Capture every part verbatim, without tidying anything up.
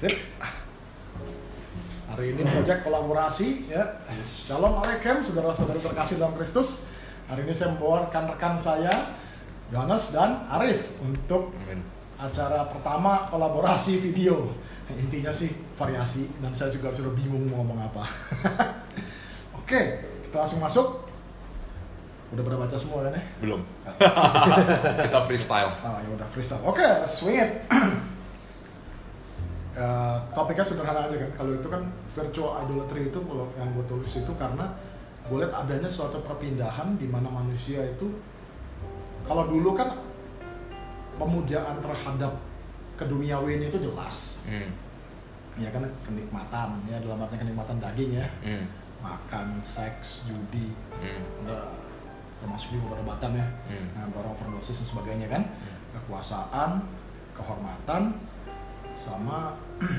Sip. Hari ini proyek kolaborasi ya. Shalom Alaikum saudara-saudara terkasih dalam Kristus. Hari ini saya membawa rekan-rekan saya Yohanes dan Arif untuk Amen. Acara pertama kolaborasi video. Intinya sih variasi dan saya juga sudah bingung mau ngomong apa. Oke, kita langsung masuk. Udah pada baca semua kan ya? Belum. Kita freestyle. Oh ya udah freestyle. Oke, swing it. Uh, topiknya sederhana aja kan. Kalau itu kan virtual idolatry itu kalau yang gue tulis itu karena gue lihat adanya suatu perpindahan di mana manusia itu kalau dulu kan pemujaan terhadap keduniawian itu jelas. Hmm. Ya kan kenikmatan ya dalam arti kenikmatan daging ya. Hmm. Makan, seks, judi. Hmm. Udah termasuk juga perdebatan ya. Hmm. Nah, baru overdosis dan sebagainya kan. Hmm. Kekuasaan, kehormatan sama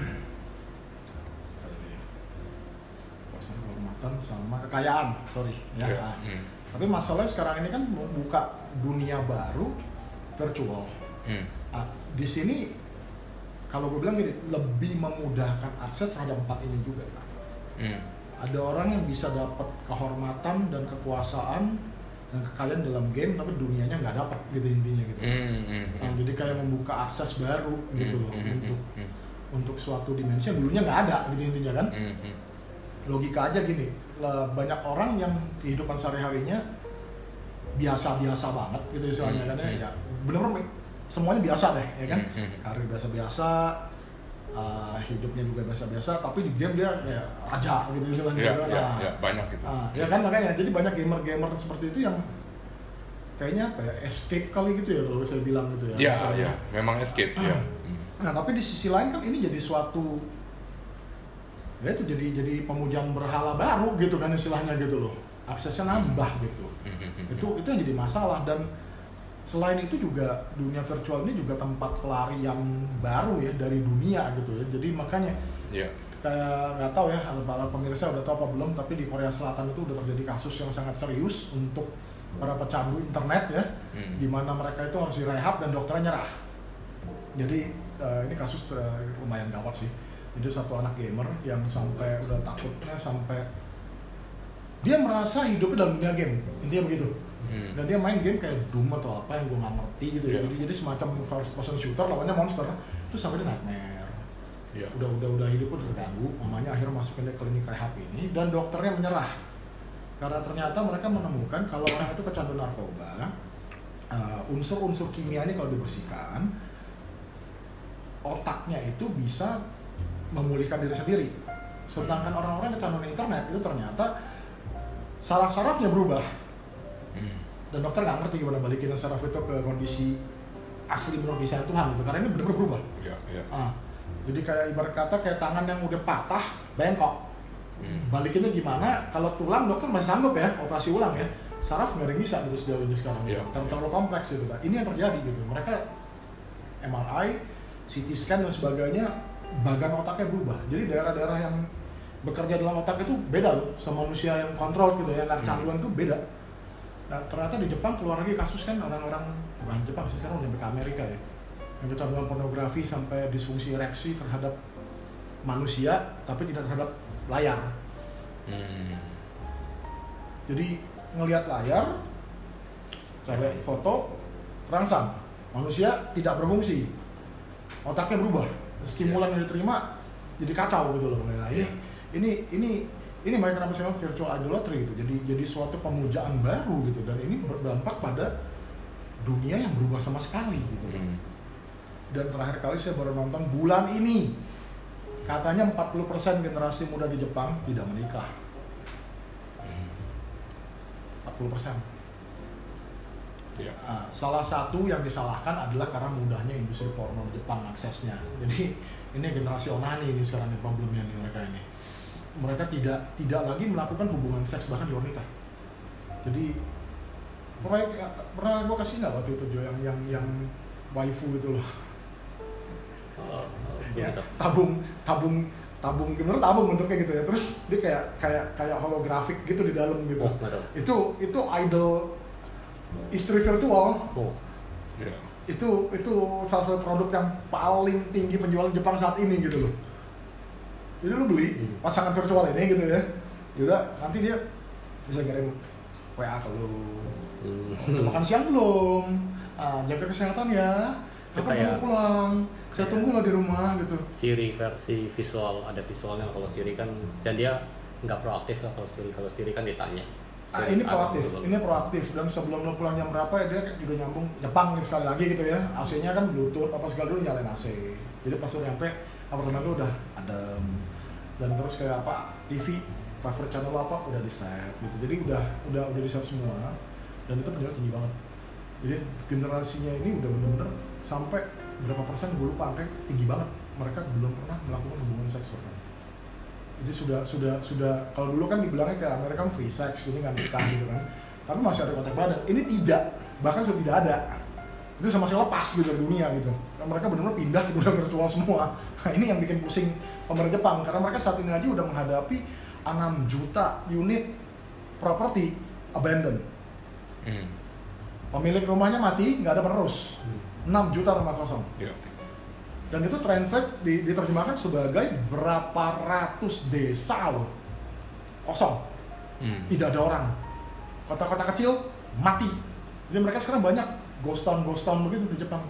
kekuasaan, kehormatan sama kekayaan, sorry ya. Yeah. Nah, mm. Tapi masalahnya sekarang ini kan membuka dunia baru virtual. Mm. Nah, di sini kalau gue bilang gini, lebih memudahkan akses terhadap empat ini juga. Mm. Ada orang yang bisa dapat kehormatan dan kekuasaan dan kekayaan dalam game tapi dunianya nggak dapat gitu intinya gitu. Mm, mm, nah, mm. Jadi kayak membuka akses baru gitu loh mm, untuk mm, untuk suatu dimensi yang dulunya nggak ada gitu intinya kan. Mm, mm. Logika aja gini, banyak orang yang kehidupan sehari-harinya biasa-biasa banget gitu istilahnya mm, kan mm. ya. Bener-bener semuanya biasa deh ya kan. Mm, mm. Karir biasa-biasa, uh, hidupnya juga biasa-biasa, tapi di game dia kayak raja gitu istilahnya yeah, gitu. Yeah, nah, yeah, banyak gitu. Uh, ya kan makanya jadi banyak gamer-gamer seperti itu yang kayaknya apa ya, escape kali gitu ya kalau saya bilang gitu ya. Iya, yeah, iya, yeah. Memang escape uh, ya. Nah, tapi di sisi lain kan ini jadi suatu ya itu jadi jadi pemujaan berhala baru gitu kan istilahnya gitu loh. Aksesnya nambah gitu. itu itu yang jadi masalah dan selain itu juga dunia virtual ini juga tempat pelarian baru ya dari dunia gitu ya. Jadi makanya yeah. kayak nggak tahu ya para pemirsa udah tahu apa belum, tapi di Korea Selatan itu udah terjadi kasus yang sangat serius untuk para pecandu internet ya, hmm. di mana mereka itu harus direhab dan dokternya nyerah. Jadi uh, ini kasus uh, lumayan gawat sih. Jadi satu anak gamer yang sampai udah takutnya sampai dia merasa hidupnya dalam dunia game, intinya begitu. Hmm. Dan dia main game kayak Doom atau apa yang gue nggak ngerti gitu ya. Yeah. Jadi jadi semacam first person shooter lawannya monster. Itu sampai dia nightmare. Yeah. Udah udah udah hidupnya terganggu. Mamanya akhirnya masukin dia ke klinik rehab ini dan dokternya menyerah. Karena ternyata mereka menemukan kalau orang itu kecandu narkoba, uh, unsur-unsur kimia ini kalau dibersihkan, otaknya itu bisa memulihkan diri sendiri. Sedangkan orang-orang kecanduan internet itu ternyata saraf-sarafnya berubah. Dan dokter nggak ngerti gimana balikin saraf itu ke kondisi asli menurut desain Tuhan gitu, karena ini benar-benar berubah. Yeah, yeah. Ah, jadi kayak ibarat kata kayak tangan yang udah patah, bengkok. Hmm. Balikinnya gimana? Kalau tulang dokter masih sanggup ya, operasi ulang ya. Saraf nggak ada yang bisa gitu sejauh ini sekarang. Yeah, karena yeah. terlalu kompleks gitu. Nah, ini yang terjadi gitu. Mereka M R I, C T scan dan sebagainya, bagan otaknya berubah. Jadi daerah-daerah yang bekerja dalam otak itu beda loh sama manusia yang kontrol gitu ya, nggak kecanduan hmm. tuh beda. Nah, ternyata di Jepang keluar lagi kasus kan orang-orang, bukan Jepang sih, sekarang udah sampai ke Amerika ya, yang kecanduan pornografi sampai disfungsi ereksi terhadap manusia tapi tidak terhadap layar. Hmm. Jadi ngelihat layar, cewek foto, terangsang, manusia tidak berfungsi, otaknya berubah, stimulan yang diterima jadi kacau gitu loh. Nah, ini ini ini ini makanya kenapa saya virtual idolatry gitu. Jadi jadi suatu pemujaan baru gitu dan ini berdampak pada dunia yang berubah sama sekali gitu. Hmm. Dan terakhir kali saya baru nonton bulan ini. Katanya empat puluh persen generasi muda di Jepang tidak menikah. empat puluh persen. Yeah. Nah, salah satu yang disalahkan adalah karena mudahnya industri porno di Jepang aksesnya. Jadi ini generasi onani ini sekarang ini problemnya nih mereka ini. Mereka tidak tidak lagi melakukan hubungan seks bahkan di luar nikah. Jadi proyek pernah gue kasih nggak waktu itu Jo yang yang yang waifu itu loh. Oh, ya, tabung tabung tabung gimana tabung bentuknya gitu ya. Terus dia kayak kayak kayak holografik gitu di dalam gitu. Oh, itu itu idol istri virtual. Oh. Yeah. Itu itu salah satu produk yang paling tinggi penjualan Jepang saat ini gitu loh. Jadi lu beli Hmm. pasangan virtual ini gitu ya. Yaudah nanti dia bisa kirim W A ke lu. Hmm. Udah makan siang belum? Ah, jaga kesehatan ya. Kapan Kayak- kamu pulang? Saya tunggu lo di rumah gitu. Siri versi visual, ada visualnya kalau Siri kan, dan dia nggak proaktif lah kalau Siri. Kalau Siri kan ditanya. Ah, Siri, ini proaktif, apa, ini proaktif dan sebelum lo pulang jam berapa ya dia juga nyambung Jepang sekali lagi gitu ya. A C-nya kan Bluetooth apa segala dulu nyalain A C. Jadi pas lo nyampe apartemen lo udah adem dan terus kayak apa T V favorite channel lo apa udah di set gitu. Jadi udah udah udah di set semua dan itu penjualan tinggi banget. Jadi generasinya ini udah bener-bener sampai berapa persen gue lupa angka tinggi banget. Mereka belum pernah melakukan hubungan seks bahkan. Jadi sudah sudah sudah kalau dulu kan dibilangnya kayak Amerika free sex ini nggak nikah gitu kan, tapi masih ada kontak badan. Ini tidak, bahkan sudah tidak ada. Itu sama sekali lepas gitu dari dunia gitu. Karena mereka benar-benar pindah ke dunia virtual semua. Nah ini yang bikin pusing pemerintah Jepang karena mereka saat ini aja udah menghadapi enam juta unit properti abandoned. Hmm. Pemilik rumahnya mati, nggak ada penerus. enam juta rumah kosong. Iya. Dan itu translate di, diterjemahkan sebagai berapa ratus desa loh kosong, Hmm. tidak ada orang. Kota-kota kecil mati. Jadi mereka sekarang banyak ghost town ghost town begitu di Jepang.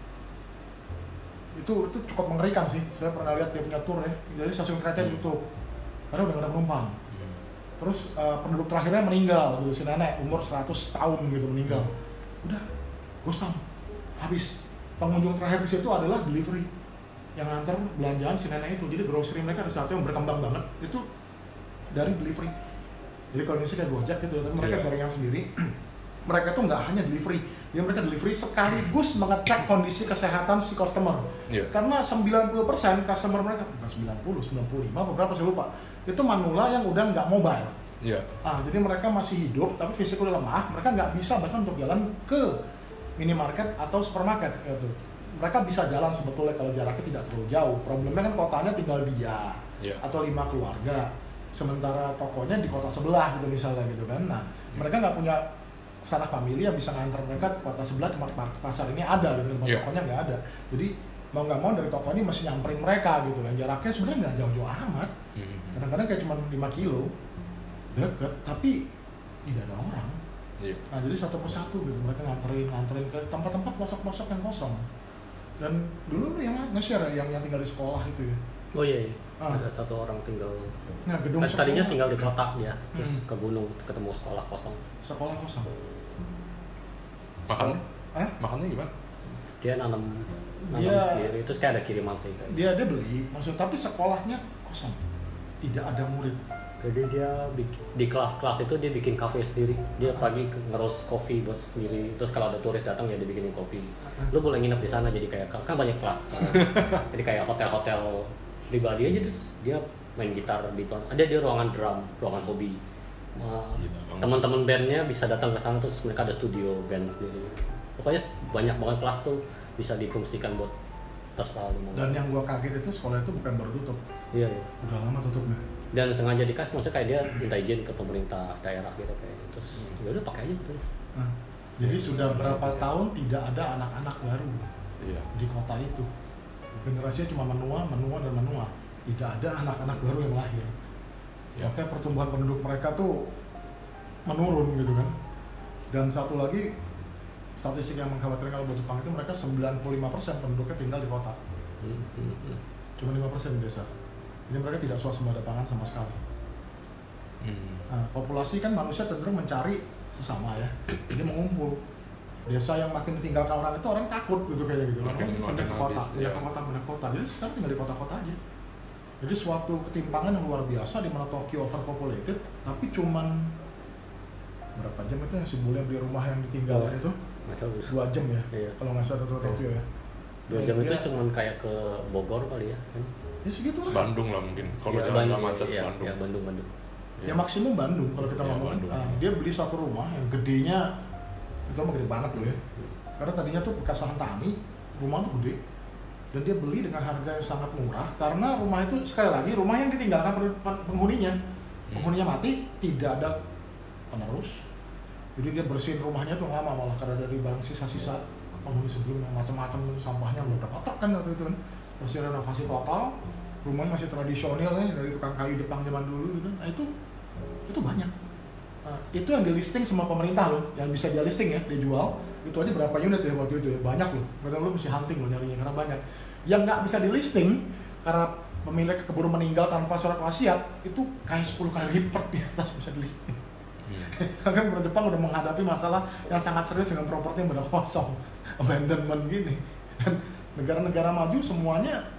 Itu itu cukup mengerikan sih. Saya pernah lihat dia punya tour ya. Jadi stasiun kereta Hmm. ditutup karena udah nggak ada penumpang. Hmm. Terus uh, penduduk terakhirnya meninggal gitu, si nenek umur seratus tahun gitu meninggal. Udah ghost town habis. Pengunjung terakhir di situ adalah delivery yang nganter belanjaan si nenek itu. Jadi grocery mereka ada satu yang berkembang banget itu dari delivery. Jadi kalau ini sih kayak Gojek gitu, tapi mereka Iya. gorengan sendiri. Mereka tuh nggak hanya delivery, ya mereka delivery sekaligus mengecek kondisi kesehatan si customer. Iya. Karena sembilan puluh persen customer mereka, bukan sembilan puluh, sembilan puluh lima, beberapa saya lupa. Itu manula yang udah nggak mobile. Iya. Ah, jadi mereka masih hidup tapi fisik udah lemah, mereka nggak bisa bahkan untuk jalan ke minimarket atau supermarket gitu. Mereka bisa jalan sebetulnya kalau jaraknya tidak terlalu jauh. Problemnya kan kotanya tinggal dia Iya. atau lima keluarga, sementara tokonya di kota sebelah gitu misalnya gitu kan. Nah, mereka nggak punya sanak famili yang bisa nganter mereka ke kota sebelah, tempat pasar ini ada gitu, tempat Iya. tokonya nggak ada. Jadi mau nggak mau dari toko ini masih nyamperin mereka gitu. Yang jaraknya sebenarnya nggak jauh-jauh amat. Hmm. Kadang-kadang kayak cuma lima kilo, deket, tapi tidak ada orang. Iya. Nah jadi satu persatu gitu mereka nganterin nganterin ke tempat-tempat pelosok-pelosok yang kosong. Dan dulu lu yang nge-share ya, yang yang tinggal di sekolah itu ya. Oh iya, iya. Ah. Ada satu orang tinggal. Nah gedung Kan tadinya sekolah- tinggal di kota dia, terus Hmm. ke gunung ketemu sekolah kosong. sekolah kosong. Makannya? Hah? Makannya gimana? Dia nanam nanam Dia- sendiri, terus kayak ada kiriman sih. Kayak. Dia dia beli, maksud tapi sekolahnya kosong. Tidak ada murid. Jadi dia bik- di kelas-kelas itu dia bikin kafe sendiri. Dia pagi ke- ngerus kopi buat sendiri. Terus kalau ada turis datang ya dia bikinin kopi. Lu boleh nginep di sana jadi kayak kan banyak kelas. Kan. Jadi kayak hotel-hotel pribadi aja terus dia main gitar di ada dia ruangan drum, ruangan hobi. Nah, Gila banget. teman-teman bandnya bisa datang ke sana terus mereka ada studio band sendiri. Pokoknya banyak banget kelas tuh bisa difungsikan buat terserah lu mau. Dan yang gua kaget itu sekolah itu bukan baru tutup, Iya, iya. udah lama tutupnya. Dan sengaja dikasih maksudnya kayak dia minta izin ke pemerintah daerah gitu kayak terus ya udah pakai aja gitu. Nah, jadi sudah berapa tahun tidak ada anak-anak baru Iya. di kota itu. Generasinya cuma menua, menua dan menua. Tidak ada anak-anak baru yang lahir. Ya. Makanya pertumbuhan penduduk mereka tuh menurun gitu kan. Dan satu lagi statistik yang mengkhawatirkan kalau buat Jepang itu mereka sembilan puluh lima persen penduduknya tinggal di kota. Hmm, hmm, hmm. Cuma lima persen di desa. Jadi mereka tidak swasembada pangan sama sekali. Hmm. Nah, populasi kan manusia cenderung mencari sesama ya. Jadi mengumpul. Desa yang makin ditinggalkan orang itu orang takut gitu kayak gitu. Makin- Makanya pindah makin ke kota, habis, pindah ya. ke kota, pindah ke kota. Jadi sekarang tinggal di kota-kota aja. Jadi suatu ketimpangan yang luar biasa di mana Tokyo overpopulated, tapi cuman berapa jam itu yang si bule beli rumah yang ditinggal Dua. itu Nggak tahu. dua jam ya, Iya. kalau nggak salah tuh Tokyo ya. Dua Ya, jam itu dia- cuma kayak ke Bogor kali ya kan? ya segitu lah. Bandung lah mungkin. Kalau Ya, jalan Bandung, nggak macet iya, Bandung. iya, Bandung, Bandung. Ya maksimum Bandung kalau kita Ya, ngomong. Bandung. Nah, dia beli satu rumah yang gedenya itu mah gede banget loh ya. Karena tadinya tuh bekas lahan tani, rumah tuh gede. Dan dia beli dengan harga yang sangat murah karena rumah itu sekali lagi rumah yang ditinggalkan pen- pen- penghuninya. Penghuninya mati, tidak ada penerus. Jadi dia bersihin rumahnya tuh lama malah karena dari barang sisa-sisa penghuni sebelumnya macam-macam sampahnya beberapa truk kan waktu itu kan. Terus dia renovasi total, rumahnya masih tradisional ya dari tukang kayu Jepang zaman dulu gitu. Nah itu itu banyak. Nah, itu yang di listing sama pemerintah loh, yang bisa dia listing ya, dia jual. Itu aja berapa unit ya waktu itu ya, banyak loh. Kadang lu mesti hunting loh nyarinya karena banyak. Yang nggak bisa di listing karena pemilik keburu meninggal tanpa surat wasiat itu kayak sepuluh kali lipat di atas bisa di listing. Hmm. Karena Jepang udah menghadapi masalah yang sangat serius dengan properti yang udah kosong, abandonment gini. Dan negara-negara maju semuanya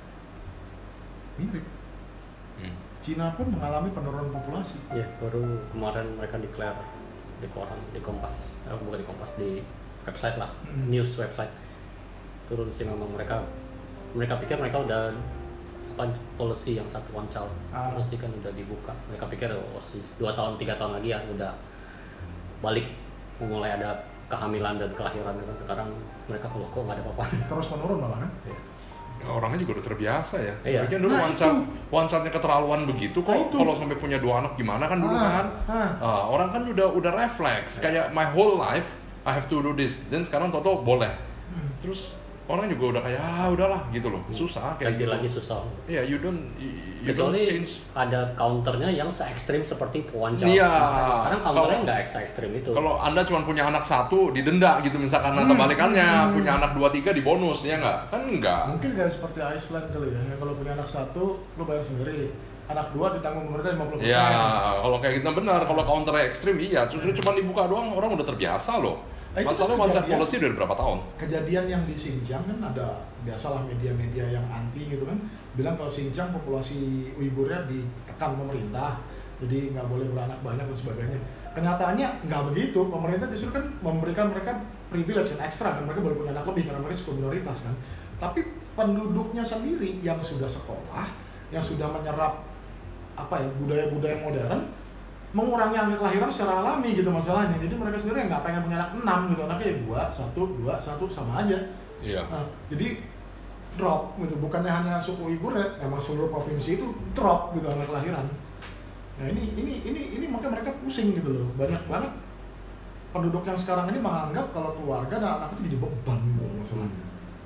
mirip. Hmm. Cina pun mengalami penurunan populasi. Ya, baru kemarin mereka declare di koran, di Kompas, eh, bukan di Kompas, di website lah, hmm. news website. Turun sih memang mereka, mereka pikir mereka udah apa policy yang satu one child, ah. policy kan udah dibuka. Mereka pikir oh sih dua tahun tiga tahun lagi ya udah balik mulai ada kehamilan dan kelahiran. Sekarang mereka kalau kok nggak ada apa-apa. Terus menurun malah kan? Ya. Orangnya juga udah terbiasa ya. Iya. Bagian dulu nah, one shot, one shotnya keterlaluan begitu kok. Nah, kalau sampai punya dua anak gimana kan dulu ah, kan? Ah. Uh, orang kan udah udah refleks. Kayak my whole life I have to do this. Dan sekarang toto boleh. Hmm. Terus orang juga udah kayak ah udahlah gitu loh. Susah kayak lagi gitu. lagi susah. Iya, yeah, you don't you kecuali don't change. Ada counternya yang se-ekstrim seperti one child. Iya. Karena counternya nggak se-ekstrim itu. Kalau Anda cuma punya anak satu didenda gitu misalkan hmm. atau balikannya hmm. punya anak dua tiga dibonus ya nggak? Kan enggak. Mungkin kayak seperti Iceland kali ya. Kalau punya anak satu lu bayar sendiri. Anak dua ditanggung pemerintah lima puluh persen. Ya, kalau kayak gitu benar. Kalau counternya ekstrim iya, justru cuma dibuka doang orang udah terbiasa loh. Nah, masalahnya one child policy udah berapa tahun? Kejadian yang di Xinjiang kan ada biasalah media-media yang anti gitu kan bilang kalau Xinjiang populasi Uigurnya ditekan pemerintah jadi nggak boleh beranak banyak dan sebagainya. Kenyataannya nggak begitu, pemerintah justru kan memberikan mereka privilege yang ekstra kan mereka boleh punya anak lebih karena mereka suku minoritas kan. Tapi penduduknya sendiri yang sudah sekolah, yang sudah menyerap apa ya budaya-budaya modern mengurangi angka kelahiran secara alami gitu masalahnya. Jadi mereka sendiri nggak pengen punya anak enam gitu, anaknya ya dua, satu, dua, satu sama aja. Iya. Nah, jadi drop gitu, bukannya hanya suku Uighur ya, memang seluruh provinsi itu drop gitu angka kelahiran. Nah ini ini ini ini makanya mereka pusing gitu loh, banyak banget penduduk yang sekarang ini menganggap kalau keluarga dan anak itu jadi beban gitu masalahnya.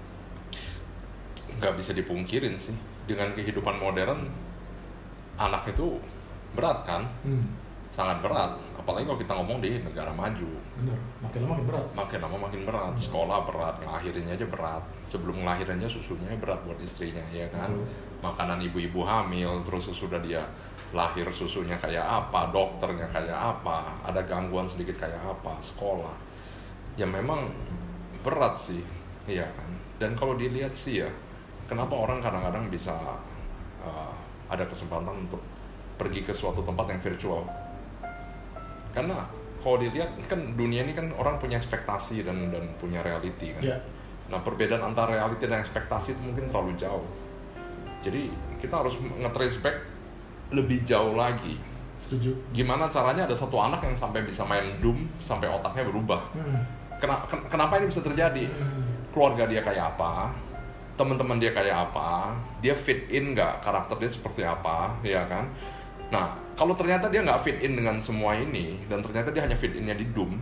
Nggak bisa dipungkirin sih, dengan kehidupan modern anak itu berat kan. Hmm. Sangat berat, apalagi kalau kita ngomong di negara maju. Bener, makin lama makin berat. Makin lama makin berat, hmm. sekolah berat, ngelahirinnya aja berat. Sebelum ngelahirinnya susunya berat buat istrinya, ya kan. Hmm. Makanan ibu-ibu hamil, terus sesudah dia lahir susunya kayak apa, dokternya kayak apa, ada gangguan sedikit kayak apa, sekolah. Ya memang berat sih, iya kan. Dan kalau dilihat sih ya, kenapa orang kadang-kadang bisa uh, ada kesempatan untuk pergi ke suatu tempat yang virtual. Karena kalau dilihat kan dunia ini kan orang punya ekspektasi dan dan punya reality kan. Yeah. Nah perbedaan antara reality dan ekspektasi itu mungkin terlalu jauh. Jadi kita harus nge-trace back lebih jauh lagi. Setuju. Gimana caranya ada satu anak yang sampai bisa main Doom sampai otaknya berubah. Hmm. Kenapa, kenapa ini bisa terjadi? Hmm. Keluarga dia kayak apa? Teman-teman dia kayak apa? Dia fit in nggak? Karakter dia seperti apa? Ya kan? Nah, kalau ternyata dia nggak fit in dengan semua ini, dan ternyata dia hanya fit in-nya di Doom,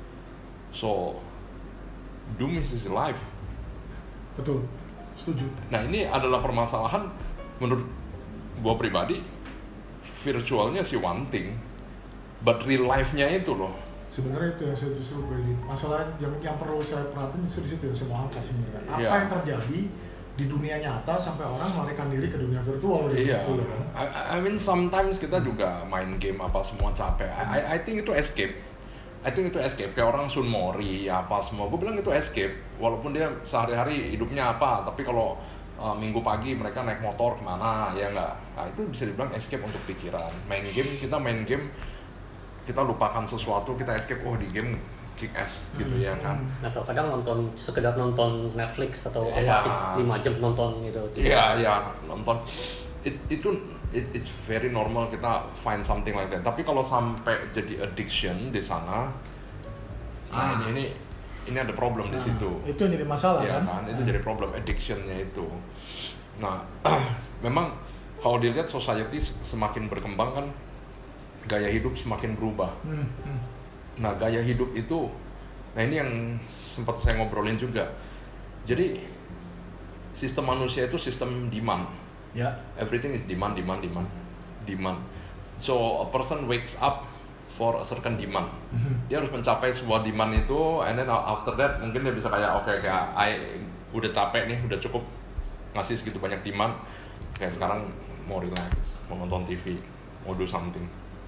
so, Doom is his life. Betul, setuju. Nah, ini adalah permasalahan, menurut gua pribadi, virtualnya sih one thing, but real life-nya itu loh. Sebenarnya itu yang saya justru beri masalah yang, yang perlu saya perhatiin justru di situ yang saya mau angkat sebenarnya. Apa yeah. yang terjadi di dunia nyata sampai orang melarikan diri ke dunia virtual gitu iya. Gitu, kan? I, I mean sometimes kita juga main game apa semua capek. I, I think itu escape. I think itu escape. Kayak orang Sun Mori apa semua. Gue bilang itu escape. Walaupun dia sehari-hari hidupnya apa, tapi kalau uh, minggu pagi mereka naik motor kemana ya nggak. Nah itu bisa dibilang escape untuk pikiran. Main game kita main game kita lupakan sesuatu kita escape. Oh di game kick ass gitu hmm. ya kan. Atau kadang nonton sekedar nonton Netflix atau yeah. apa lima jam nonton gitu. Iya yeah, iya yeah. nonton It, itu it's, it's very normal kita find something like that. Tapi kalau sampai jadi addiction di sana, ah. nah ini, ini ini ada problem nah, di situ. Itu yang jadi masalah ya, kan? kan? Itu hmm. jadi problem addictionnya itu. Nah memang kalau dilihat society semakin berkembang kan gaya hidup semakin berubah. Hmm. Hmm. Nah gaya hidup itu, nah ini yang sempat saya ngobrolin juga. Jadi sistem manusia itu sistem demand. Ya. Everything is demand, demand, demand, demand. So a person wakes up for a certain demand. Mm-hmm. Dia harus mencapai sebuah demand itu, and then after that mungkin dia bisa kayak oke okay, kayak I udah capek nih, udah cukup ngasih segitu banyak demand. Kayak sekarang mau relax, mau nonton T V, mau do something.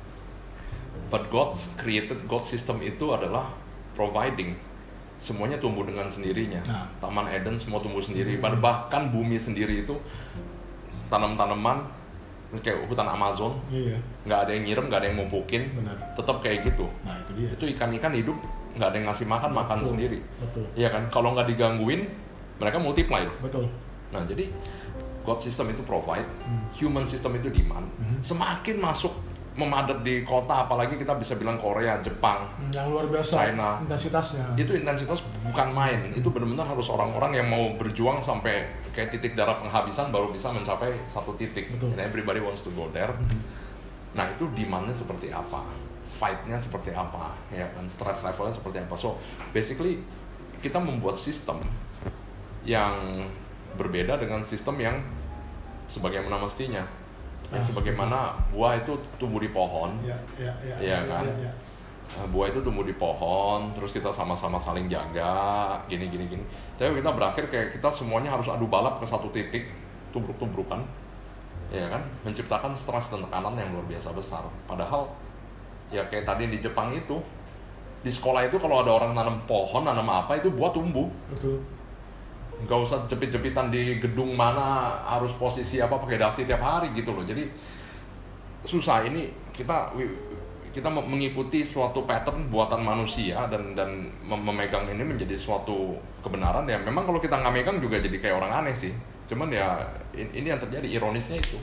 But God created, God system itu adalah providing. Semuanya tumbuh dengan sendirinya. Nah. Taman Eden semua tumbuh sendiri. Hmm. Bahkan bumi sendiri itu tanam-tanaman kayak hutan Amazon. Iya. Nggak ada yang nyiram, nggak ada yang mupukin. Benar. Tetap kayak gitu. Nah itu dia. Itu ikan-ikan hidup nggak ada yang ngasih makan, betul, makan sendiri. Betul. Iya kan? Kalau nggak digangguin, mereka multiply. Betul. Nah jadi God system itu provide, hmm. human system itu demand. Hmm. Semakin masuk memadat di kota, apalagi kita bisa bilang Korea, Jepang, yang luar biasa, China, intensitasnya. Itu intensitas bukan main. Itu benar-benar harus orang-orang yang mau berjuang sampai kayak titik darah penghabisan baru bisa mencapai satu titik. Betul. And everybody wants to go there. Mm-hmm. Nah itu demandnya seperti apa, fight-nya seperti apa, ya kan, stress levelnya seperti apa. So basically kita membuat sistem yang berbeda dengan sistem yang sebagaimana mestinya. Ya, sebagaimana buah itu tumbuh di pohon, ya, ya, ya, ya kan, ya, ya. Buah itu tumbuh di pohon, terus kita sama-sama saling jaga, gini, gini, gini. Tapi kita berakhir kayak kita semuanya harus adu balap ke satu titik, tubruk-tubrukan, ya kan, menciptakan stres dan tekanan yang luar biasa besar. Padahal, ya kayak tadi di Jepang itu, di sekolah itu kalau ada orang nanam pohon, nanam apa itu buah tumbuh. Betul. Nggak usah jepit-jepitan di gedung mana harus posisi apa pakai dasi tiap hari gitu loh. Jadi susah ini kita kita mengikuti suatu pattern buatan manusia dan dan memegang ini menjadi suatu kebenaran ya. Memang kalau kita nggak megang juga jadi kayak orang aneh sih. Cuman ya ini yang terjadi, ironisnya itu.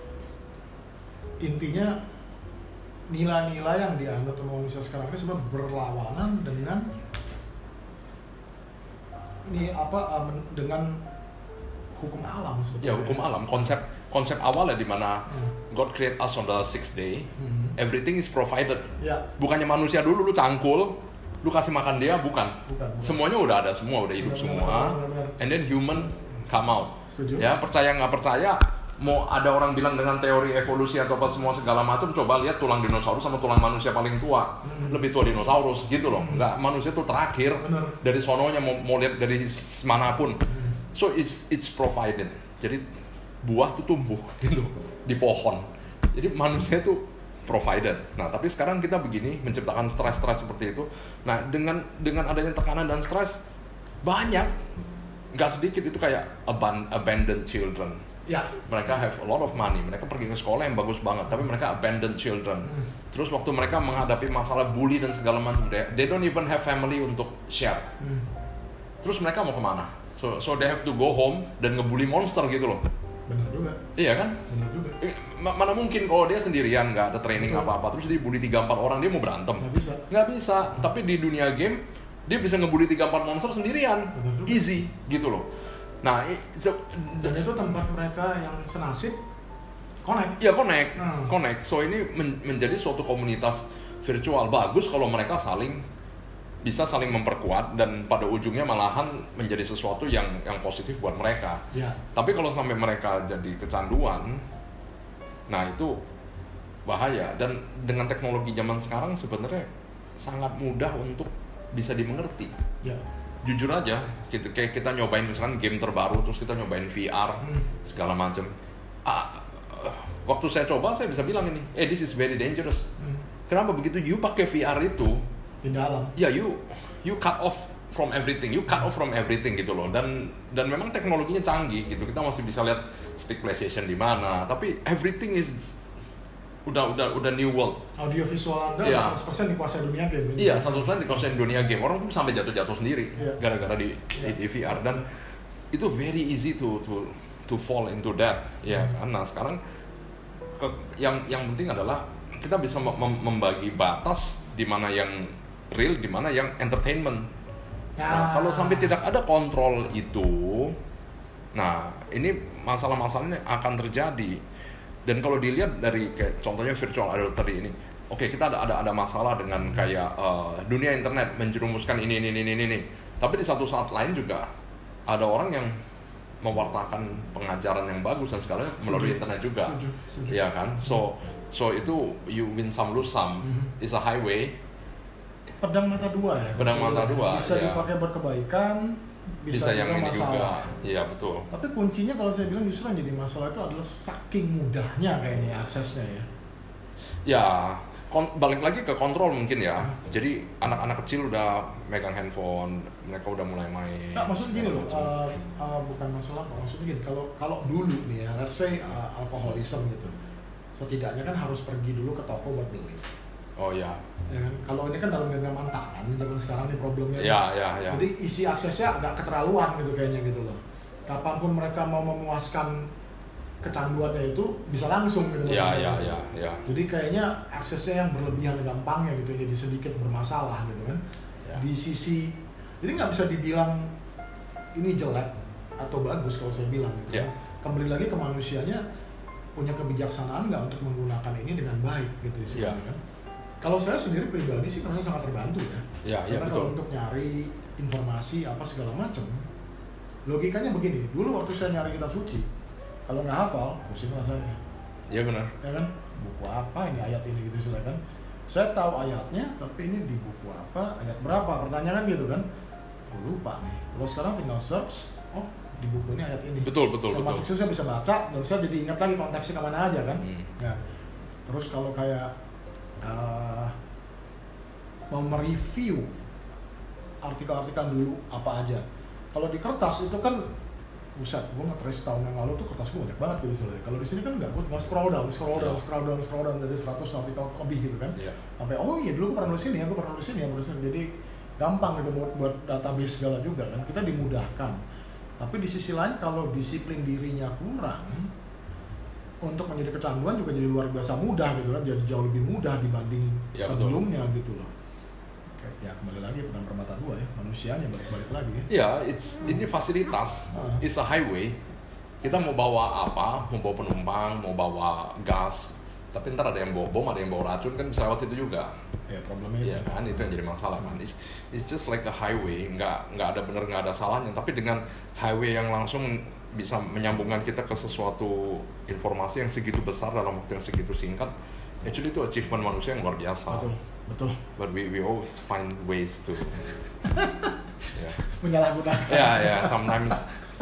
Intinya nilai-nilai yang dianut manusia sekarang ini sebenarnya berlawanan dengan ini apa um, dengan hukum alam sebetulnya. Ya hukum alam, konsep konsep awalnya di mana hmm. God create us on the sixth day, hmm. everything is provided. Ya. Bukannya manusia dulu lu cangkul, lu kasih makan dia, bukan. Bukan, bukan. Semuanya udah ada, semua udah hidup benar, semua. Benar, benar, benar. And then human come out. Setuju. Ya percaya nggak percaya, mau ada orang bilang dengan teori evolusi atau apa semua segala macam, coba lihat tulang dinosaurus sama tulang manusia paling tua, hmm. lebih tua dinosaurus gitu loh. Hmm. Nggak, manusia tuh terakhir. Bener. Dari sononya mau, mau lihat dari manapun. Hmm. So it's it's provided. Jadi buah tuh tumbuh gitu di pohon. Jadi manusia tuh provided. Nah tapi sekarang kita begini menciptakan stres-stres seperti itu. Nah dengan dengan adanya tekanan dan stres banyak, nggak sedikit itu kayak aban- abandoned children. Ya. Mereka have a lot of money, mereka pergi ke sekolah yang bagus banget, tapi mereka abandoned children. Hmm. Terus waktu mereka menghadapi masalah bully dan segala macam, they don't even have family untuk share. Hmm. Terus mereka mau kemana? So, so they have to go home dan ngebully monster gitu loh. Benar juga. Iya kan? Benar juga. M- mana mungkin kalau dia sendirian, nggak ada training betul. Apa-apa, terus dia bully tiga empat orang, dia mau berantem? Nggak bisa. Nggak bisa, hmm. Tapi di dunia game, dia bisa ngebully tiga empat monster sendirian. Easy, gitu loh. Nah, so, dan itu tempat mereka yang senasib connect. Ya connect, hmm. connect. So ini men- menjadi suatu komunitas virtual bagus kalau mereka saling bisa saling memperkuat dan pada ujungnya malahan menjadi sesuatu yang yang positif buat mereka. Ya. Tapi kalau sampai mereka jadi kecanduan, nah itu bahaya. Dan dengan teknologi zaman sekarang sebenarnya sangat mudah untuk bisa dimengerti. Ya. Jujur aja, kita, kayak kita nyobain misalkan game terbaru, terus kita nyobain V R, hmm. segala macam. Ah, waktu saya coba, saya bisa bilang ini, eh this is very dangerous. Hmm. Kenapa begitu? You pakai V R itu, di dalam. Ya, you you cut off from everything, you cut off from everything gitu loh. Dan dan memang teknologinya canggih gitu. Kita masih bisa lihat stick PlayStation di mana, tapi everything is udah udah udah new world. Audio visual Anda ya. seratus persen dikuasai dunia game. Ini. Iya, seratus persen dikuasai dunia game. Orang tuh sampai jatuh-jatuh sendiri ya. Gara-gara di, ya. di, di V R dan itu very easy to to to fall into that. Ya, hmm. Karena sekarang ke, yang yang penting adalah kita bisa mem- membagi batas di mana yang real, di mana yang entertainment. Ya. Nah, kalau sampai tidak ada kontrol itu, nah ini masalah-masalahnya akan terjadi. Dan kalau dilihat dari kayak contohnya virtual adultery ini, oke okay, kita ada ada ada masalah dengan kayak uh, dunia internet menjerumuskan ini ini ini ini ini. Tapi di satu saat lain juga ada orang yang mewartakan pengajaran yang bagus dan segalanya melalui internet juga, Setuju, setuju. ya kan? So so itu you win some lose some, Mhm. is a highway. Pedang mata dua ya. Pedang bisa mata dibilang. dua, Bisa ya. dipakai berkebaikan, bisa, Bisa, yang juga ini masalah. juga, iya betul. Tapi kuncinya kalau saya bilang justru yang jadi masalah itu adalah saking mudahnya kayaknya aksesnya ya. Ya, kon- balik lagi ke kontrol mungkin ya. Jadi anak-anak kecil udah megang handphone, mereka udah mulai main. Nah, maksudnya gini loh, segala macam. uh, uh, bukan masalah apa, maksudnya gini, kalau kalau dulu nih ya, let's say uh, alkoholisme gitu, setidaknya kan harus pergi dulu ke toko buat beli. Oh ya, Ya kan? Kalau ini kan dalam genggaman tangan, zaman sekarang nih problemnya. ya, ya, ya. Jadi isi aksesnya agak keterlaluan gitu kayaknya gitu loh. Kapanpun mereka mau memuaskan kecanduannya itu bisa langsung gitu. Ya, maksudnya. ya, ya, ya. Jadi kayaknya aksesnya yang berlebihan gampangnya gitu, jadi sedikit bermasalah gitu kan. Ya. Di sisi, jadi nggak bisa dibilang ini jelek atau bagus kalau saya bilang gitu. Ya. kan. Kembali lagi ke manusianya punya kebijaksanaan nggak untuk menggunakan ini dengan baik gitu istilahnya Ya. kan. Kalau saya sendiri pribadi sih merasa sangat terbantu ya. Ya, ya, Karena betul. kalau untuk nyari informasi apa segala macam, logikanya begini. Dulu waktu saya nyari kitab suci, kalau nggak hafal, pusing rasanya. Iya benar. Ya kan? Buku apa ini ayat ini gitu istilahnya kan? Saya tahu ayatnya, tapi ini di buku apa, ayat berapa? Pertanyaan gitu kan? Gue lupa nih. Kalau sekarang tinggal search, oh di buku ini ayat ini. Betul, betul, Saya betul. masuk situ saya bisa baca dan saya jadi ingat lagi konteksnya kemana aja kan? Hmm. Ya. Terus kalau kayak uh, mau mereview artikel-artikel dulu apa aja. Kalau di kertas itu kan, buset, gue nge-trace tahun yang lalu tuh kertas gue banyak banget gitu istilahnya. Kalau di sini kan enggak, gue tinggal scroll down, scroll down, Iya. scroll down, scroll down dari seratus artikel lebih gitu kan. Iya. Sampai oh iya dulu gue pernah nulis ini ya, gue pernah nulis ini ya, nulis ini. Jadi gampang gitu buat buat database segala juga kan. Kita dimudahkan. Tapi di sisi lain kalau disiplin dirinya kurang, untuk menjadi kecanduan juga jadi luar biasa mudah gitu kan, jadi jauh lebih mudah dibanding Ya, sebelumnya gitu loh. Oke, ya kembali lagi pedang bermata dua ya, manusianya balik-balik lagi ya. Ya, it's ini fasilitas, Ah. it's a highway. Kita mau bawa apa, mau bawa penumpang, mau bawa gas, tapi ntar ada yang bawa bom, ada yang bawa racun kan bisa lewat situ juga. Ya problemnya itu. Iya kan, itu yang jadi masalah kan. It's, it's just like a highway, nggak nggak ada bener nggak ada salahnya. Tapi dengan highway yang langsung bisa menyambungkan kita ke sesuatu informasi yang segitu besar dalam waktu yang segitu singkat, actually itu achievement manusia yang luar biasa. Betul, betul. But we we always find ways to, ya, Menyalahgunakan. ya, ya. Sometimes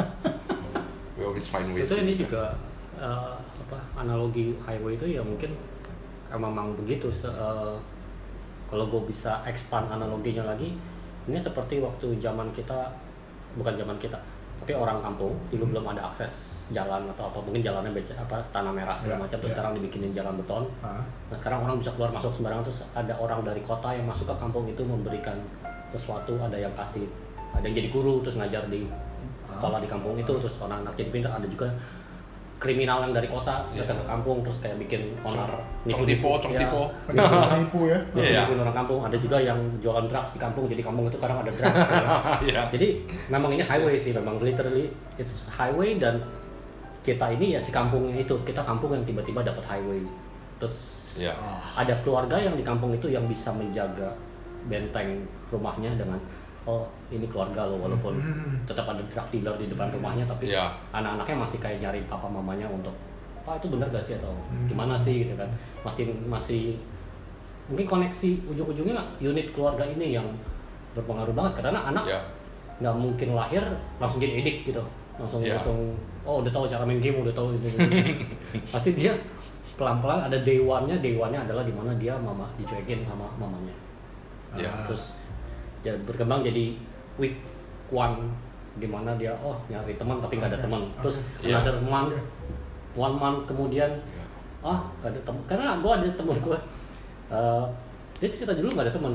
we always find ways. Itu to- ini juga eh, apa analogi highway itu ya mungkin memang begitu. Se- eh, kalau gue bisa expand analoginya lagi, ini seperti waktu zaman kita, bukan zaman kita, tapi orang kampung dulu belum ada akses jalan atau apa, mungkin jalannya beca, apa tanah merah segala Ya, macam, terus ya. sekarang dibikinin jalan beton. Ah, Nah sekarang orang bisa keluar masuk sembarangan, terus ada orang dari kota yang masuk ke kampung itu memberikan sesuatu, ada yang kasih, ada yang jadi guru terus ngajar di sekolah di kampung itu, terus anak-anak jadi pintar. Ada juga kriminal yang dari kota Iya. datang ke kampung terus kayak bikin onar Cong tipo, cong ya, tipo. penipu ya. Iya. nipuin orang kampung. Ada juga yang jualan drugs di kampung, jadi kampung itu kadang ada drugs. Iya. Jadi memang ini highway sih, memang literally it's highway. Dan kita ini ya si kampungnya itu, kita kampung yang tiba-tiba dapat highway. Terus Iya. Ah, ada keluarga yang di kampung itu yang bisa menjaga benteng rumahnya dengan, oh ini keluarga lo, walaupun Hmm. tetap ada drug dealer di depan rumahnya, tapi Iya. anak-anaknya masih kayak nyari papa mamanya untuk, pak itu bener gak sih atau Hmm. gimana sih gitu kan. Masih masih mungkin koneksi ujung-ujungnya unit keluarga ini yang berpengaruh banget, karena anak Iya. nggak mungkin lahir langsung jadi edik gitu, langsung Iya. langsung oh udah tahu cara main game, udah tahu ini, ini. Pasti dia pelan-pelan ada day one-nya. Day one-nya adalah dimana dia mama dicuekin sama mamanya, Iya. ah. terus dia berkembang jadi week one dimana dia oh nyari teman tapi nggak ada Oke, teman, oke. terus Iya. another month, Oke. one month kemudian Iya. ah nggak ada teman, karena gue ada teman gue uh, dia cerita dulu nggak ada teman,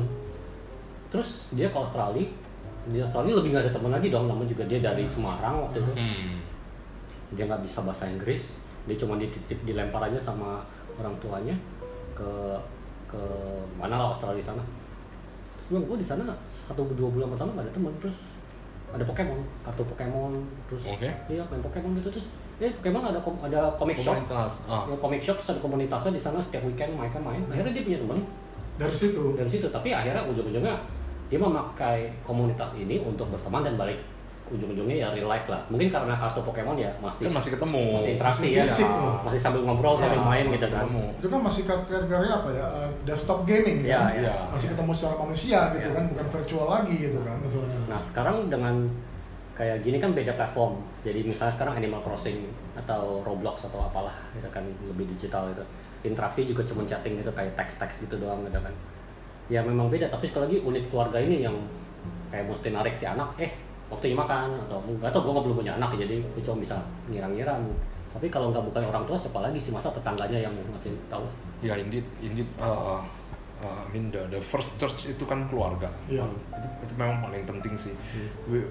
terus dia ke Australia. Di Australia lebih nggak ada teman lagi dong, namun juga dia dari Semarang waktu itu. Hmm. Dia nggak bisa bahasa Inggris, dia cuma dititip dilempar aja sama orang tuanya ke ke mana lah Australia sana. Terus bilang gue di sana satu dua bulan pertama nggak ada teman, terus ada Pokemon, kartu Pokemon, terus Oke. iya main Pokemon gitu, terus eh Pokemon ada kom- ada comic shop, Komunitas. Ah. ya, comic shop terus ada komunitasnya di sana, setiap weekend mereka main. Akhirnya dia punya teman Dari situ. dari situ, tapi akhirnya ujung-ujungnya dia memakai komunitas ini untuk berteman dan balik ujung-ujungnya ya real life lah. Mungkin karena kartu Pokemon ya masih Kan masih ketemu. masih interaksi Masih ya, fisik loh. masih sambil ngobrol sambil Ya, main gitu kan. Ketemu. Itu kan masih kategori apa ya? uh, desktop gaming Iya, kan? iya. Masih ketemu secara manusia gitu Iya. kan, bukan virtual lagi gitu kan maksudnya. Nah sekarang dengan kayak gini kan beda platform. Jadi misalnya sekarang Animal Crossing atau Roblox atau apalah itu kan lebih digital itu. Interaksi juga cuma chatting gitu kayak teks-teks gitu doang gitu kan. Ya memang beda, tapi sekali lagi unit keluarga ini yang kayak mesti narik si anak, eh waktunya makan atau enggak tau, gue nggak belum punya anak ya, jadi gue cuma bisa ngira-ngira. Tapi kalau nggak bukan orang tua siapa lagi sih, masa tetangganya yang masih tahu? Ya indeed, indeed. Uh, uh, I mean the, the first church itu kan keluarga. Iya. Itu, itu memang paling penting sih. We,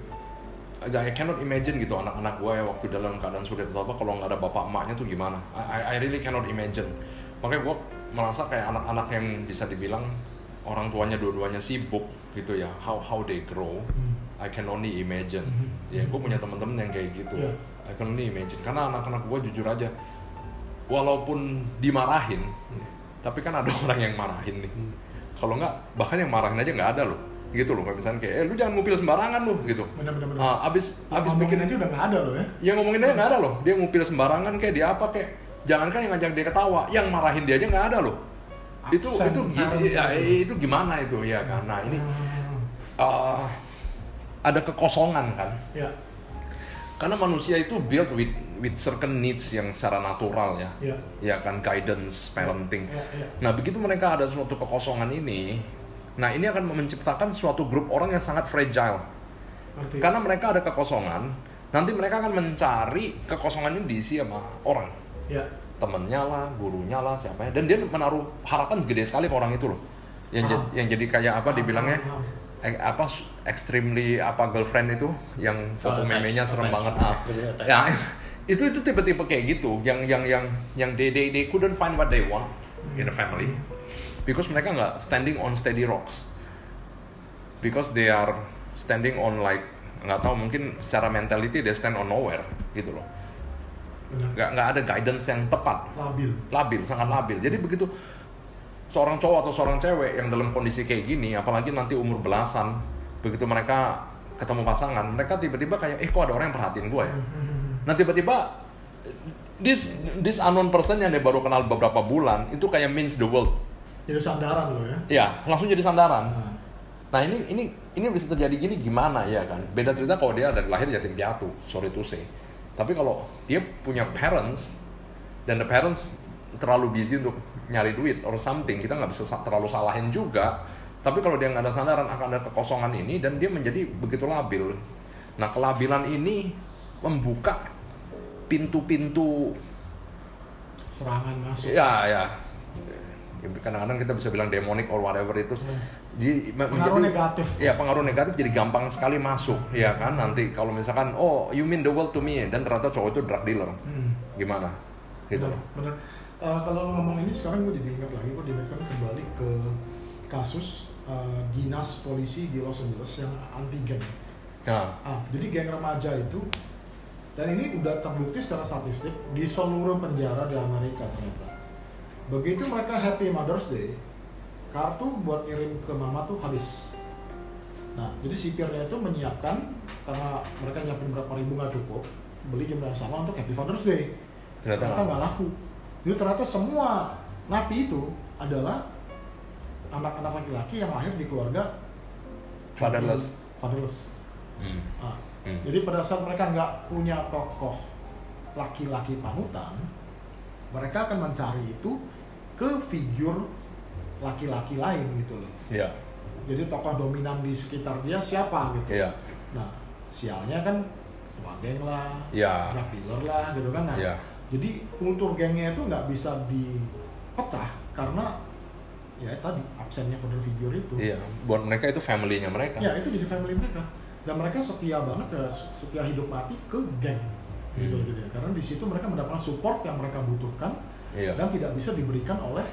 I cannot imagine gitu anak-anak gue ya waktu dalam keadaan sulit atau apa kalau nggak ada bapak emaknya tuh gimana. I, I really cannot imagine. Makanya gue merasa kayak anak-anak yang bisa dibilang orang tuanya dua-duanya sibuk gitu ya. How how they grow, Hmm. I can only imagine. Hmm. Ya gue punya teman-teman yang kayak gitu. Yeah. I can only imagine. Karena anak-anak gue jujur aja, walaupun dimarahin, tapi kan ada orang yang marahin nih. Kalau nggak, bahkan yang marahin aja nggak ada loh. Gitu loh, kayak misalnya kayak, eh lu jangan ngupil sembarangan lu, gitu. Bener-bener. Ah, abis, abis bikin bikin aja udah nggak ada loh ya. ya ngomongin aja nggak ada loh. Dia ngupil sembarangan kayak dia apa kayak, jangankan yang ngajak dia ketawa, yang marahin dia aja nggak ada loh. Itu Absen, itu gi- ya, itu gimana itu ya karena ini uh, ada kekosongan kan. Ya, Karena manusia itu built with with certain needs yang secara natural ya. ya, Ya kan, guidance, parenting. ya, ya. Nah, begitu mereka ada suatu kekosongan ini, nah ini akan menciptakan suatu grup orang yang sangat fragile. Ngerti. Karena mereka ada kekosongan, nanti mereka akan mencari kekosongan ini diisi sama orang. Ya, Temennya lah, gurunya lah, siapa ya. Dan dia menaruh harapan gede sekali ke orang itu loh. Yang, jad- yang jadi kayak apa dibilangnya, Paham, eh, apa extremely apa girlfriend itu yang foto Oh, memenya attached, serem attached, banget. Ah. extremely attached. Ya, itu itu tipe-tipe kayak gitu, yang yang yang yang they they, they couldn't find what they want in the family. Because mereka nggak standing on steady rocks. Because they are standing on like nggak tahu mungkin secara mentality they stand on nowhere gitu loh. benar. Nggak nggak ada guidance yang tepat, Labil. labil sangat labil. Jadi begitu seorang cowok atau seorang cewek yang dalam kondisi kayak gini, apalagi nanti umur belasan, begitu mereka ketemu pasangan, mereka tiba-tiba kayak eh kok ada orang yang perhatiin gue ya. Nah tiba-tiba this this unknown person yang dia baru kenal beberapa bulan itu kayak means the world. Jadi sandaran loh ya. Ya, langsung jadi sandaran. Nah, Nah ini ini ini bisa terjadi gini gimana ya kan? Beda cerita kalau dia dari lahir yatim piatu, sorry to say. Tapi kalau dia punya parents dan the parents terlalu busy untuk nyari duit or something, kita nggak bisa sa- terlalu salahin juga. Tapi kalau dia nggak ada sandaran akan ada kekosongan ini dan dia menjadi begitu labil. Nah kelabilan ini membuka pintu-pintu serangan masuk. ya ya kadang-kadang kita bisa bilang demonic or whatever itu jadi Pengaruh menjadi- negatif. ya pengaruh negatif jadi gampang sekali masuk ya kan. Nanti kalau misalkan oh you mean the world to me dan ternyata cowok itu drug dealer Hmm. gimana gitu. Benar, benar. Eh, kalau lo ngomong ini sekarang gue jadi ingat lagi, gue diingatkan kembali ke kasus eh, dinas polisi di Los Angeles yang anti geng. Nah Ah, jadi geng remaja itu, dan ini udah terbukti secara statistik di seluruh penjara di Amerika ternyata. Begitu mereka Happy Mother's Day, kartu buat ngirim ke mama tuh habis. Nah, jadi sipirnya itu menyiapkan, karena mereka nyiapin berapa ribu nggak cukup, beli jumlah yang sama untuk Happy Father's Day. ternyata Ternyata nggak laku. Jadi ternyata semua napi itu adalah anak-anak laki-laki yang lahir di keluarga Fatherless. Fatherless. hmm. Nah, Hmm. jadi pada saat mereka nggak punya tokoh laki-laki panutan, mereka akan mencari itu ke figur laki-laki lain gitu loh. ya Jadi tokoh dominan di sekitar dia siapa gitu. ya Nah, sialnya kan ketua geng lah, ya drug dealer lah gitu kan. Nah, ya jadi kultur gengnya itu nggak bisa dipecah karena ya tadi absennya father figure itu. iya buat mereka itu family-nya mereka. Ya itu jadi family mereka. Dan mereka setia banget ya, setia hidup mati ke geng gitu Hmm. gitu ya. Karena di situ mereka mendapatkan support yang mereka butuhkan Iya. dan tidak bisa diberikan oleh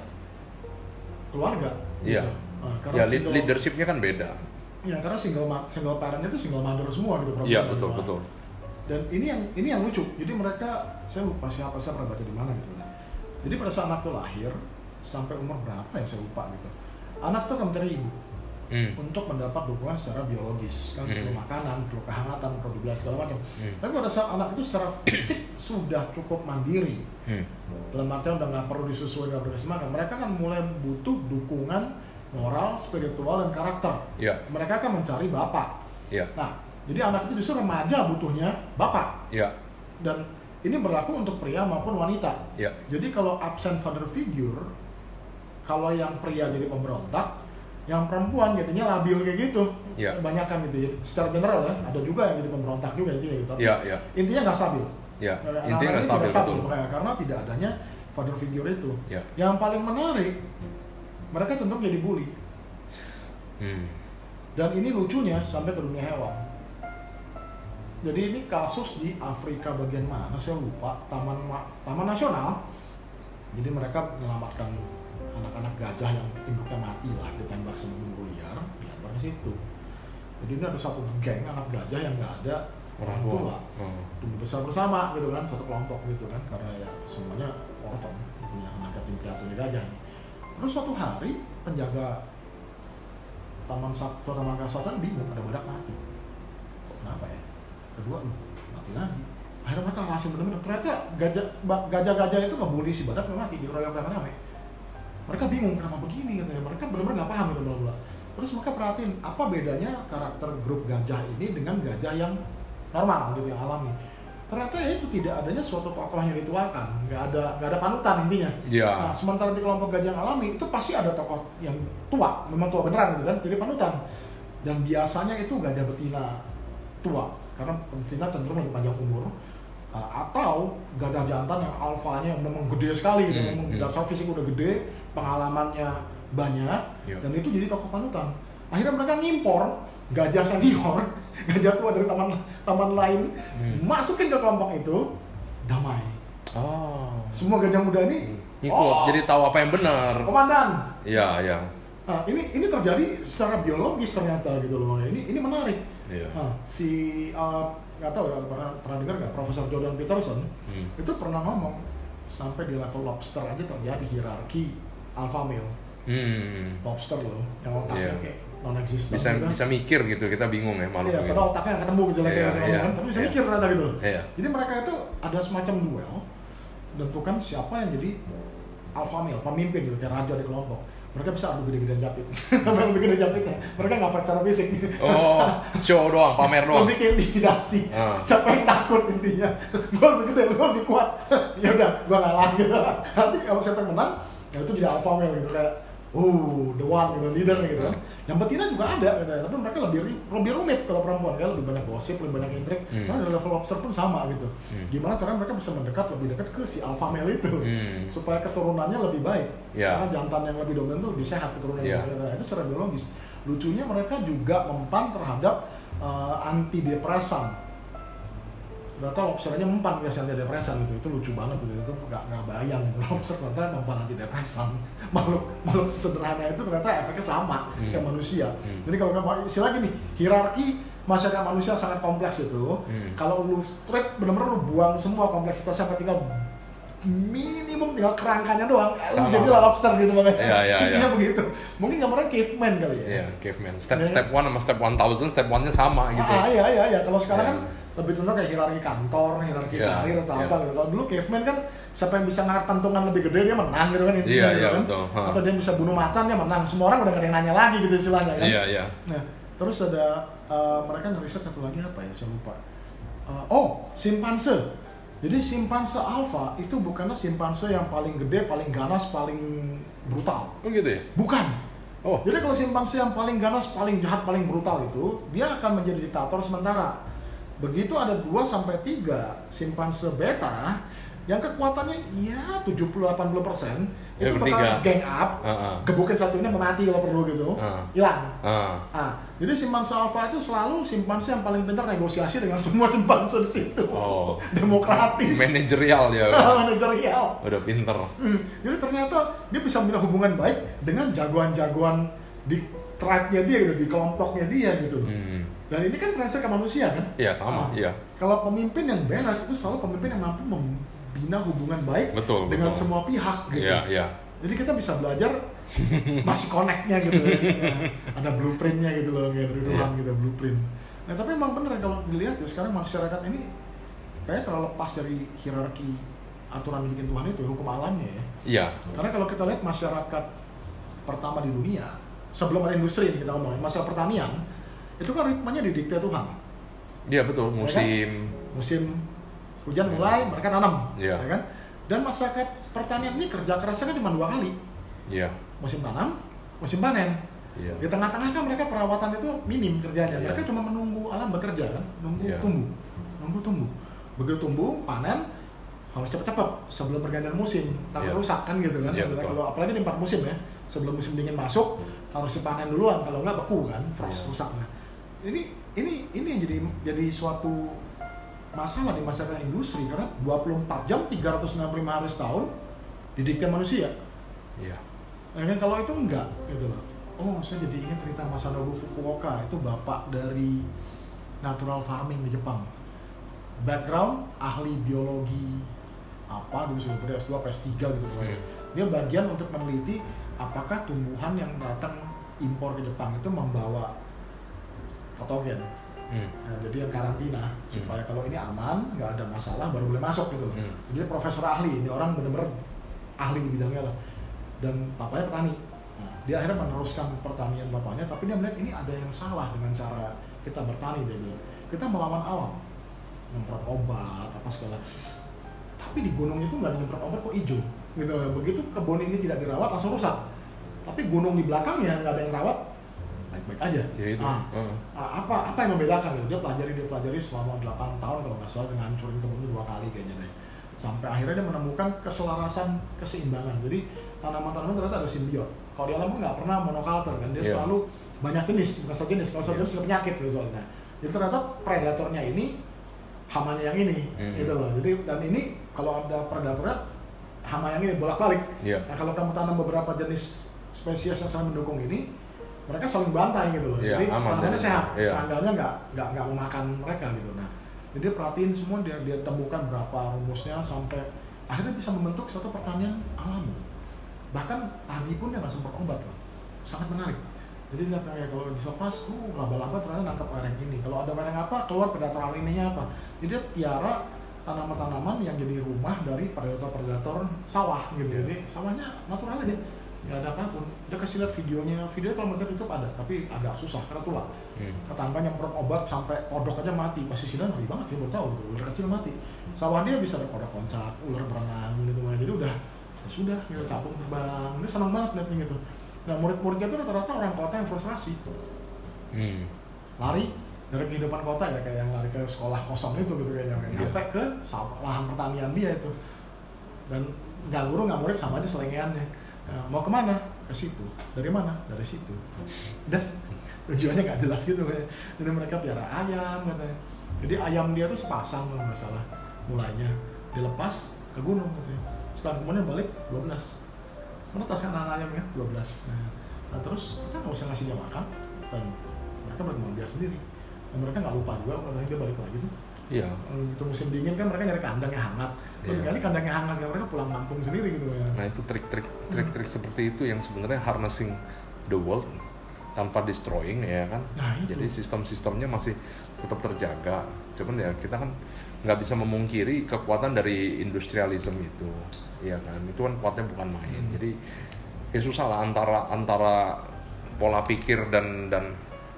keluarga. Iya. Gitu. Nah, karena Ya lead- single, leadership-nya kan beda. ya karena single ma- single parent itu single mother semua gitu problemnya. Iya betul Nah, betul. Dan ini yang ini yang lucu. Jadi mereka, saya lupa siapa, saya pernah baca di mana gitu. Nah, jadi pada saat anak tuh lahir sampai umur berapa ya saya lupa gitu. Anak tuh akan mencari ibu. hmm. untuk mendapat dukungan secara biologis, kan hmm. perlu makanan, perlu kehangatan, perlu dibeli segala macam. Hmm. Tapi pada saat anak itu secara fisik sudah cukup mandiri, hmm. dalam artian udah nggak perlu disusui, nggak perlu dikasih makan, mereka kan mulai butuh dukungan moral, spiritual, dan karakter. Yeah. Mereka akan mencari bapak. Yeah. Nah, jadi anak itu justru remaja butuhnya bapak. Yeah. Dan ini berlaku untuk pria maupun wanita. Yeah. Jadi kalau absent father figure, kalau yang pria jadi pemberontak, yang perempuan jadinya labil kayak gitu. Yeah. Kebanyakan gitu ya. Secara general ya, ada juga yang jadi pemberontak juga intinya gitu. Yeah, yeah. Intinya nggak stabil. Yeah. Nah, intinya nggak stabil, stabil betul. makanya, karena tidak adanya father figure itu. Yeah. Yang paling menarik, mereka tentu jadi bully. Hmm. Dan ini lucunya sampai ke dunia hewan. Jadi ini kasus di Afrika bagian mana saya lupa, taman taman nasional. Jadi mereka menyelamatkan anak-anak gajah yang induknya mati lah, ditembak sama bumbu liar, dilempar ke situ. Jadi ini ada satu geng anak gajah yang nggak ada orang tua, hmm. tumbuh besar bersama gitu kan, satu kelompok gitu kan, karena ya semuanya orphan, gitu ya, anak yatim piatunya gajah nih. Terus suatu hari penjaga Taman Suara Marga Selatan bingung, ada badak mati. Kok kenapa ya? Kedua, mati lagi. Akhirnya mereka ngelasin bener-bener, ternyata gajah, gajah-gajah itu ngebully si badak mati, diroyok rame-rame. Mereka bingung kenapa begini katanya, mereka bener-bener nggak paham gitu bla-bla. Terus mereka perhatiin apa bedanya karakter grup gajah ini dengan gajah yang normal gitu, yang alami. Ternyata ya itu tidak adanya suatu tokoh yang dituakan, nggak ada nggak ada panutan intinya. Yeah. Nah, sementara di kelompok gajah yang alami itu pasti ada tokoh yang tua, memang tua beneran gitu kan, jadi panutan. Dan biasanya itu gajah betina tua, karena betina cenderung lebih panjang umur. Uh, atau gajah jantan yang alfanya yang memang gede sekali gitu, hmm, memang hmm. dasar fisik udah gede, pengalamannya banyak, yeah. Dan itu jadi tokoh panutan. Akhirnya mereka ngimpor gajah senior, gajah tua dari taman taman lain, hmm. masukin ke kelompok itu, damai. Oh. Semua gajah muda ini ikut, oh, jadi tahu apa yang benar. Komandan. Iya, iya. Nah, ini ini terjadi secara biologis ternyata gitu loh. Ini ini menarik. Iya. Nah, si uh, nggak tahu ya pernah pernah dengar nggak Profesor Jordan Peterson hmm. itu pernah ngomong sampai di level lobster aja terjadi hierarki alpha male. Hmm. Lobster loh, yang otaknya yeah. kayak non-existent. Bisa gitu. bisa mikir gitu, kita bingung ya makhluk. Iya, padahal otaknya nggak ketemu jeleknya yeah, macam yeah, kan, tapi bisa yeah. mikir ternyata gitu. Yeah. Jadi mereka itu ada semacam duel, tentukan siapa yang jadi alpha male, pemimpin gitu, kayak raja di kelompok. Mereka bisa adu gede-gedean japit. Apa yang lebih gede japitnya? Mereka nggak pakai cara fisik. Oh, show doang, pamer doang. Lebih kayak intimidasi. Uh. Siapa yang takut intinya? Gue lebih gede, gue lebih kuat. Ya udah, gue ngalah gitu. Nanti kalau siapa yang menang, ya itu jadi alpha male gitu kayak, oh, the one gitu, leader gitu kan. Yang betina juga ada gitu, tapi mereka lebih lebih rumit kalau perempuan kan, lebih banyak gosip, lebih banyak intrik. Hmm. Karena dari level lobster pun sama gitu. Hmm. Gimana caranya mereka bisa mendekat lebih dekat ke si alpha male itu hmm. supaya keturunannya lebih baik. Yeah. Karena jantan yang lebih dominan itu lebih sehat keturunannya. Yeah. Nah, itu secara biologis. Lucunya mereka juga mempan terhadap uh, antidepresan. Ternyata lobsternya mempan biasanya antidepresan gitu, itu lucu banget gitu, itu nggak nggak bayang gitu, lobster ternyata mempan antidepresan. makhluk makhluk sederhana itu ternyata efeknya sama hmm. kayak manusia. Hmm. Jadi kalau kamu istilah gini, hierarki masyarakat manusia sangat kompleks itu. Hmm. Kalau lu strip benar-benar lu buang semua kompleksitasnya sampai tinggal minimum tinggal kerangkanya doang, lu jadi lobster gitu makanya. Iya, iya, intinya iya. begitu. Mungkin gambarnya caveman kali ya. Iya, caveman. Step ya. Step one sama step one thousand, step one-nya sama gitu. Ah, iya iya iya. Kalau sekarang yeah. kan lebih cenderung kayak hierarki kantor, hierarki yeah. karir atau yeah. apa gitu. Kalau dulu caveman kan siapa yang bisa ngangkat pentungan lebih gede dia menang gitu kan intinya yeah, gitu yeah, kan. Betul. Huh. Atau dia bisa bunuh macan dia menang. Semua orang udah gak ada yang nanya lagi gitu istilahnya kan. Iya, yeah, iya. Yeah. Nah, terus ada uh, mereka ngeriset satu lagi apa ya? Saya lupa. Uh, oh, simpanse. Jadi simpanse alpha itu bukanlah simpanse yang paling gede, paling ganas, paling brutal. Oh gitu ya? Bukan. Oh. Jadi kalau simpanse yang paling ganas, paling jahat, paling brutal itu, dia akan menjadi diktator sementara. Begitu ada dua sampai tiga simpanse beta yang kekuatannya ya tujuh puluh sampai delapan puluh persen itu bakal gang up, uh-uh. gebukin satu ini mati kalau perlu gitu, hilang. Uh. Uh. Nah, jadi simpanse alpha itu selalu simpanse yang paling pintar negosiasi dengan semua simpanse di situ. Oh. Demokratis. Manajerial ya. Manajerial. Udah pinter. Hmm. Jadi ternyata dia bisa membina hubungan baik dengan jagoan-jagoan di tribe-nya dia gitu, di kelompoknya dia gitu. Hmm. Dan ini kan transfer ke manusia kan? Iya sama, nah, iya. Kalau pemimpin yang beres itu selalu pemimpin yang mampu membina hubungan baik betul, dengan betul. semua pihak gitu. Iya, iya. Jadi kita bisa belajar masih connect-nya gitu ya. Ada blueprint-nya gitu loh, kayak dari Tuhan gitu, blueprint. Nah tapi emang bener kalau dilihat ya sekarang masyarakat ini kayak terlepas dari hierarki aturan yang bikin Tuhan itu, hukum alamnya ya. Iya. Karena kalau kita lihat masyarakat pertama di dunia, sebelum ada industri ini kita ngomongin, masa pertanian, itu kan ritmenya didikte Tuhan. Iya betul, musim. Ya kan? Musim hujan mulai, mereka tanam. Iya. Ya kan? Dan masyarakat pertanian ini kerja kerasnya kan cuma dua kali. Iya. Musim tanam, musim panen. Iya. Di tengah-tengah kan mereka perawatan itu minim kerjanya. Iya. Mereka cuma menunggu alam bekerja kan, nunggu Iya. tumbuh, nunggu tumbuh. Begitu tumbuh, panen harus cepat-cepat sebelum pergantian musim, takut Iya. rusak kan gitu kan. Iya, Gitu kan. betul. Kalau apalagi di empat musim ya, sebelum musim dingin masuk harus dipanen duluan, kalau nggak beku kan, frost Iya. rusak. Nah, ini ini ini yang jadi jadi suatu masalah di masyarakat industri karena dua puluh empat jam tiga ratus enam puluh lima hari setahun didikte manusia. Iya. Nah, kan kalau itu enggak gitu loh. Oh, saya jadi ingat cerita Masanobu Fukuoka, itu bapak dari natural farming di Jepang. Background ahli biologi apa gitu, sudah S dua, S tiga gitu. Hmm. Dia bagian untuk meneliti apakah tumbuhan yang datang impor ke Jepang itu membawa patogen. Hmm. Nah, jadi yang karantina supaya kalau ini aman, nggak ada masalah baru boleh masuk gitu loh. Hmm. Jadi profesor ahli, ini orang bener-bener ahli di bidangnya lah. Dan bapaknya petani. Nah, dia akhirnya meneruskan pertanian bapaknya, tapi dia melihat ini ada yang salah dengan cara kita bertani, dia bilang. Kita melawan alam, nyemprot obat apa segala. Tapi di gunung itu nggak ada nyemprot obat kok hijau. Gitu. Begitu kebun ini tidak dirawat langsung rusak. Tapi gunung di belakangnya nggak ada yang rawat, baik-baik aja. Ya itu. Nah, Uh. apa apa yang membedakan gitu? Dia pelajari dia pelajari selama delapan tahun kalau nggak salah, dengan hancurin kebun itu dua kali kayaknya deh. Sampai akhirnya dia menemukan keselarasan, keseimbangan. Jadi tanaman-tanaman ternyata ada simbiot. Kalau di alam kan nggak pernah monokultur kan, dia Yeah. selalu banyak jenis, bukan satu jenis. Kalau satu Yeah. jenis ada penyakit gitu soalnya. Jadi ternyata predatornya ini hamanya yang ini, Mm. gitu loh. Jadi dan ini kalau ada predatornya hama yang ini bolak-balik. Yeah. Nah kalau kamu tanam beberapa jenis spesies yang saling mendukung ini, mereka saling bantai gitu loh. Iya, Jadi aman tanamannya jadi. sehat, Iya. serangganya nggak nggak nggak memakan mereka gitu. Nah, jadi dia perhatiin semua, dia dia temukan berapa rumusnya sampai akhirnya bisa membentuk suatu pertanian alami. Bahkan tadi pun dia nggak semprot obat loh. Sangat menarik. Jadi dia kayak kalau disopas, uh laba-laba ternyata nangkap lereng ini. Kalau ada lereng apa, keluar predator alininya apa. Jadi dia piara tanaman-tanaman yang jadi rumah dari predator-predator sawah gitu. Jadi sawahnya natural aja, nggak ada apapun. Dia kasih lihat videonya, video kalau menurut YouTube ada, tapi agak susah karena tua. Hmm. Tetangga nyemprot obat sampai kodok aja mati. Pasti sih ngeri banget sih, baru tahu gitu. Ular kecil mati. Sawah dia bisa ada kodok loncat, ular berenang gitu. Jadi udah, ya sudah, gitu, capung terbang. Dia senang banget liatnya gitu. Nah murid-muridnya itu rata-rata orang kota yang frustrasi. Hmm. Lari dari kehidupan kota ya, kayak yang lari ke sekolah kosong itu gitu kayaknya. Iya. Nyampe ke sawah, lahan pertanian dia itu. Dan nggak guru nggak murid sama aja selengeannya. Nah, mau kemana? Ke situ. Dari mana? Dari situ. Dan tujuannya nggak jelas gitu kayak. Jadi mereka piara ayam katanya. Jadi ayam dia tuh sepasang kalau nggak salah mulainya. Dilepas ke gunung katanya. Setelah kemudian balik dua belas. Mana tasnya anak ayamnya? dua belas. Nah, nah terus kita nggak usah ngasih dia makan. Dan mereka berkembang biak sendiri. Dan mereka nggak lupa juga katanya dia balik lagi tuh. Iya. Itu musim dingin kan mereka nyari kandang yang hangat. Tapi Iya. kali kandang yang hangat, mereka pulang kampung sendiri gitu ya. Nah itu trik-trik trik-trik seperti itu yang sebenarnya harnessing the world tanpa destroying ya kan. Nah, itu. Jadi sistem-sistemnya masih tetap terjaga. Cuman ya kita kan nggak bisa memungkiri kekuatan dari industrialism itu, ya kan. Itu kan kuatnya bukan main. Hmm. Jadi ya susah lah antara antara pola pikir dan dan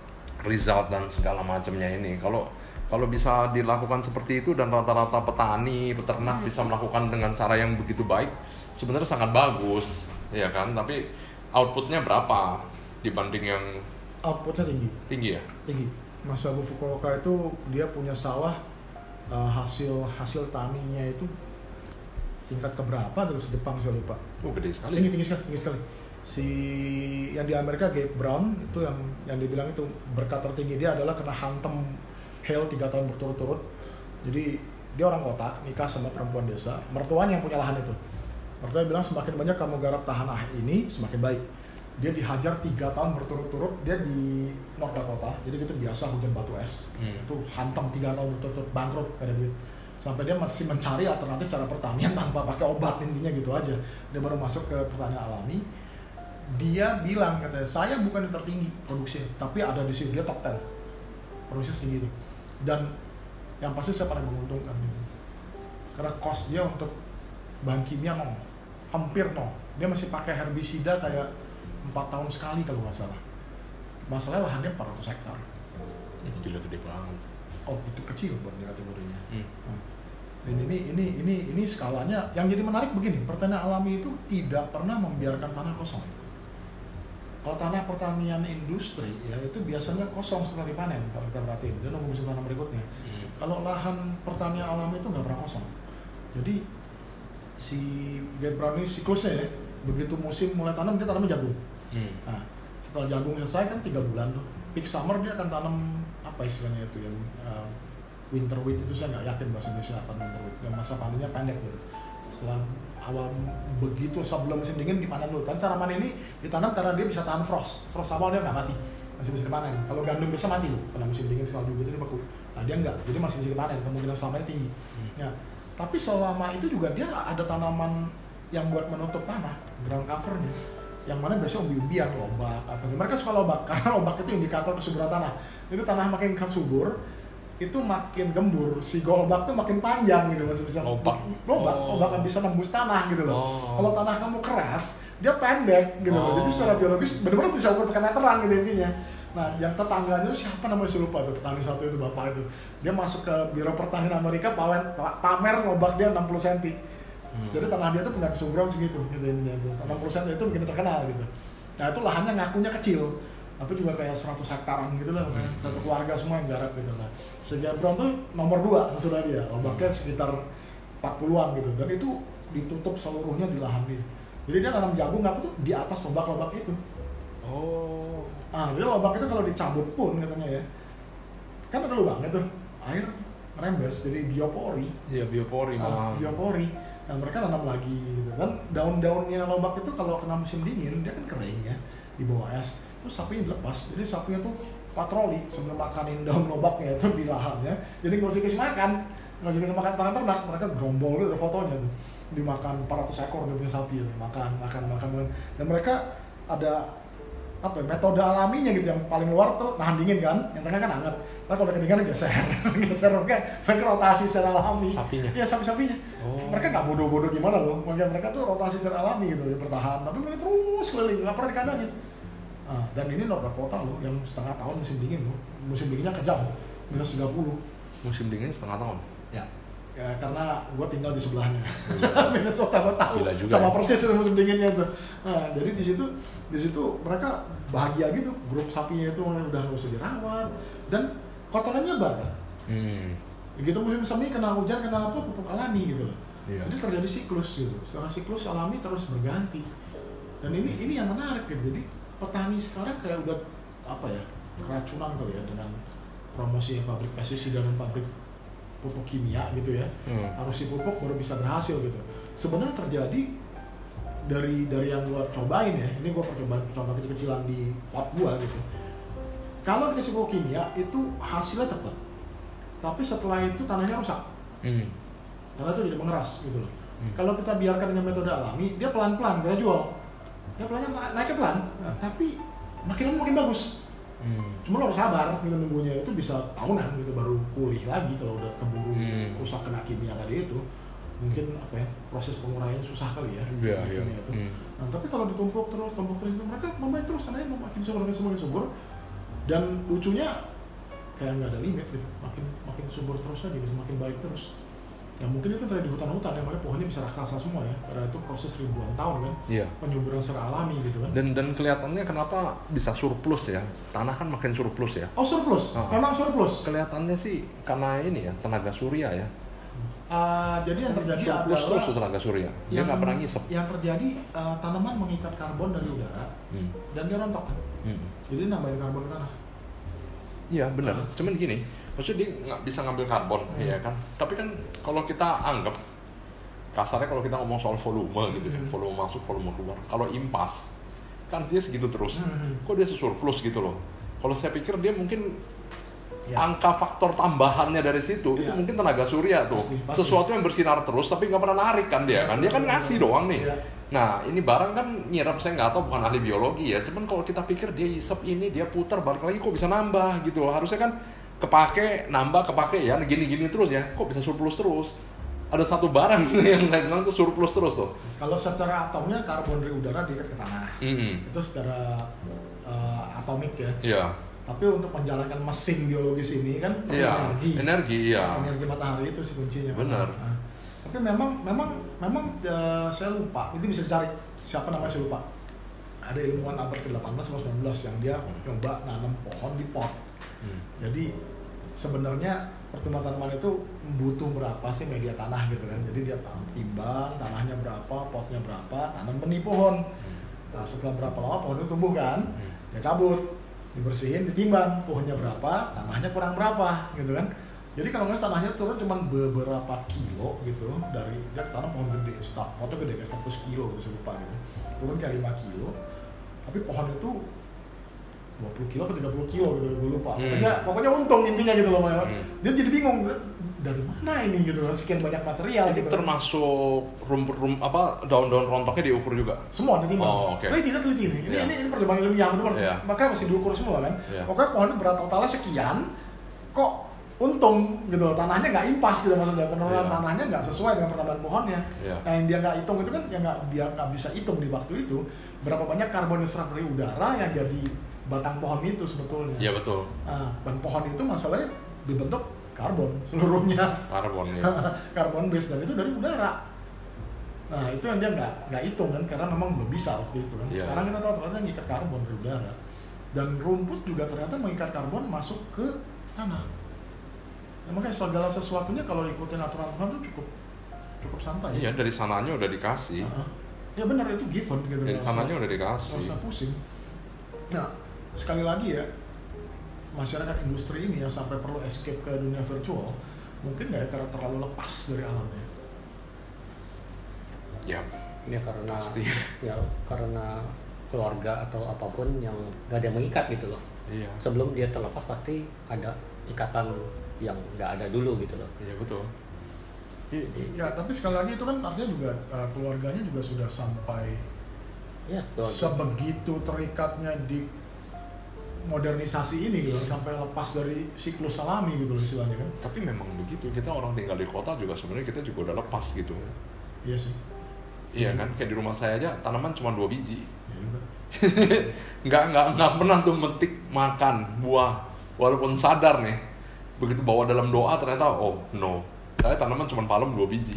result dan segala macamnya ini. Kalau kalau bisa dilakukan seperti itu dan rata-rata petani, peternak bisa melakukan dengan cara yang begitu baik, sebenarnya sangat bagus, ya kan? Tapi outputnya berapa dibanding yang Outputnya tinggi, tinggi ya? tinggi. Masabu Fukuoka itu dia punya sawah, uh, hasil hasil taninya itu tingkat keberapa gitu se-Jepang saya lupa. Oh gede sekali. Tinggi tinggi sekali, tinggi sekali. Si yang di Amerika Gabe Brown itu yang yang dibilang itu berkat tertinggi dia adalah kena hantem hail tiga tahun berturut-turut. Jadi dia orang kota, nikah sama perempuan desa, mertuanya yang punya lahan itu. Mertuanya bilang semakin banyak kamu garap tanah ini semakin baik. Dia dihajar tiga tahun berturut-turut, dia di North Dakota, jadi itu biasa hujan batu es. Hmm. Itu hantam tiga tahun berturut-turut, bangkrut, gak ada duit. sampai dia masih mencari alternatif cara pertanian tanpa pakai obat, intinya gitu aja. Dia baru masuk ke pertanian alami. Dia bilang katanya, saya bukan yang tertinggi produksi, tapi ada di sini, dia top sepuluh produksi setinggi itu. Dan yang pasti saya paling menguntungkan gitu. Karena cost dia untuk bahan kimia nol, hampir nol. Dia masih pakai herbisida kayak empat tahun sekali kalau nggak salah. Masalahnya lahannya empat ratus hektar. Ini gila gede banget. Oh, itu kecil buat dia kategorinya. Hmm. Nah, dan ini ini ini ini skalanya yang jadi menarik begini, pertanian alami itu tidak pernah membiarkan tanah kosong. Kalau tanah pertanian industri ya itu biasanya kosong setelah dipanen kalau kita perhatiin, dia nunggu musim tanam berikutnya. Hmm. Kalau lahan pertanian alami itu nggak pernah kosong. Jadi si Gate Brown ini siklusnya ya, begitu musim mulai tanam dia tanamnya jagung. Hmm. Nah, setelah jagung selesai kan tiga bulan tuh, peak summer dia akan tanam apa istilahnya itu yang uh, winter wheat, itu saya nggak yakin bahasa Indonesia apa winter wheat, yang masa panennya pendek gitu. Setelah awal begitu sebelum musim dingin dipanen dulu. Tapi tanaman ini ditanam karena dia bisa tahan frost. Frost awal dia nggak mati, masih bisa dipanen. Kalau gandum biasa mati loh, karena musim dingin salju gitu dia beku. Nah dia nggak, jadi masih bisa dipanen. Kemungkinan selamanya tinggi. Hmm. Ya, tapi selama itu juga dia ada tanaman yang buat menutup tanah, ground covernya, yang mana biasanya umbi-umbian, lobak, apa. Mereka suka lobak karena lobak itu indikator kesuburan tanah. Jadi tanah makin subur, itu makin gembur, si golbak tuh makin panjang gitu, masih bisa lobak, lobak, oh. lobak bisa nembus tanah gitu loh. Oh. Kalau tanah kamu keras, dia pendek gitu loh. Oh. Jadi secara biologis benar-benar bisa ukur pakai meteran gitu intinya. Nah, yang tetangganya itu siapa namanya, saya lupa tuh, petani satu itu bapak itu. Dia masuk ke Biro Pertanian Amerika, pamer, pamer lobak dia enam puluh sentimeter. Hmm. Jadi tanah dia tuh punya kesuburan segitu gitu intinya itu. enam puluh sentimeter itu begini terkenal gitu. Nah, itu lahannya ngakunya kecil, tapi juga kayak seratus hektaran gitu lah, hmm. satu keluarga semua yang garap gitu lah. Sehingga Brown tuh nomor dua sesudah dia, lobaknya sekitar empat puluhan gitu, dan itu ditutup seluruhnya di lahan dia. Jadi dia nanam jagung apa tuh di atas lobak-lobak itu. Oh. Ah, jadi lobak itu kalau dicabut pun katanya ya, kan ada lubangnya tuh, air merembes jadi biopori. Iya, biopori malah. Ah, biopori. Nah, mereka tanam lagi gitu. Dan daun-daunnya lobak itu kalau kena musim dingin dia kan kering ya, di bawah es. Terus sapinya dilepas, jadi sapinya tuh patroli sebelum makanin daun lobaknya itu di lahannya. Jadi nggak usah kasih makan, nggak usah kasih makan pangan ternak, mereka gerombol gitu, ada fotonya tuh, dimakan empat ratus ekor dia punya sapi, gitu. makan, makan, makan, makan. Dan mereka ada apa ya, metode alaminya gitu, yang paling luar tuh nahan dingin kan, yang tengah kan hangat. Tapi kalau udah kedinginan geser, geser mereka, mereka rotasi secara alami. Sapinya? Iya, sapi-sapinya. Oh. Mereka nggak bodoh-bodoh gimana loh, makanya mereka tuh rotasi secara alami gitu, ya bertahan. Tapi mereka terus keliling, nggak pernah dikandangin. Nah, dan ini North Dakota loh, yang setengah tahun musim dingin loh, musim dinginnya kejam, minus tiga puluh. Musim dingin setengah tahun? Ya, ya karena gue tinggal di sebelahnya, Minnesota gue tahu, sama ya? Persis itu musim dinginnya tuh. Nah, jadi di situ, di situ mereka bahagia gitu, grup sapinya itu udah nggak usah dirawat, dan kotorannya nyebar kan. Hmm. Begitu musim semi kena hujan, kena apa, pupuk alami gitu loh. Iya. Jadi terjadi siklus gitu, setelah siklus alami terus berganti. Dan ini ini yang menarik gitu, jadi petani sekarang kayak udah apa ya, keracunan kali ya dengan promosi pabrik pestisida dan pabrik pupuk kimia gitu ya. Hmm. Harus si pupuk baru bisa berhasil gitu. Sebenarnya terjadi dari dari yang gua cobain ya, ini gua percobaan contoh kecil-kecilan di pot gua gitu. Kalau dikasih pupuk kimia itu hasilnya cepat, tapi setelah itu tanahnya rusak. Hmm. Tanah itu jadi mengeras gitu loh. Hmm. Kalau kita biarkan dengan metode alami, dia pelan-pelan gradual. Ya pelannya naiknya pelan, nah, tapi makin lama makin bagus. Hmm. Cuma lo harus sabar, gitu nunggunya itu bisa tahunan gitu baru pulih lagi kalau udah keburu hmm. rusak kena kimia tadi itu. Mungkin apa ya, proses penguraiannya susah kali ya, yeah, kimia yeah. itu. Hmm. Nah, tapi kalau ditumpuk terus, tumpuk terus, mereka membaik terus, tanahnya makin subur, makin subur, makin subur. Dan lucunya kayak nggak ada limit gitu, makin makin subur terus aja, bisa makin baik terus. Ya mungkin itu terjadi di hutan-hutan ya, makanya pohonnya bisa raksasa semua ya, karena itu proses ribuan tahun kan, iya. Penyuburan secara alami gitu kan. Dan dan kelihatannya kenapa bisa surplus ya, tanah kan makin surplus ya. Oh surplus, uh-huh. Memang surplus. Kelihatannya sih karena ini ya, tenaga surya ya. Uh, jadi yang terjadi surplus adalah terus tenaga surya, dia nggak pernah ngisep. Yang terjadi uh, tanaman mengikat karbon dari udara hmm. dan dia rontok kan, hmm. jadi nambahin karbon ke tanah. Iya benar, uh. cuman gini, maksudnya dia nggak bisa ngambil karbon, hmm. ya kan? Tapi kan kalau kita anggap kasarnya kalau kita ngomong soal volume gitu ya, hmm. volume masuk, volume keluar. Kalau impas, kan dia segitu terus. Hmm. Kok dia surplus gitu loh? Kalau saya pikir dia mungkin Ya. angka faktor tambahannya dari situ Ya. itu mungkin tenaga surya tuh, Pasti, pasti. sesuatu yang bersinar terus tapi nggak pernah narik kan dia Ya, kan, dia kan betul, ngasih betul. doang nih. Ya. Nah ini barang kan nyirap, saya nggak tahu, bukan ahli biologi ya, cuman kalau kita pikir dia isep ini, dia putar balik lagi kok bisa nambah gitu, harusnya kan kepake nambah kepake ya gini-gini terus ya, kok bisa surplus terus. Ada satu barang yang saya bilang tuh surplus terus tuh. Kalau secara atomnya karbon dari udara diikat ke tanah. Mm-hmm. Itu secara uh, atomik ya. Iya. Tapi untuk menjalankan mesin biologis ini kan perlu Iya. energi. Energi ya. Energi matahari itu sih kuncinya. Benar. Nah, tapi memang memang memang uh, saya lupa. Ini bisa dicari siapa namanya saya lupa. Ada ilmuwan abad ke delapan belas atau sembilan belas yang dia coba nanam pohon di pot. Hmm. Jadi sebenarnya pertumbuhan tanaman itu butuh berapa sih media tanah gitu kan. Jadi dia timbang tanahnya berapa, potnya berapa, tanam benih pohon. Nah, setelah berapa lama pohon itu tumbuh kan, dia cabut, dibersihin, ditimbang pohonnya berapa, tanahnya kurang berapa gitu kan. Jadi kalau nggak tanahnya turun cuma beberapa kilo gitu, dari dia tanam pohon gede, start potnya gede kayak seratus kilo gitu, saya lupa gitu, turun kayak lima kilo, tapi pohon itu dua puluh kilo atau tiga puluh kilo gitu, gue lupa. Hmm. Pokoknya pokoknya untung intinya gitu loh. Hmm. Dia jadi bingung dari mana ini gitu, sekian banyak material Ini gitu. termasuk rumput rum apa daun-daun rontoknya diukur juga. Semua ditimbang. Oh, oke. Teliti, dia teliti nih. Ini, Iya. ini, ini pertimbangan ilmiah benar. Iya. Makanya masih diukur semua kan. Iya. Pokoknya pohon itu berat totalnya sekian, kok untung gitu, tanahnya nggak impas gitu maksudnya, penurunan Iya. tanahnya nggak sesuai dengan pertambahan pohonnya. Iya. Nah yang dia nggak hitung itu kan, yang nggak dia nggak bisa hitung di waktu itu berapa banyak karbon yang diserap dari udara yang jadi batang pohon itu sebetulnya. Iya betul. Nah, dan pohon itu masalahnya dibentuk karbon seluruhnya. Karbon ya. Karbon base, dan itu dari udara. Nah itu yang dia nggak nggak hitung kan, karena memang belum bisa waktu itu kan. Iya. Sekarang kita tahu ternyata ngikat karbon dari udara, dan rumput juga ternyata mengikat karbon masuk ke tanah. Nah, makanya segala sesuatunya kalau ikutin aturan Tuhan itu cukup cukup santai. Iya dari sananya udah dikasih. Uh-huh. Ya benar, itu given gitu. Dari nggak sananya usah- udah nggak dikasih. usah pusing. Nah sekali lagi ya, masyarakat industri ini yang sampai perlu escape ke dunia virtual, mungkin nggak ya karena terlalu lepas dari alamnya. Ya. Ya karena Pasti. ya karena keluarga atau apapun yang gak ada yang mengikat gitu loh. Iya. Sebelum dia terlepas pasti ada ikatan yang nggak ada dulu gitu loh. Iya betul. Ya tapi sekali lagi itu kan artinya juga uh, keluarganya juga sudah sampai Ya keluarga. sebegitu terikatnya di modernisasi ini gitu, sampai lepas dari siklus alami gitu loh istilahnya kan. Tapi memang begitu, kita orang tinggal di kota juga sebenarnya kita juga udah lepas gitu. Iya sih. Iya kan, kayak di rumah saya aja tanaman cuma dua biji. Ya juga. nggak nggak nggak pernah tuh metik makan buah, walaupun sadar nih begitu bawa dalam doa ternyata oh no, saya tanaman cuma palem dua biji.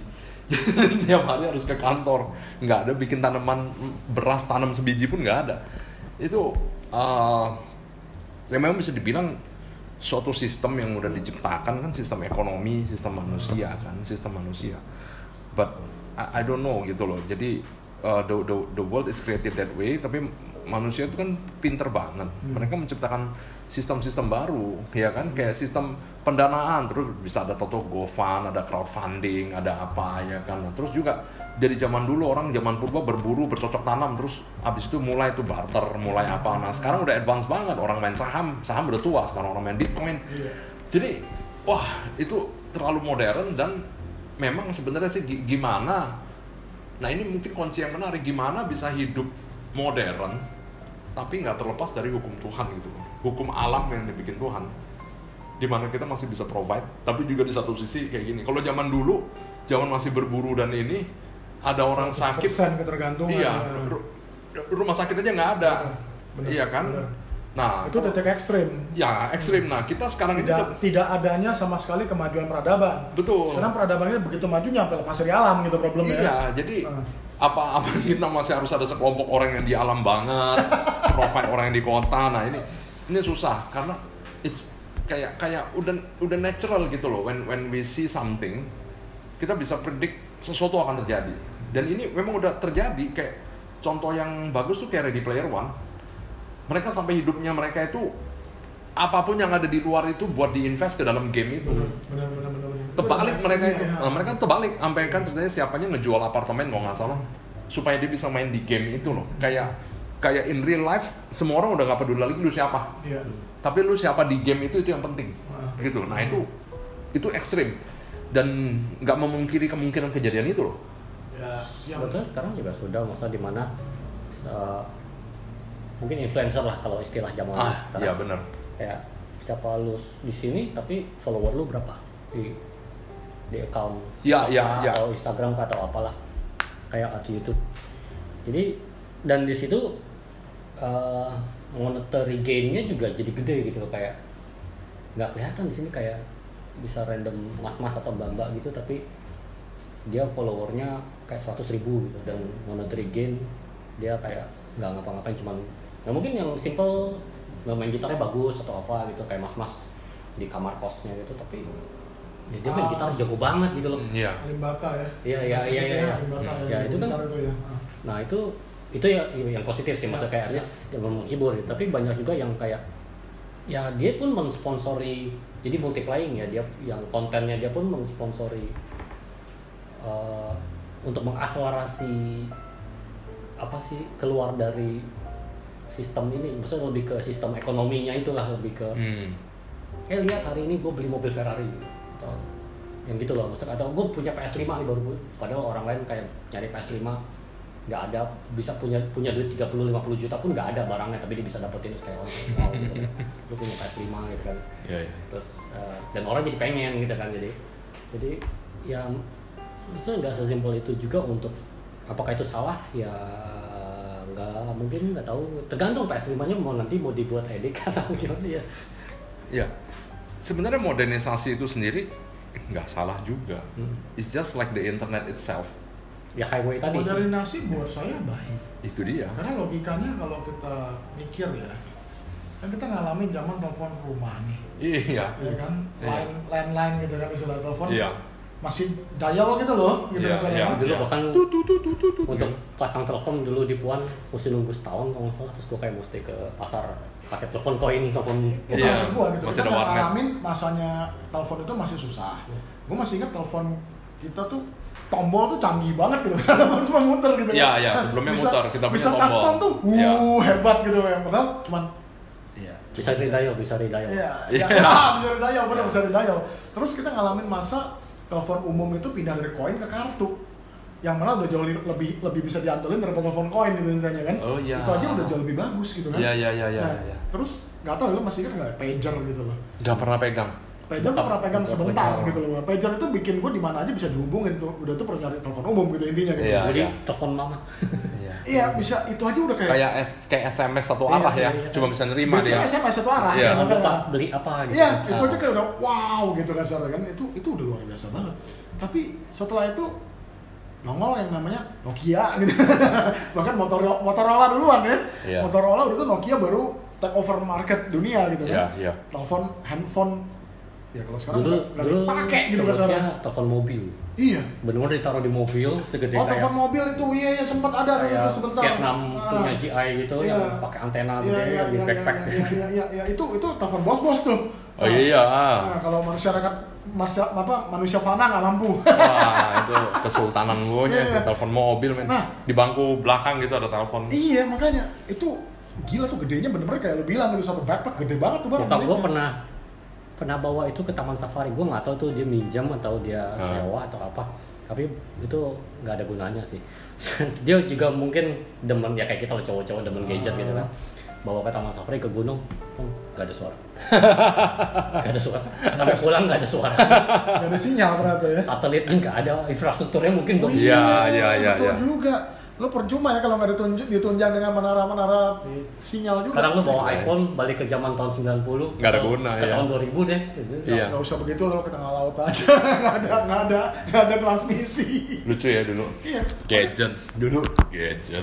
Tiap hari harus ke kantor, nggak ada bikin tanaman beras tanam sebiji pun nggak ada. Itu uh, ya memang bisa dibilang suatu sistem yang udah diciptakan kan, sistem ekonomi, sistem manusia kan, sistem manusia. But I, I don't know gitu loh. Jadi uh, the the the world is created that way, tapi manusia itu kan pinter banget. Hmm. Mereka menciptakan sistem-sistem baru, ya kan? Kayak sistem pendanaan, terus bisa ada Toto GoFund, ada crowdfunding, ada apa ya kan? Nah, terus juga dari zaman dulu orang zaman purba berburu, bercocok tanam, terus abis itu mulai tuh barter, mulai apa. Nah sekarang udah advance banget, orang main saham, saham udah tua, sekarang orang main Bitcoin. Iya. Jadi wah itu terlalu modern dan memang sebenarnya sih gi- gimana? Nah ini mungkin kunci yang menarik, gimana bisa hidup modern tapi nggak terlepas dari hukum Tuhan gitu, hukum alam yang dibikin Tuhan, dimana kita masih bisa provide, tapi juga di satu sisi kayak gini. Kalau zaman dulu, zaman masih berburu dan ini, ada orang sakit, seratus persen ketergantungan. iya, ya. ru- rumah sakit aja nggak ada, Benar, iya kan? benar. Nah, Itu titik ekstrim. ya ekstrim. Nah kita sekarang ini Tidak, tetap- tidak adanya sama sekali kemajuan peradaban. betul. Sekarang peradabannya begitu maju nyampe lepas dari alam gitu problemnya. Iya, jadi Ah. apa apa kita masih harus ada sekelompok orang yang di alam banget, provide orang yang di kota. Nah ini ini susah karena it's kayak kayak udah udah natural gitu loh. When when we see something, kita bisa predict sesuatu akan terjadi. Dan ini memang udah terjadi. Kayak contoh yang bagus tuh kayak Ready Player One. Mereka sampai hidupnya mereka itu apapun yang ada di luar itu buat diinvest ke dalam game itu. Benar, benar, benar, benar. Terbalik mereka itu, Ya. nah, mereka terbalik, sampai kan sebenarnya siapanya ngejual apartemen kalau nggak salah supaya dia bisa main di game itu loh. Kayak kayak in real life semua orang udah nggak peduli lagi lu siapa. Iya. Tapi lu siapa di game itu itu yang penting. Nah. Gitu. Nah, itu itu ekstrim dan nggak memungkiri kemungkinan kejadian itu loh. Ya, yang Sebetulnya sekarang juga sudah masa di mana uh, mungkin influencer lah kalau istilah zaman Ah, sekarang. iya benar. Kayak siapa lu di sini tapi follower lu berapa di di account Ya, ya, ya. atau Instagram atau apalah kayak atau YouTube. Jadi dan di situ uh, monetary gain-nya juga jadi gede gitu loh, kayak nggak kelihatan di sini kayak bisa random mas-mas atau mbak-mbak gitu tapi dia followernya kayak seratus ribu gitu dan monetary gain dia kayak nggak ngapa-ngapain, cuman nggak mungkin yang simple nggak main gitarnya bagus atau apa gitu kayak mas-mas di kamar kosnya gitu, tapi ya dia main Ah. gitar jago banget gitu loh. Iya. Limbata ya. Iya, iya, iya, iya, iya. Limbata Hmm. Ya, ya. itu kan- Gitar itu ya. Ah. Nah itu itu ya yang positif sih, maksudnya kayak artis yang menghibur gitu. Tapi banyak juga yang kayak ya dia pun mensponsori, jadi multiplying ya, dia yang kontennya dia pun mensponsori uh, untuk mengakselerasi apa sih keluar dari sistem ini, maksudnya lebih ke sistem ekonominya itulah, lebih ke Hmm. eh lihat hari ini gue beli mobil Ferrari atau yang gitu loh, maksudnya atau gue punya P S lima nih baru, padahal orang lain kayak nyari P S lima nggak ada, bisa punya punya duit tiga puluh lima puluh juta pun nggak ada barangnya tapi dia bisa dapetin, terus kayak oh, wow gitu kan. Lu punya P S lima gitu kan. Iya, iya. Terus uh, dan orang jadi pengen gitu kan, jadi jadi ya maksudnya nggak sesimpel itu juga untuk apakah itu salah ya nggak mungkin, nggak tahu, tergantung P S lima nya mau nanti mau dibuat edit atau gimana ya. Iya. Sebenarnya modernisasi itu sendiri nggak salah juga. Hmm. It's just like the internet itself. Ya highway tadi sih. Modernisasi buat saya baik. Itu dia. Karena logikanya kalau kita mikir ya, kan kita ngalamin zaman telepon rumah nih, Iya. ya kan, Iya. line landline gitu kan, istilah telepon Iya. masih dial gitu loh, gitu Iya, misalnya iya. kan. Dulu bahkan Tut, tut, tut, tut, tut. untuk pasang telepon dulu di Puan mesti nunggu setahun kalau nggak salah, terus gue kayak mesti ke pasar pakai telepon koin, telepon Itu Iya, maksud gua gitu. masih Kita ada warnet. ngalamin masanya telepon itu masih susah. Gue masih ingat telepon kita tuh tombol tuh canggih banget gitu kan, harus memutar gitu kan. Iya, iya, sebelumnya bisa, muter, kita punya bisa tombol. custom tuh, wuh Iya. hebat gitu ya. Padahal cuman iya. bisa redial, bisa redial. Iya, Iya. ya, ah, bisa dial, benar bisa dial. Terus kita ngalamin masa telepon umum itu pindah dari koin ke kartu. Yang mana udah jauh li- lebih lebih bisa diandelin daripada telepon koin gitu intinya kan. Oh, iya. Itu aja udah jauh lebih bagus gitu kan. Iya, iya, iya, iya, Nah, iya. terus nggak tahu lu masih ingat nggak pager gitu loh. Nggak pernah pegang. Pager tuh Tetap- pernah pegang tetap sebentar pegang. gitu loh. Pager itu bikin gue di mana aja bisa dihubungin tuh. Udah tuh pernah nyari telepon umum gitu intinya gitu. Iya. Jadi telepon mama. Iya. Iya, bisa itu aja udah kayak Kayak S, kayak S M S satu Iya, arah ya, iya, iya. cuma bisa nerima dia. biasanya S M S satu arah. Iya. kan, Jangan lupa makanya. beli apa gitu. Iya, itu Ah. aja kayak udah wow gitu kasarnya kan. Itu itu udah luar biasa banget. Tapi setelah itu nongol yang namanya Nokia gitu. Bahkan Motorola, Motorola duluan ya. Iya. Motorola udah tuh Nokia baru take over market dunia gitu Iya, kan. iya. Telepon, handphone, ya kalau sekarang Dulu nggak nggak dulu dipakai gitu sebutnya kasarnya. telepon mobil. Iya. Benar-benar ditaruh di mobil segede Oh, kayak telepon mobil itu iya ya sempat ada dulu kayak tuh sebentar. Vietnam Ah. punya G I gitu Iya. yang pakai antena Iya, gede iya, di iya, backpack. iya, iya, iya, iya, iya, itu itu telepon bos-bos tuh. Oh iya. Nah, kalau masyarakat manusia apa manusia fana nggak mampu. Wah, itu kesultanan gue nya Iya. telepon mobil men. Nah. Di bangku belakang gitu ada telepon. Iya, makanya itu gila tuh gedenya bener-bener kayak lu bilang itu satu backpack gede banget tuh barang. Bokap gue gedenya. pernah pernah bawa itu ke taman safari. Gue nggak tahu tuh dia minjam atau dia Ah. sewa atau apa. Tapi itu nggak ada gunanya sih. Dia juga mungkin demen ya kayak kita loh cowok-cowok demen gadget gitu kan. Bawa ke taman safari ke gunung, oh, nggak ada suara. Nggak ada suara. Sampai pulang nggak ada suara. Nggak ada sinyal ternyata ya. Satelitnya nggak ada, infrastrukturnya mungkin Oh bagus. Iya, iya, iya, betul iya. juga. Lo percuma ya kalau nggak ditunjuk ditunjang dengan menara-menara sinyal juga. Sekarang lu bawa Iya. iPhone balik ke zaman tahun sembilan puluh Nggak ada atau guna, ke ya. tahun dua ribu deh. Iya. Nggak usah begitu lo ke tengah laut aja. Nggak ada nggak ada nggak ada transmisi. Lucu ya dulu. Iya. Gadget dulu. Gadget.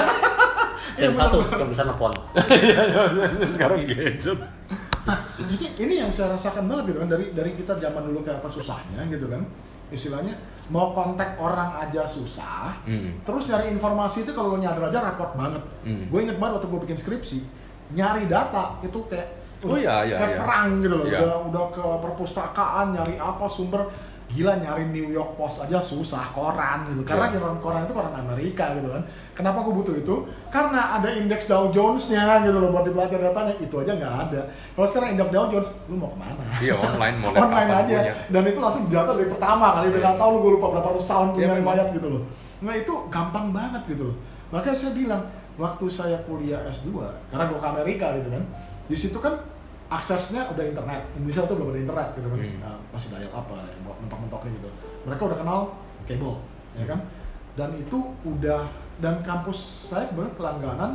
Dan Iya, satu bener. yang bisa nelfon. Sekarang gadget. Jadi ini yang saya rasakan banget gitu kan dari dari kita zaman dulu kayak apa susahnya gitu kan. Istilahnya mau kontak orang aja susah. Hmm. Terus nyari informasi itu kalau lo nyadar aja repot banget. Hmm. Gue inget banget waktu gue bikin skripsi, nyari data itu kayak Oh, iya, iya, kayak iya. perang gitu loh. Iya. Udah udah ke perpustakaan nyari apa sumber. gila nyari New York Post aja susah, koran gitu. Karena Yeah. koran koran itu koran Amerika gitu kan. Kenapa gue butuh itu? Karena ada indeks Dow Jones-nya gitu loh buat dipelajari datanya. Itu aja nggak ada. Kalau sekarang indeks Dow Jones, lu mau kemana? Iya, online mau lihat Online kapan aja. punya. Dan itu langsung data dari pertama kali. Udah nggak tahu lu, gue lupa berapa ratus tahun punya Iya, memang. banyak gitu loh. Nah itu gampang banget gitu loh. Makanya saya bilang, waktu saya kuliah S dua, karena gue ke Amerika gitu kan, di situ kan aksesnya udah internet. Indonesia tuh belum ada internet gitu kan, Hmm. nah, masih dial apa ya, mentok-mentoknya gitu. Mereka udah kenal kabel, ya kan? Dan itu udah, dan kampus saya kebetulan kelangganan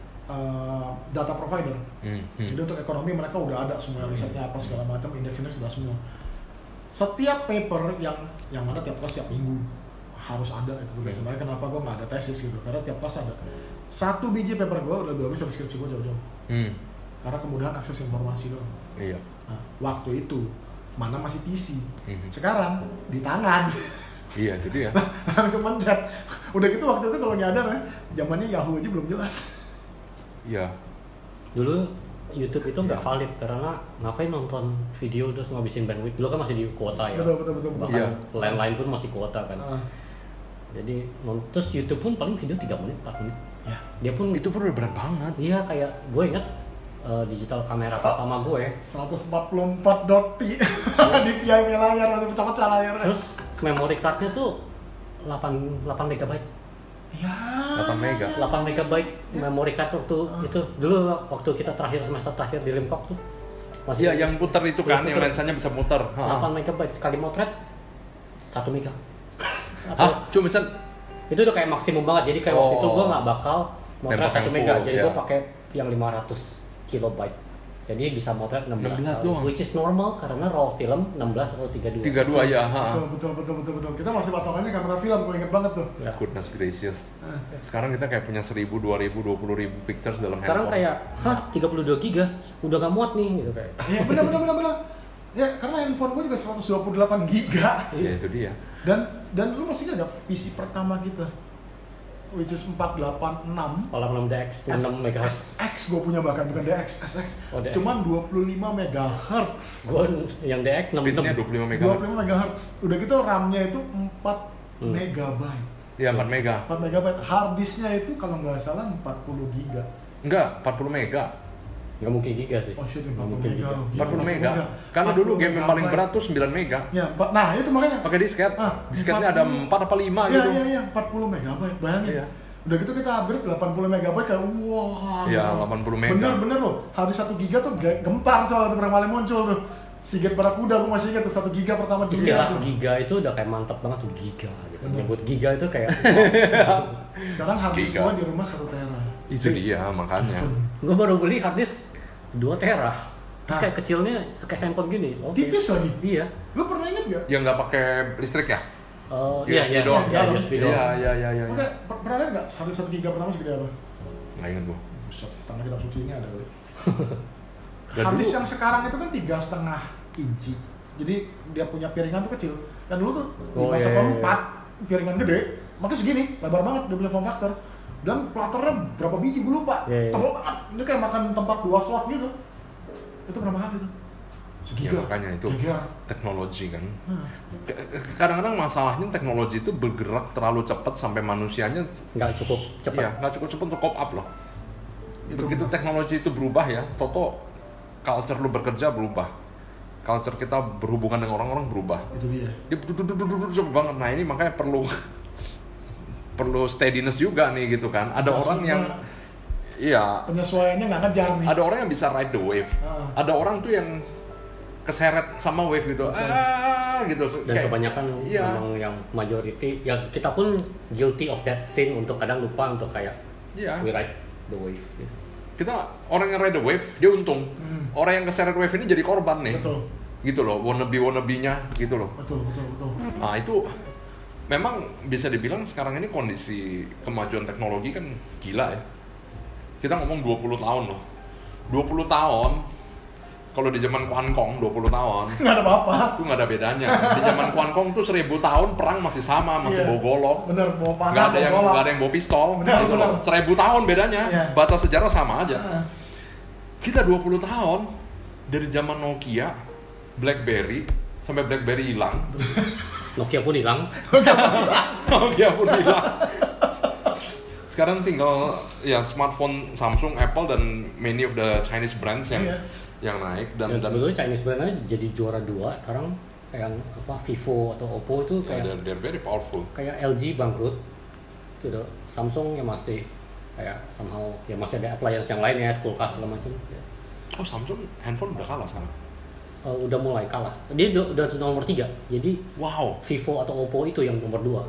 uh, data provider. Hmm, hmm. Jadi untuk ekonomi mereka udah ada semua risetnya apa segala macam, indeks-indeks sudah semua. Setiap paper yang yang mana tiap kelas tiap minggu harus ada itu. Biasanya kenapa gue nggak ada tesis gitu? Karena tiap kelas ada. Satu biji paper gue udah lebih bagus dari skripsi gue jauh-jauh. Hmm. Karena kemudahan akses informasi doang. Iya. Nah, waktu itu mana masih P C. Mhm. Sekarang di tangan. Iya, itu dia. Langsung mencet. Udah gitu waktu itu kalau nyadar ya, zamannya Yahoo aja belum jelas. Iya. Dulu YouTube itu nggak Iya. valid karena ngapain nonton video terus ngabisin bandwidth. Dulu kan masih di kuota ya. Betul betul betul. betul. Bahkan Iya. landline pun masih kuota kan. Ah, Jadi non- terus YouTube pun paling video tiga menit, empat menit. ya. Dia pun Itu pun udah berat banget. iya kayak gue inget eh, digital kamera pertama gue. seratus empat puluh empat dot p di P I M layar masih pecah-pecah layarnya. Terus memory cardnya tuh delapan megabyte. Ya. delapan mega. delapan megabyte memory card waktu itu dulu waktu kita terakhir semester terakhir di Limkok tuh masih Iya, yang puter itu kan, Yang yang puter. lensanya bisa muter. Ha. delapan megabyte sekali motret satu mega. Hah? Cuma bisa Itu udah kayak maksimum banget. Jadi kayak waktu itu Oh. gue nggak bakal motret Nembak satu yang mega. full, Jadi iya. gue pakai yang lima ratus kilobyte. Jadi bisa motret enam belas, enam belas kali. doang. Which is normal karena raw film enam belas atau tiga puluh dua. tiga puluh dua ya, ha. Betul betul betul betul betul. Kita masih patokannya kamera film, gue inget banget tuh. Ya. Goodness gracious. Ah. Sekarang kita kayak punya seribu, dua ribu, dua puluh ribu pictures dalam Sekarang handphone. kayak, hah tiga puluh dua giga udah gak muat nih gitu kayak. Iya benar benar benar benar. Ya karena handphone gue juga seratus dua puluh delapan giga. Ya itu dia. Dan dan lu masih ingat gak P C pertama kita? Which is empat delapan enam. Kalau enam D X enam megahertz. X gue punya bahkan bukan D X, S X. Oh, D X. Cuman dua puluh lima megahertz. Gue yang D X enam Speednya dua puluh lima mega. dua puluh lima megahertz. Udah gitu RAM-nya itu empat Hmm. megabyte. Iya, empat mega. empat megabyte. Hard disk-nya itu kalau nggak salah empat puluh giga. Enggak, empat puluh mega. nggak mungkin giga sih. Oh shit, Nggak empat puluh mungkin mega. giga. loh. empat puluh mega. Gila, Karena empat dulu puluh game yang paling megabyte. berat tuh sembilan mega. Ya, empat. Nah, itu makanya. Pakai disket. Ah, Disketnya empat ada puluh. empat apa lima Iya, gitu. iya, iya, empat puluh megabyte. Bayangin. Iya. Udah gitu kita upgrade delapan puluh megabyte kayak wah. Iya, delapan puluh mega. Bener bener loh. Hari satu giga tuh ge- gempar soalnya tuh pertama kali muncul tuh. Siget Barakuda, gue masih ingat tuh satu giga pertama di dunia Istilah tuh. giga itu udah kayak mantep banget tuh giga gitu. Bener. Nyebut giga itu kayak Sekarang hard disk Giga. gue di rumah satu tera. Itu dia makanya. gue baru beli hard disk dua tera. Terus Hah? kayak kecilnya kayak handphone gini. Oke. Tipis lagi. Iya. Lu pernah inget gak? Yang nggak pakai listrik ya? Oh, U S B iya, iya, doang. iya, U S B doang. Iya, iya, iya, iya. Oke, per- pernah lihat nggak satu satu giga pertama segede apa? Nggak inget gua. Buset, setengah kitab suci ini ada kali. Dan Hard disk dulu- yang sekarang itu kan tiga setengah inci. Jadi dia punya piringan tuh kecil. Dan dulu tuh Oh, lima iya, seper iya, iya. empat piringan gede, makanya segini, lebar banget dia punya form factor. Dan platternya berapa biji gue lupa, Iya, iya. tebal banget. Dia kayak makan tempat dua slot gitu. Itu berapa mahal itu? Segiga. Ya, makanya itu Giga. teknologi kan. Hmm. Kadang-kadang masalahnya teknologi itu bergerak terlalu cepat sampai manusianya Nggak cukup cepat. Iya, nggak cukup cepat untuk cope up loh. Itu Begitu benar. teknologi itu berubah ya, Toto culture lu bekerja berubah. Culture kita berhubungan dengan orang-orang berubah. Itu dia. Dia duduk-duduk cepet banget. Nah ini makanya perlu perlu steadiness juga nih gitu kan. Ada Maksudnya, orang yang iya, penyesuaiannya nggak ngejar nih. ada orang yang bisa ride the wave. Ah. Ada orang tuh yang keseret sama wave gitu. Betul. Ah gitu. Dan Kayak- kebanyakan iya. memang yang majority, ya kita pun guilty of that sin untuk kadang lupa untuk kayak Iya. we ride the wave. Gitu. Kita orang yang ride the wave dia untung. Hmm. Orang yang keseret wave ini jadi korban nih. Betul. Gitu loh, wannabe wannabe-nya gitu loh. Betul, betul, betul. Nah itu memang bisa dibilang sekarang ini kondisi kemajuan teknologi kan gila ya. Kita ngomong dua puluh tahun loh. dua puluh tahun kalau di zaman Kuankong dua puluh tahun Nggak ada apa-apa. itu nggak ada bedanya. Di zaman Kuankong tuh seribu tahun perang masih sama, masih Iya. bawa golok. Bener, bawa panah, Nggak ada bawa yang golok. nggak ada yang bawa pistol. Benar, gitu loh. benar. Seribu tahun bedanya. Iya. Baca sejarah sama aja. Ah. Kita dua puluh tahun dari zaman Nokia, BlackBerry, sampai BlackBerry hilang. Nokia pun hilang. Nokia pun hilang. Sekarang tinggal ya smartphone Samsung, Apple dan many of the Chinese brands yang Iya. yang naik dan, Dan dan sebetulnya Chinese brand aja jadi juara dua sekarang, kayak apa Vivo atau Oppo itu ya, kayak they're, they're very powerful. kayak L G bangkrut. Gitu. Samsung ya masih kayak somehow ya masih ada appliance yang lain ya, kulkas segala macam. Ya. Oh, Samsung handphone udah kalah sekarang. Uh, udah mulai kalah. Dia udah, udah nomor tiga. Jadi Wow. Vivo atau Oppo itu yang nomor dua.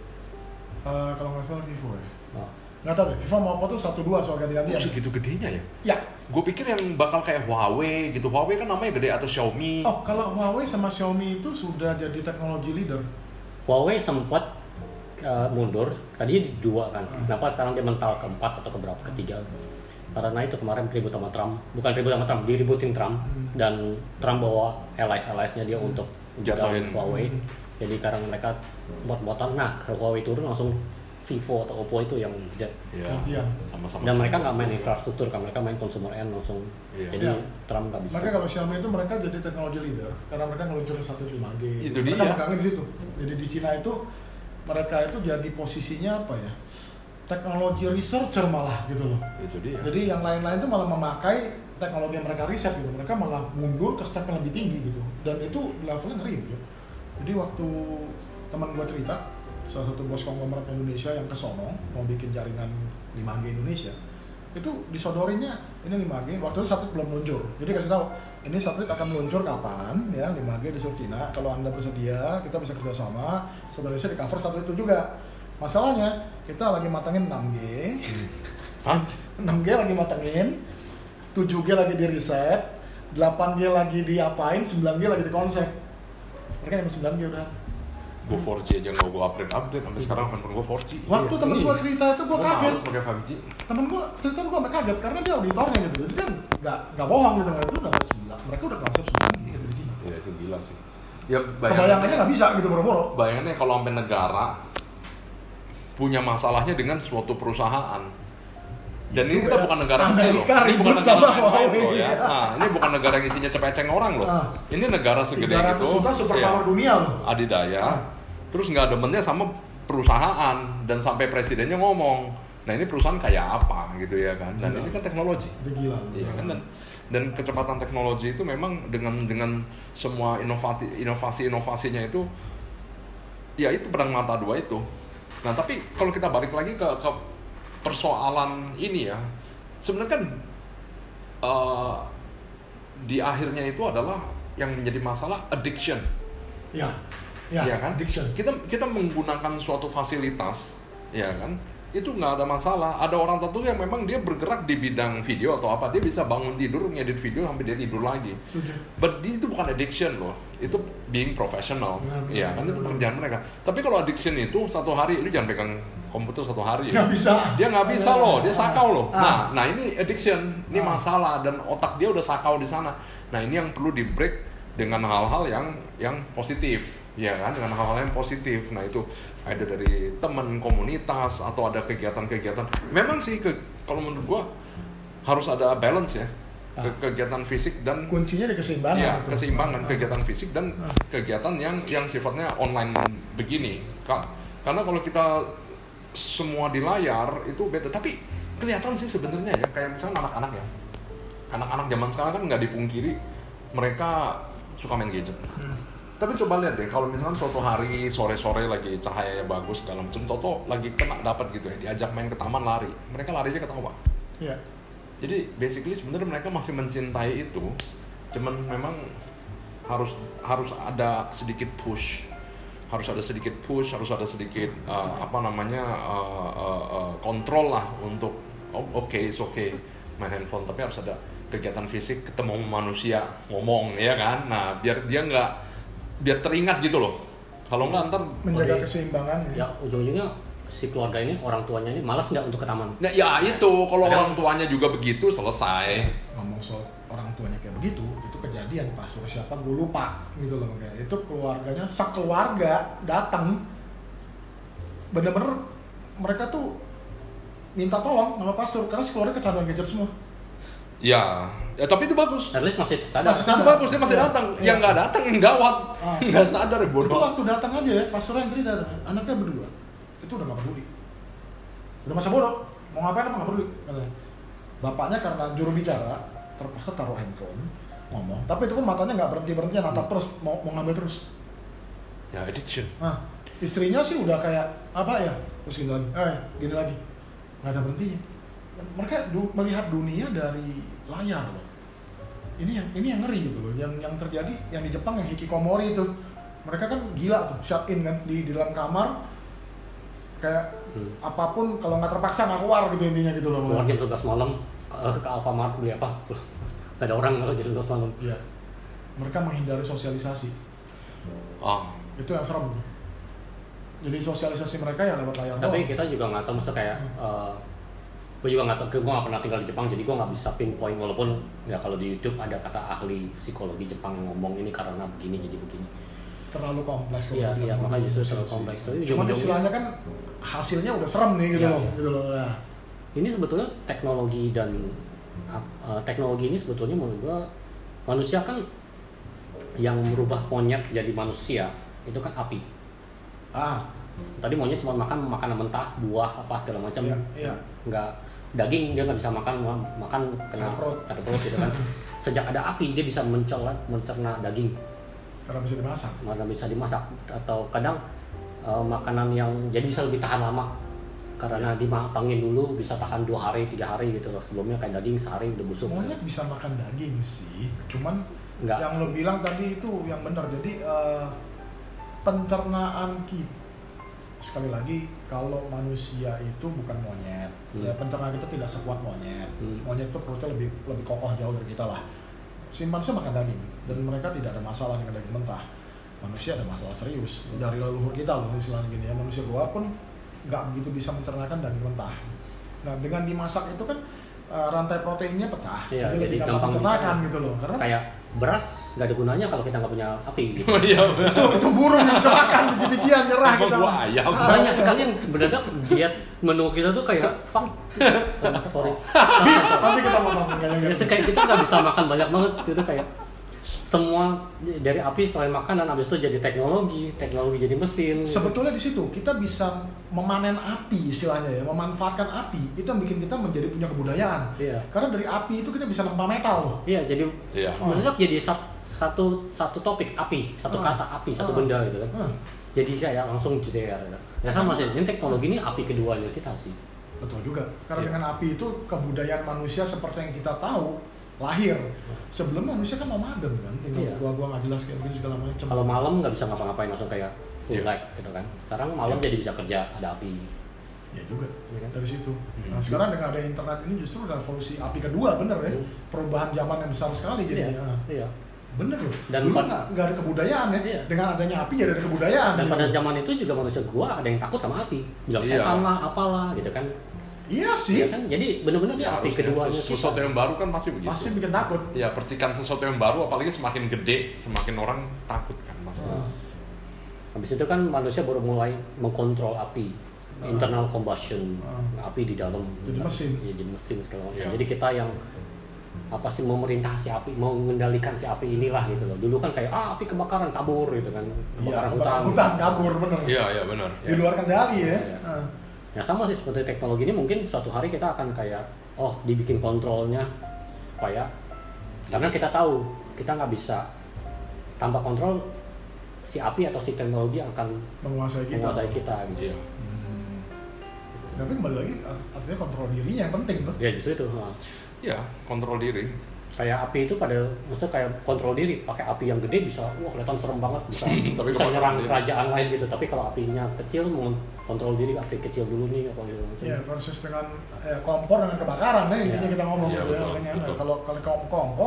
Uh, kalau nggak salah Vivo ya. Oh. Nggak tahu deh, Vivo sama Oppo tuh satu dua soal ganti-gantian. Oh, segitu gedenya ya? Ya. Gue pikir yang bakal kayak Huawei gitu. Huawei kan namanya gede atau Xiaomi. Oh, kalau Huawei sama Xiaomi itu sudah jadi teknologi leader. Huawei sempat uh, mundur, tadinya di dua kan. Hmm. Kenapa sekarang dia mental keempat atau keberapa ketiga? Karena itu kemarin ribut sama Trump, bukan ribut sama Trump, diributin Trump Hmm. dan Trump bawa allies-alliesnya dia untuk Jatuhin. jatuhin Huawai. Hmm. Jadi sekarang mereka bot-botan. Nah, kalau Huawei turun langsung Vivo atau Oppo itu yang jet. Ya, Gantian. sama-sama. Dan mereka nggak main infrastruktur kan, mereka main consumer end langsung. Iya. Jadi Iya. Trump nggak bisa. Maka kalau Xiaomi itu mereka jadi teknologi leader karena mereka ngeluncurin satelit lima G. Itu mereka dia. megangin di situ. Jadi di Cina itu mereka itu jadi posisinya apa ya? Teknologi researcher malah gitu loh. Itu dia. Jadi yang lain-lain itu malah memakai teknologi yang mereka riset gitu. Mereka malah mundur ke step yang lebih tinggi gitu. Dan itu levelnya ngeri gitu. Jadi waktu teman gua cerita, salah satu bos konglomerat Indonesia yang ke sono mau bikin jaringan lima G Indonesia, itu disodorinnya ini lima G, waktu itu satelit belum meluncur. Jadi kasih tahu, ini satelit akan meluncur kapan ya, lima G di seluruh Cina. Kalau Anda bersedia, kita bisa kerjasama. Indonesia di cover satelit itu juga. Masalahnya, kita lagi matangin enam G. Hah? enam G lagi matengin, tujuh G lagi di riset, delapan G lagi diapain, sembilan G lagi di konsep. Mereka yang sembilan G udah. Gue four G aja nggak gue upgrade-upgrade, sampai sekarang handphone gue four G. Waktu temen gua cerita itu gua Gue kaget. males pakai five G. Temen gua cerita gua sampai kaget karena dia auditornya gitu. Jadi kan nggak nggak bohong gitu, itu udah sembilan. Mereka udah konsep sembilan G gitu di Cina. Ya itu gila sih. Ya Kebayangannya nggak bisa gitu boro-boro. Bayangannya kalau sampai negara punya masalahnya dengan suatu perusahaan. Dan ini kita bukan negara kecil loh. Amerika Ini bukan ribut negara sama main-main Huawei. loh ya. Nah, ini bukan negara yang isinya cepeceng orang loh. Ah. Ini negara segede tiga gitu. ratus juta super ya, power dunia loh. adidaya. Ah. Terus nggak demennya sama perusahaan dan sampai presidennya ngomong, nah ini perusahaan kayak apa gitu ya kan? Dan Gila. ini kan teknologi. Udah gila. Iya kan, dan dan kecepatan teknologi itu memang dengan dengan semua inovasi inovasi inovasinya itu ya itu pedang mata dua itu. Nah tapi kalau kita balik lagi ke, ke persoalan ini ya, sebenarnya kan uh, di akhirnya itu adalah yang menjadi masalah addiction. Ya. Ya, Ya kan? addiction. Kita kita menggunakan suatu fasilitas, ya kan? Itu nggak ada masalah. Ada orang tertentu yang memang dia bergerak di bidang video atau apa, dia bisa bangun tidur ngedit video sampai dia tidur lagi. Setuju. But itu bukan addiction loh, itu being professional, Benar, ya kan? benar, Itu benar. pekerjaan mereka. Tapi kalau addiction itu satu hari lu jangan pegang komputer satu hari. Nggak bisa. Dia nggak bisa loh, dia sakau loh. Ah. Nah, nah ini addiction, ini Ah. masalah dan otak dia udah sakau di sana. Nah ini yang perlu di break dengan hal-hal yang yang positif. Ya kan, dengan hal-hal yang positif. Nah itu ada dari teman, komunitas, atau ada kegiatan-kegiatan. Memang sih ke, kalau menurut gua harus ada balance ya, ke, kegiatan fisik dan Kuncinya di keseimbangan. ya itu. keseimbangan Ah. kegiatan fisik dan kegiatan yang yang sifatnya online begini. Ka- Karena kalau kita semua di layar itu beda. Tapi kelihatan sih sebenarnya ya, kayak misalnya anak-anak ya, anak-anak zaman sekarang kan nggak dipungkiri mereka suka main gadget. Hmm. Tapi coba lihat deh, kalau misalkan suatu hari sore-sore lagi cahayanya bagus segala macam, toto lagi kena dapat gitu ya, diajak main ke taman lari, mereka larinya ketawa. Iya. Jadi basically sebenarnya mereka masih mencintai itu, cuman memang harus harus ada sedikit push, harus ada sedikit push, harus ada sedikit uh, apa namanya uh, uh, uh, kontrol lah untuk oh, oke, okay, it's okay main handphone, tapi harus ada kegiatan fisik, ketemu manusia, ngomong ya kan, nah biar dia nggak biar teringat gitu loh. Kalau nggak ntar Menjaga Oke. keseimbangan. Ya ujung-ujungnya si keluarga ini, orang tuanya ini malas nggak untuk ke taman. nah, ya itu kalau Ada- orang tuanya juga begitu selesai. Ngomong soal orang tuanya kayak begitu, itu kejadian pas suruh siapa gue lupa gitu loh, kayak itu keluarganya sekeluarga datang, bener-bener mereka tuh minta tolong sama pastor karena sekeluarga kecanduan gadget semua. Ya, ya tapi itu bagus. At least masih sadar. Masih Itu sadar. bagus, dia masih Iya. datang. Iya. Yang nggak datang gawat, Ah. nggak sadar ya Itu bodoh. waktu datang aja ya, pas sore yang cerita, anaknya berdua, itu udah nggak peduli, udah masa bodoh, mau ngapain apa nggak peduli, katanya. Bapaknya karena juru bicara terpaksa taruh handphone, ngomong, tapi itu pun matanya nggak berhenti berhenti, natap terus, mau mau ngambil terus. Ya addiction. Nah, istrinya sih udah kayak apa ya, terus gini lagi, eh gini lagi, nggak ada berhentinya. Mereka du- melihat dunia dari layar loh. Ini yang ini yang ngeri gitu loh, yang yang terjadi yang di Jepang yang hikikomori itu, mereka kan gila tuh, shut in kan di, di dalam kamar, kayak Hmm. apapun kalau nggak terpaksa nggak keluar gitu intinya gitu loh. Keluar jam sebelas malam ke, ke Alfamart beli apa? Gak ada orang kalau jam sebelas malam. Iya, mereka menghindari sosialisasi, Ah, itu yang serem. Jadi sosialisasi mereka ya lewat layar Tapi doang. kita juga nggak tahu, maksudnya kayak uh, gue juga nggak tahu, gue nggak pernah tinggal di Jepang, jadi gue nggak bisa pinpoint, walaupun ya kalau di YouTube ada kata ahli psikologi Jepang yang ngomong ini karena begini jadi begini. Terlalu kompleks. kalau Iya, dibilang iya, model makanya justru terlalu sosialisasi. kompleks. Tapi Cuman ujung-ujungnya- istilahnya kan hasilnya udah serem nih gitu Iya, loh, iya. gitu loh. Nah, Ini sebetulnya teknologi dan uh, teknologi ini sebetulnya menurut gue, manusia kan yang merubah monyet jadi manusia itu kan api. ah, Tadi monyet cuma makan makanan mentah, buah apa segala macam, iya, iya. nggak daging dia nggak bisa makan, makan kena Sakit perut. sakit perut gitu kan. Sejak ada api dia bisa mencerna, mencerna daging, Karena bisa dimasak. mana bisa dimasak, atau kadang uh, makanan yang jadi bisa lebih tahan lama karena dimatangin dulu, bisa tahan dua hari tiga hari gitu loh. Sebelumnya kayak daging sehari udah busuk. Monyet bisa makan daging sih, cuman Enggak. yang lo bilang tadi itu yang benar. Jadi eh, pencernaan kita, sekali lagi kalau manusia itu bukan monyet, Hmm. ya pencernaan kita tidak sekuat monyet. Hmm. Monyet itu perutnya lebih lebih kokoh jauh dari kita lah. Si manusia makan daging dan mereka tidak ada masalah dengan daging mentah. Manusia ada masalah serius dari leluhur kita loh, istilahnya gini ya. Manusia gua pun nggak begitu bisa mencernakan daging mentah. Nah dengan dimasak itu kan eh, rantai proteinnya pecah, Iya, jadi lebih jadi gampang gampang mencernakan bisa. gitu loh. Karena Kayak beras nggak ada gunanya kalau kita nggak punya api gitu. iya. itu itu burung yang bisa makan, biji-bijian nyerah Emang gitu. gua ayam. Banyak sekali yang benar-benar diet menu kita tuh kayak fun. Sorry. Nanti kita ngomong kayaknya. Itu kayak kita nggak bisa makan banyak banget gitu, kayak semua dari api selain makanan, abis itu jadi teknologi, teknologi jadi mesin. Sebetulnya di situ kita bisa memanen api istilahnya ya, memanfaatkan api itu yang bikin kita menjadi punya kebudayaan. Iya. Karena dari api itu kita bisa nempah metal loh. Iya, jadi Iya. menurut jadi sat- satu satu topik api, satu Ah. kata api, satu Ah. benda gitu kan. Hmm, Jadi kayak langsung jeder. Gitu. Ya sama sih, ini teknologi ini api keduanya kita sih. betul juga. Karena Iya. dengan api itu kebudayaan manusia seperti yang kita tahu lahir. Sebelum manusia kan nomaden kan, tinggal Iya. gua-gua nggak jelas kayak begini segala macam. Kalau malam nggak bisa ngapa-ngapain, langsung kayak full Iya. light gitu kan. Sekarang malam Iya. jadi bisa kerja, ada api. Ya juga Iya kan? dari situ. Nah Hmm. sekarang dengan ada internet ini justru revolusi api kedua, bener ya. Hmm. Perubahan zaman yang besar sekali Iya, jadi. iya. Bener loh. Dan Dulu pad- nggak nggak ada kebudayaan ya. Iya. Dengan adanya api jadi ada kebudayaan. Dan gitu. pada zaman itu juga manusia gua ada yang takut sama api, bilang Iya. setan lah, apalah gitu kan. Iya sih. Ya kan? Jadi benar-benar dia Ya, api harusnya keduanya ses- sesuatu kita. yang baru kan pasti begitu. Pasti bikin takut. Ya percikan sesuatu yang baru, apalagi semakin gede, semakin orang takut kan pasti. Ah. Habis itu kan manusia baru mulai mengkontrol api, Ah. internal combustion, Ah. api di dalam. Jadi mesin. Ya, jadi mesin segala macam. Iya. Jadi kita yang apa sih memerintah si api, mau mengendalikan si api inilah gitu loh. Dulu kan kayak ah api kebakaran kabur gitu kan, Iya, kebakaran kebakaran hutan. hutan kabur bener. Iya, iya benar. Di luar kendali ya. Iya. Ah. Ya sama sih seperti teknologi ini, mungkin suatu hari kita akan kayak oh dibikin kontrolnya supaya karena kita tahu kita nggak bisa tanpa kontrol si api atau si teknologi akan Menguasai kita. menguasai kita gitu. Iya. Hmm. Tapi kembali lagi artinya kontrol dirinya yang penting tuh. Ya justru itu. Nah. Iya, kontrol diri. Kayak api itu pada maksudnya kayak kontrol diri, pakai api yang gede bisa wah kelihatan serem banget, bisa Tapi bisa kalau nyerang sendiri. kerajaan lain gitu. Tapi kalau apinya kecil mau kontrol diri, api kecil dulu nih apa gitu macam. Ya versus dengan eh, kompor dengan kebakaran ya intinya Iya. kita ngomong Iya, gitu ya. betul, Makanya, nah, betul. kalau kalau kom- kompor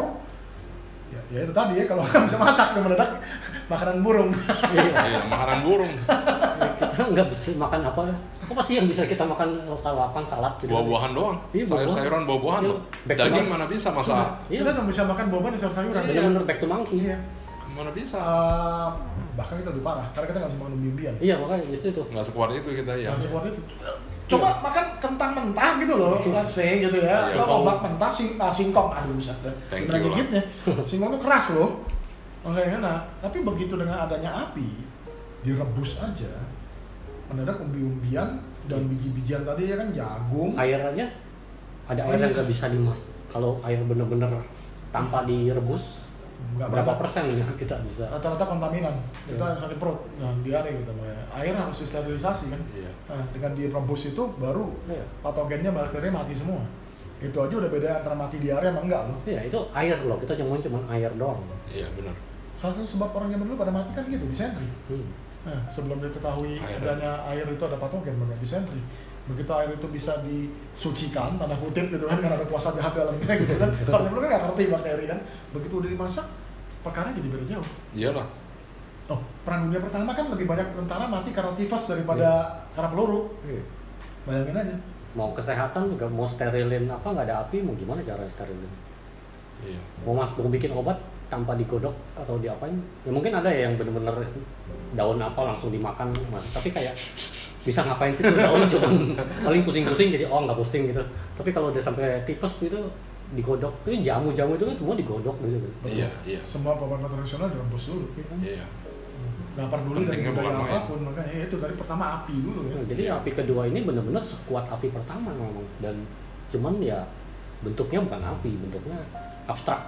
ya, ya itu tadi ya kalau nggak bisa masak dan mendadak makanan burung. Iya. Iya, makanan burung. Kita nggak bisa makan apa apa sih yang bisa kita makan lalapan salad gitu. Buah-buahan doang. Iya, buah-buahan. Sayur-sayuran, buah-buahan. Iya. loh. Back to Daging back. mana bisa masa? Iya. Kita nggak bisa makan buah-buahan dan sayur-sayuran. Iya. Bener-bener back to monkey. Iya. Mana bisa? Eh, bahkan kita lebih parah karena kita nggak bisa makan umbi-umbian. Iya makanya justru itu. Nggak sekuat itu kita ya. Yang sekuat itu coba yeah. makan kentang mentah gitu loh, let's say gitu ya, yeah. atau obat mentah, sing, ah, singkong, aduh buset deh, gimana gigitnya, singkong tuh keras loh, makanya nah, tapi begitu dengan adanya api, direbus aja, mendadak umbi-umbian dan biji-bijian tadi ya kan jagung, air aja, ada air yang nggak bisa dimas, kalau air bener-bener tanpa direbus. Nggak berapa banyak. Persen ya kita bisa rata-rata kontaminan kita yeah. sakit perut nah diare gitu air harus disterilisasi kan yeah. nah, dengan direbus itu baru yeah. patogennya bakterinya mati semua itu aja udah beda antara mati diare sama enggak loh iya yeah, itu air loh kita cuma cuma air doang iya yeah, benar salah satu sebab orang zaman dulu pada mati kan gitu disentri hmm. nah sebelum diketahui air. adanya air itu ada patogen makanya disentri begitu air itu bisa disucikan tanda kutip gitu kan karena ada kuasa jahat dalamnya gitu kan kalau dulu kan nggak ngerti bakteri kan begitu udah dimasak perkara jadi beda jauh iyalah oh perang dunia pertama kan lebih banyak tentara mati karena tifus daripada yeah. karena peluru yeah. bayangin aja mau kesehatan juga mau sterilin apa nggak ada api mau gimana cara sterilin yeah. mau mas mau bikin obat tanpa digodok atau diapain ya mungkin ada ya yang bener-bener daun apa langsung dimakan mas tapi kayak bisa ngapain sih tuh daun cuma paling pusing-pusing jadi oh nggak pusing gitu tapi kalau udah sampai tipes gitu digodok itu jamu-jamu itu kan semua digodok gitu iya iya semua obat tradisional direbus dulu iya nggak peduli dari budaya apapun makanya ya itu dari pertama api dulu ya nah, jadi api kedua ini benar-benar sekuat api pertama memang dan cuman ya bentuknya bukan api bentuknya abstrak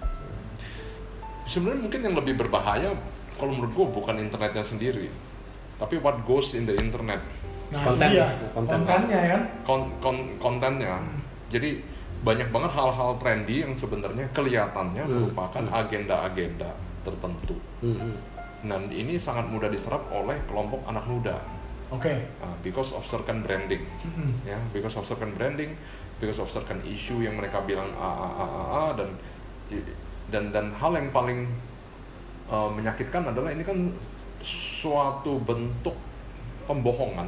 sebenarnya mungkin yang lebih berbahaya kalau menurut gue bukan internetnya sendiri tapi what goes in the internet. Nah, konten, itu dia, konten. kontennya kan? Kon, kon, kontennya. Hmm. Jadi banyak banget hal-hal trendy yang sebenarnya kelihatannya hmm. merupakan hmm. agenda-agenda tertentu. Hmm. Dan ini sangat mudah diserap oleh kelompok anak muda. Oke. Okay. Uh, because of certain branding, hmm. ya, because of certain branding, because of certain issue yang mereka bilang a a a a, a dan dan dan hal yang paling uh, menyakitkan adalah ini kan suatu bentuk pembohongan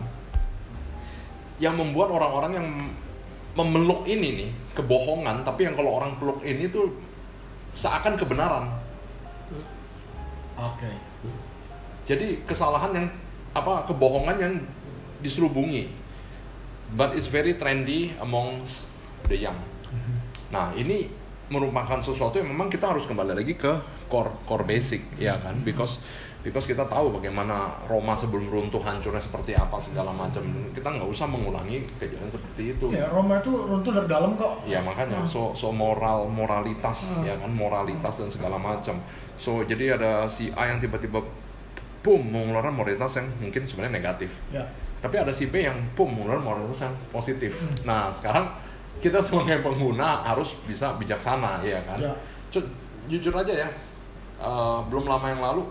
yang membuat orang-orang yang memeluk ini nih kebohongan tapi yang kalau orang peluk ini tuh seakan kebenaran. Oke. Okay. Jadi kesalahan yang apa kebohongan yang diselubungi. But it's very trendy amongst the young. Mm-hmm. Nah, ini merupakan sesuatu yang memang kita harus kembali lagi ke core core basic ya kan because because kita tahu bagaimana Roma sebelum runtuh hancurnya seperti apa segala macam kita nggak usah mengulangi kejadian seperti itu ya Roma itu runtuh dari dalam kok ya makanya hmm. so so moral moralitas hmm. ya kan moralitas dan segala macam so jadi ada si A yang tiba-tiba boom mengeluarkan moralitas yang mungkin sebenarnya negatif ya. Tapi ada si B yang boom mengeluarkan moralitas yang positif hmm. Nah sekarang kita sebagai pengguna harus bisa bijaksana ya kan ya. Jujur aja ya uh, belum lama yang lalu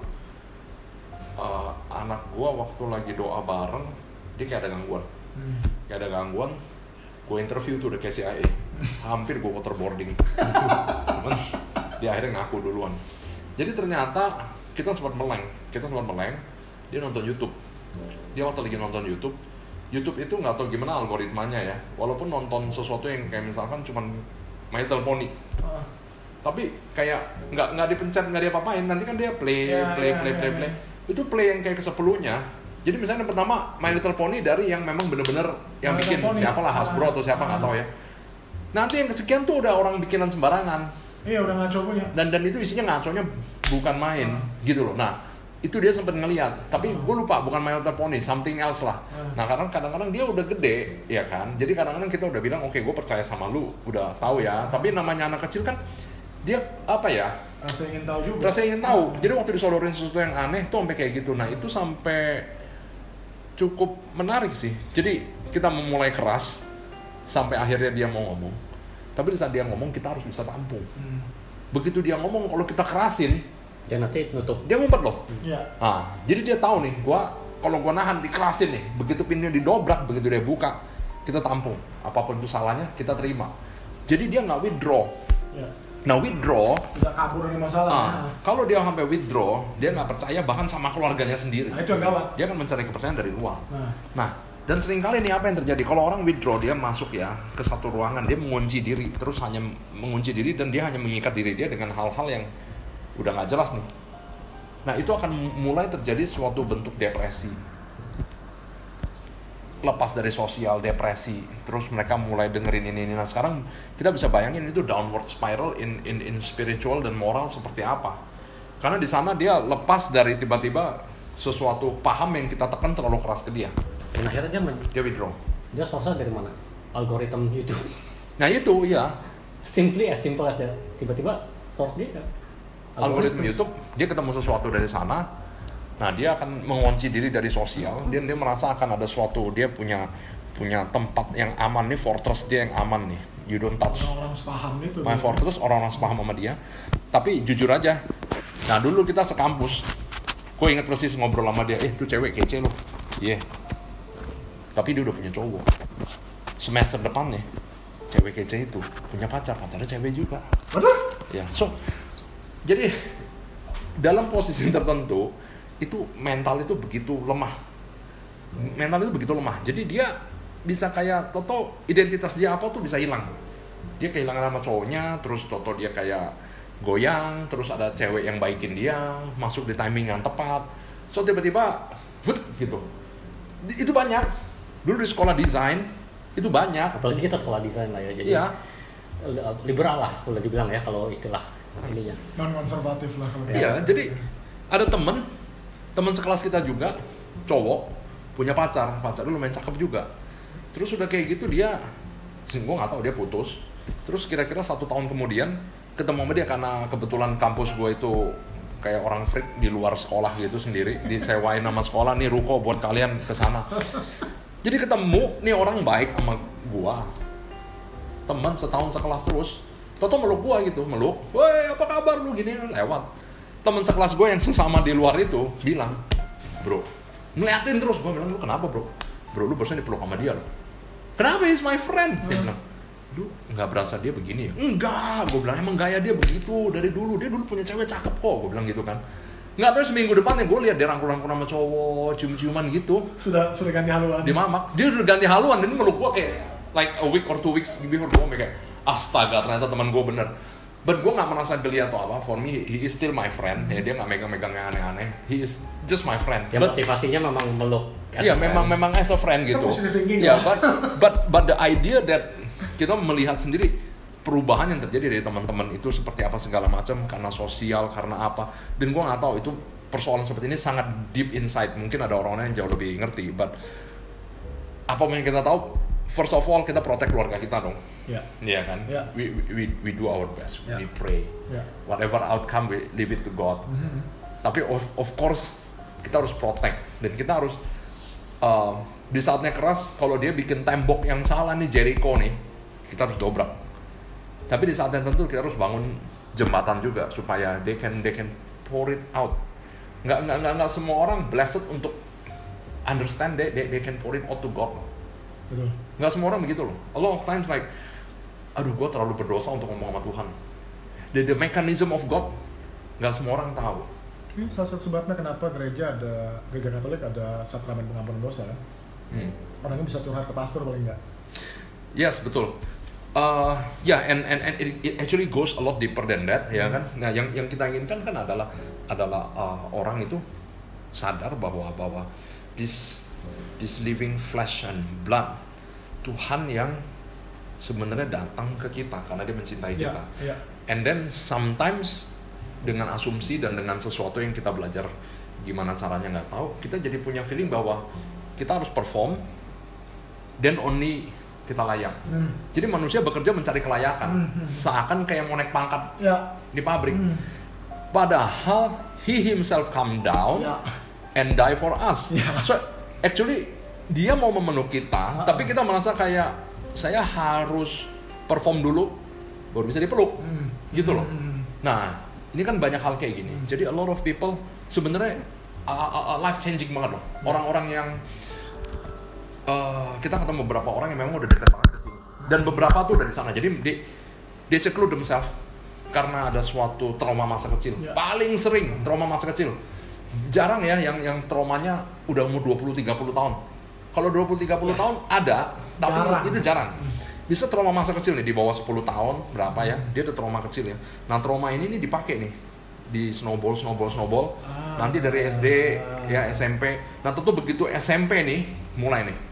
Uh, anak gua waktu lagi doa bareng dia kayak ada gangguan hmm. kayak ada gangguan gua interview tuh udah kayak C I A hampir gua waterboarding cuman dia akhirnya ngaku duluan jadi ternyata kita sempat meleng kita sempat meleng dia nonton YouTube dia waktu lagi nonton YouTube YouTube itu nggak tahu gimana algoritmanya ya walaupun nonton sesuatu yang kayak misalkan cuman main teleponi uh. tapi kayak nggak nggak dipencet nggak diapa-apain nanti kan dia play yeah, play, yeah, play, yeah, play, play, play. Itu play yang kayak kesepuluhnya. Jadi misalnya yang pertama My Little Pony dari yang memang bener-bener yang My bikin siapa lah Hasbro atau siapa nggak ah. tahu ya. Nanti yang kesekian tuh udah orang bikinan sembarangan. Iya udah ngaco punya. Dan dan itu isinya ngaconya bukan main ah. gitu loh. Nah itu dia sempat ngeliat. Tapi ah. gue lupa bukan My Little Pony, something else lah. Ah. Nah karena kadang-kadang dia udah gede ya kan. Jadi kadang-kadang kita udah bilang oke okay, gue percaya sama lu, udah tahu ya. Tapi namanya anak kecil kan dia apa ya? Rasa ingin tahu juga. Rasa ingin tahu. Jadi waktu disodorin sesuatu yang aneh tuh sampai kayak gitu. Nah itu sampai cukup menarik sih. Jadi kita memulai keras sampai akhirnya dia mau ngomong. Tapi di saat dia ngomong kita harus bisa tampung. Hmm. Begitu dia ngomong kalau kita kerasin, dia nanti nutup. Dia ngumpet loh. Iya. Hmm. Ah, jadi dia tahu nih, gua kalau gua nahan dikerasin nih, begitu pintunya didobrak, begitu dia buka, kita tampung. Apapun itu salahnya kita terima. Jadi dia nggak withdraw. Ya. Nah withdraw tidak kabur dari masalah. Uh, kalau dia sampai withdraw, dia nggak percaya bahkan sama keluarganya sendiri. Nah, itu yang gawat. Dia akan mencari kepercayaan dari luar. Nah, nah dan seringkali nih apa yang terjadi? Kalau orang withdraw, dia masuk ya ke satu ruangan, dia mengunci diri, terus hanya mengunci diri dan dia hanya mengikat diri dia dengan hal-hal yang udah nggak jelas nih. Nah itu akan mulai terjadi suatu bentuk depresi. lepas dari sosial, depresi, terus mereka mulai dengerin ini ini. Nah sekarang kita bisa bayangin itu downward spiral in in in spiritual dan moral seperti apa. Karena di sana dia lepas dari tiba-tiba sesuatu paham yang kita tekan terlalu keras ke dia. Dan akhirnya dia men- Dia withdraw. dia source-nya dari mana? Algoritma YouTube. Nah itu ya. Simply as simple as that. Tiba-tiba source dia Algoritma YouTube, dia ketemu sesuatu dari sana. Nah dia akan mengunci diri dari sosial. Dia dia merasa akan ada suatu, dia punya punya tempat yang aman nih, fortress dia yang aman nih. You don't touch. Orang-orang sepaham itu. My fortress, orang-orang sepaham sama dia. Tapi jujur aja, nah dulu kita sekampus, gue inget persis ngobrol sama dia, eh tuh cewek kece loh, iya. Yeah. Tapi dia udah punya cowok. Semester depannya, cewek kece itu punya pacar, pacarnya cewek juga. Waduh. Ya, so jadi dalam posisi tertentu itu mental itu begitu lemah. Mental itu begitu lemah. Jadi dia bisa kayak toto identitas dia apa tuh bisa hilang. Dia kehilangan sama cowoknya, terus toto dia kayak goyang, terus ada cewek yang baikin dia, masuk di timing yang tepat. So tiba-tiba wut gitu. Itu banyak. Dulu di sekolah desain itu banyak. Apalagi kita sekolah desain lah ya. Jadi iya. liberal lah boleh dibilang ya kalau istilah ininya. Non konservatif lah kalau. Iya, jadi ada temen teman sekelas kita juga, cowok, punya pacar, pacarnya lumayan cakep juga. Terus udah kayak gitu dia, gue nggak tahu dia putus. Terus kira-kira satu tahun kemudian ketemu sama dia karena kebetulan kampus gue itu kayak orang freak di luar sekolah gitu sendiri, disewain sama sekolah nih ruko buat kalian kesana. Jadi ketemu nih orang baik sama gue, teman setahun sekelas terus. Toto meluk gue gitu, meluk, woi apa kabar lu gini lewat. Teman sekelas gue yang sesama di luar itu bilang, bro, ngeliatin terus. Gue bilang, lu kenapa bro? Bro, lu barusan dipeluk sama dia loh. Kenapa? He's my friend. Dia bilang, lu nggak berasa dia begini ya? Enggak, gue bilang emang gaya dia begitu dari dulu. Dia dulu punya cewek cakep kok, gue bilang gitu kan. Nggak tahu seminggu depannya gue lihat dia rangkul-rangkul sama cowok, cium-ciuman gitu. Sudah sudah ganti haluan. Di mamak, dia udah ganti haluan dan meluk gue kayak like a week or two weeks before gue kayak astaga ternyata teman gue bener. But gue gak merasa geli atau apa. For me, he is still my friend. Ya, dia gak megang-megang yang aneh-aneh. He is just my friend. Ya but, motivasinya memang meluk. Iya, memang memang as a friend gitu. Iya, but but but the idea that kita melihat sendiri perubahan yang terjadi dari teman-teman itu seperti apa segala macam karena sosial, karena apa. Dan gue nggak tahu itu persoalan seperti ini sangat deep inside. Mungkin ada orang-orang yang jauh lebih ngerti. But apa yang kita tahu? First of all kita protect keluarga kita dong. Iya. Iya kan? Yeah. We, we we do our best. Yeah. We pray. Yeah. Whatever outcome we leave it to God. Mm-hmm. Tapi of, of course kita harus protect dan kita harus uh, di saatnya keras kalau dia bikin tembok yang salah nih Jericho nih, kita harus dobrak. Tapi di saat yang tertentu kita harus bangun jembatan juga supaya they can they can pour it out. Nggak nggak nggak, nggak semua orang blessed untuk understand they, they they can pour it out to God. Betul. Nggak semua orang begitu loh. A lot of times like, aduh gue terlalu berdosa untuk ngomong sama Tuhan. The, the mechanism of God, nggak semua orang tahu. Ini salah satu sebabnya kenapa gereja ada, gereja Katolik ada sakramen pengampunan dosa. Hmm. Orangnya bisa curhat ke pastor paling nggak. Yes, betul. Uh, ya, yeah, and and and it, it actually goes a lot deeper than that, ya kan? Nah, yang yang kita inginkan kan adalah adalah uh, orang itu sadar bahwa bahwa this this living flesh and blood, Tuhan yang sebenarnya datang ke kita karena dia mencintai yeah, kita. Yeah. And then sometimes dengan asumsi dan dengan sesuatu yang kita belajar gimana caranya nggak tahu, kita jadi punya feeling bahwa kita harus perform, then only kita layak. Hmm. Jadi manusia bekerja mencari kelayakan, hmm. seakan kayak mau naik pangkat yeah. di pabrik. Hmm. Padahal he himself come down yeah. and die for us. Yeah. So actually dia mau memeluk kita, uh-uh. tapi kita merasa kayak saya harus perform dulu baru bisa dipeluk, hmm. gitu loh. Hmm. Nah ini kan banyak hal kayak gini. Hmm. Jadi a lot of people sebenarnya uh, uh, life changing banget loh. Yeah. Orang-orang yang Uh, kita ketemu beberapa orang yang memang udah dekat banget ke sini dan beberapa tuh dari sana. Jadi they, they seclude themselves karena ada suatu trauma masa kecil. Yeah. Paling sering trauma masa kecil. Jarang ya yang yang traumanya udah umur dua puluh tiga puluh tahun. Kalau dua puluh tiga puluh yeah. tahun ada, tapi jarang. Itu jarang. Bisa trauma masa kecil nih di bawah sepuluh tahun berapa ya? Dia ada trauma kecil ya. Nah, trauma ini nih dipakai nih di snowball snowball snowball. Ah, Nanti dari S D ya S M P. Nah, tentu begitu S M P nih mulai nih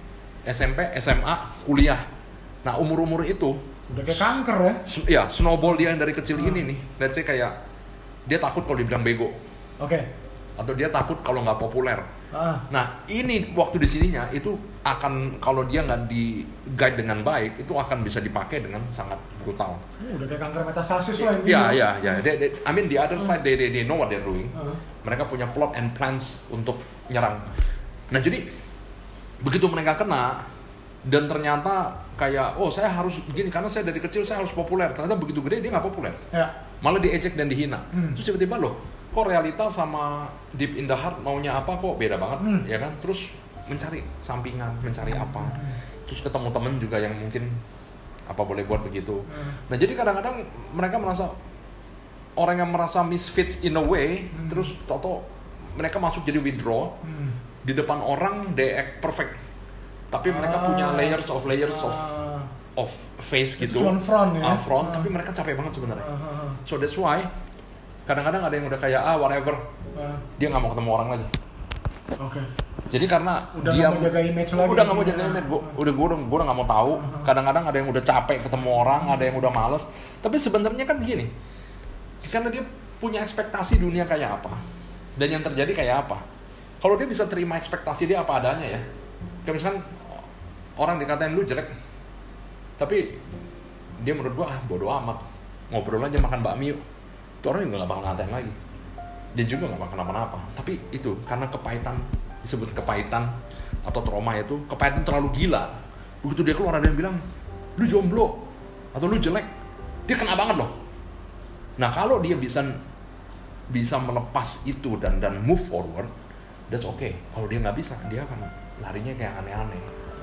S M P, S M A, kuliah. Nah umur-umur itu udah kayak kanker ya. Ya snowball dia yang dari kecil hmm. ini nih. Let's say kayak dia takut kalau dibilang bego. Oke. Okay. Atau dia takut kalau nggak populer. Ah. Nah ini waktu di sininya itu akan kalau dia nggak di guide dengan baik itu akan bisa dipakai dengan sangat brutal. Uh, udah kayak kanker metastasis lah ini. Ya ya ya. They, they, I mean the other side they, they they know what they're doing. Uh. Mereka punya plot and plans untuk nyerang. Nah jadi begitu mereka kena dan ternyata kayak oh saya harus begini karena saya dari kecil saya harus populer. Ternyata begitu gede dia nggak populer. Ya. Malah diejek dan dihina. Hmm. Terus tiba-tiba loh, kok realita sama deep in the heart maunya apa kok beda banget, hmm. ya kan? Terus mencari sampingan, mencari apa? Hmm. Terus ketemu temen juga yang mungkin apa boleh buat begitu. Hmm. Nah jadi kadang-kadang mereka merasa orang yang merasa misfits in a way, hmm. terus toto mereka masuk jadi withdraw hmm. di depan orang they act perfect, tapi mereka ah. punya layers of layers ah. of of face gitu, cuma front ya, uh, front, uh. tapi mereka capek banget sebenarnya. Uh. So that's why kadang-kadang ada yang udah kayak ah whatever, uh. dia nggak mau ketemu orang lagi. Oke. Okay. Jadi karena udah dia mau jaga image lagi, udah nggak mau jaga image, gua, udah gue udah gue udah nggak mau tahu. Uh. Kadang-kadang ada yang udah capek ketemu orang, ada yang udah males. Tapi sebenarnya kan gini, karena dia punya ekspektasi dunia kayak apa, dan yang terjadi kayak apa. Kalau dia bisa terima ekspektasi dia apa adanya ya, kayak misalkan orang dikatain lu jelek. Tapi dia menurut gua ah bodo amat, ngobrol aja makan bakmi yuk. Itu orang juga gak bakal ngatain lagi. Dia juga gak bakal kenapa-napa. Tapi itu karena kepahitan, disebut kepahitan atau trauma itu, kepahitan terlalu gila. Begitu dia keluar ada yang bilang lu jomblo atau lu jelek, dia kena banget loh. Nah kalau dia bisa bisa melepas itu dan dan move forward, that's okay. Kalau dia nggak bisa, dia akan larinya kayak aneh-aneh.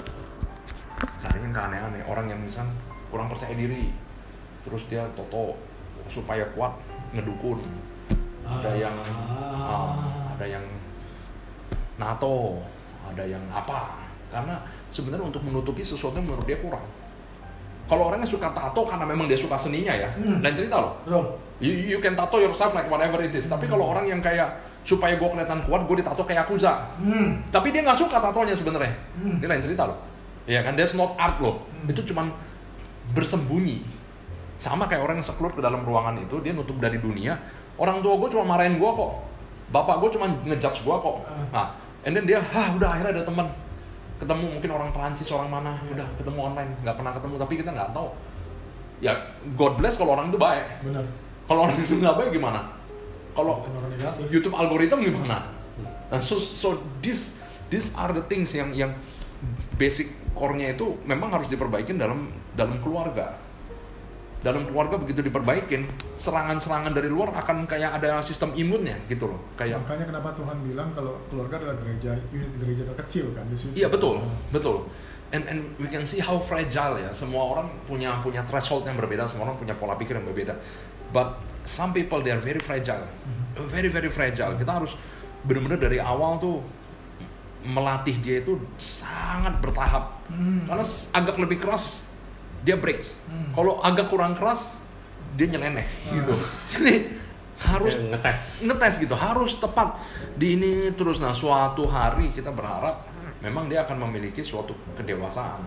Larinya kayak aneh-aneh. Orang yang misal kurang percaya diri, terus dia toto supaya kuat ngedukun. Ada yang uh, ada yang NATO, ada yang apa? Karena sebenarnya untuk menutupi sesuatu yang menurut dia kurang. Kalau orangnya suka tato karena memang dia suka seninya ya, hmm. dan cerita loh. You, you can tato yourself like whatever it is. Hmm. Tapi kalau orang yang kayak supaya gue kelihatan kuat, gue ditato kayak Yakuza. Hmm. Tapi dia nggak suka tatonya sebenarnya. Hmm. Ini lain cerita loh. Ya kan, that's not art loh. Hmm. Itu cuman bersembunyi. Sama kayak orang yang seclude ke dalam ruangan itu, dia nutup dari dunia. Orang tua gue cuma marahin gue kok. Bapak gue cuma ngejudge gue kok. Uh. Nah, and then dia, hah udah akhirnya ada teman. Ketemu mungkin orang Perancis, orang mana, yeah. udah ketemu online, nggak pernah ketemu, tapi kita nggak tahu. Ya, God bless kalau orang itu baik. Benar. Kalau orang itu nggak baik gimana? Kalau YouTube algoritma gimana? Nah, so so this these are the things yang yang basic core-nya itu memang harus diperbaikin dalam dalam keluarga. Dalam keluarga begitu diperbaikin, serangan-serangan dari luar akan kayak ada sistem imunnya gitu loh. Kayak makanya kenapa Tuhan bilang kalau keluarga adalah gereja unit gereja terkecil kan di situ. Iya betul, hmm. betul. And and we can see how fragile ya. Semua orang punya punya threshold yang berbeda, semua orang punya pola pikir yang berbeda. But some people they are very fragile. Hmm. Very very fragile. Kita harus benar-benar dari awal tuh melatih dia itu sangat bertahap. Hmm. Karena agak lebih keras dia breaks. Hmm. Kalau agak kurang keras dia nyeleneh hmm. gitu. Jadi harus ya, ngetes. Ngetes gitu, harus tepat di ini terus. Nah, suatu hari kita berharap memang dia akan memiliki suatu kedewasaan.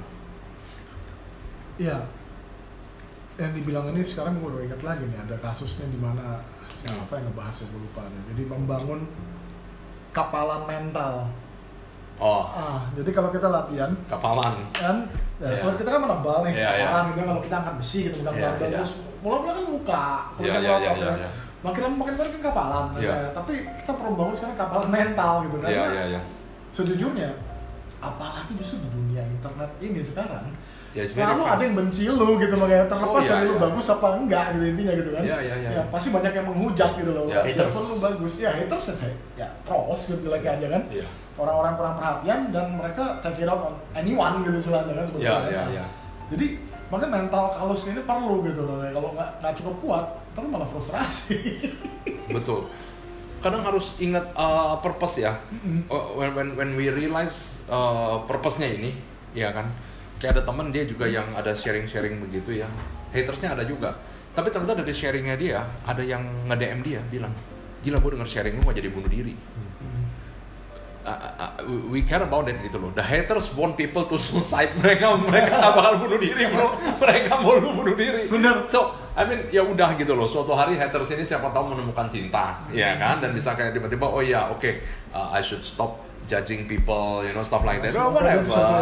Iya. Yang dibilang ini sekarang gue udah ingat lagi nih, ada kasusnya di mana siapa yang ngebahas ya gue lupa. Jadi membangun kapalan mental. Oh. Ah, jadi kalau kita latihan kapalan kan, ya, yeah. kalau kita kan menebal nih, yeah, kapalan yeah. gitu, kalau kita angkat besi gitu, mudah-mudahan yeah, yeah. terus mula-mula kan muka, kalau yeah, kita yeah, otot yeah, ya, yeah, yeah. makin lama makin banyak kan kapalan, yeah. ya. Tapi kita perlu bangun sekarang kapalan mental gitu kan. Yeah, yeah, yeah. Sejujurnya, apalagi justru di dunia internet ini sekarang, yeah, selalu ada yang benci lu gitu, makanya terlepas oh, yeah, dari yeah. lu bagus apa enggak gitu intinya gitu kan. Yeah, yeah, yeah. Ya pasti banyak yang menghujat gitu loh. Yeah, biarpun lu bagus, ya haters saya, ya trolls gitu lagi aja kan. Yeah. Orang-orang kurang perhatian dan mereka take it out on anyone gitu istilahnya kan sebetulnya. Yeah, yeah, yeah. Jadi makanya mental kalus ini perlu gitu loh. Kalau nggak nggak cukup kuat, terus malah frustrasi. Betul. Kadang harus ingat uh, purpose ya. Mm-hmm. When when when we realize uh, purpose-nya ini, ya kan. Kayak ada teman dia juga yang ada sharing-sharing begitu ya. Hatersnya ada juga. Tapi ternyata dari sharingnya dia ada yang nge-D M dia bilang, gila gue denger sharing lu mau jadi bunuh diri. uh, uh, we care about it gitu loh. The haters want people to suicide. Mereka mereka nggak bakal bunuh diri bro. Mereka mau lu bunuh diri. Bener. So I mean ya udah gitu loh. Suatu hari haters ini siapa tahu menemukan cinta, ya kan? Dan bisa kayak tiba-tiba oh ya oke okay, uh, I should stop judging people, you know, stuff like that. Oh whatever.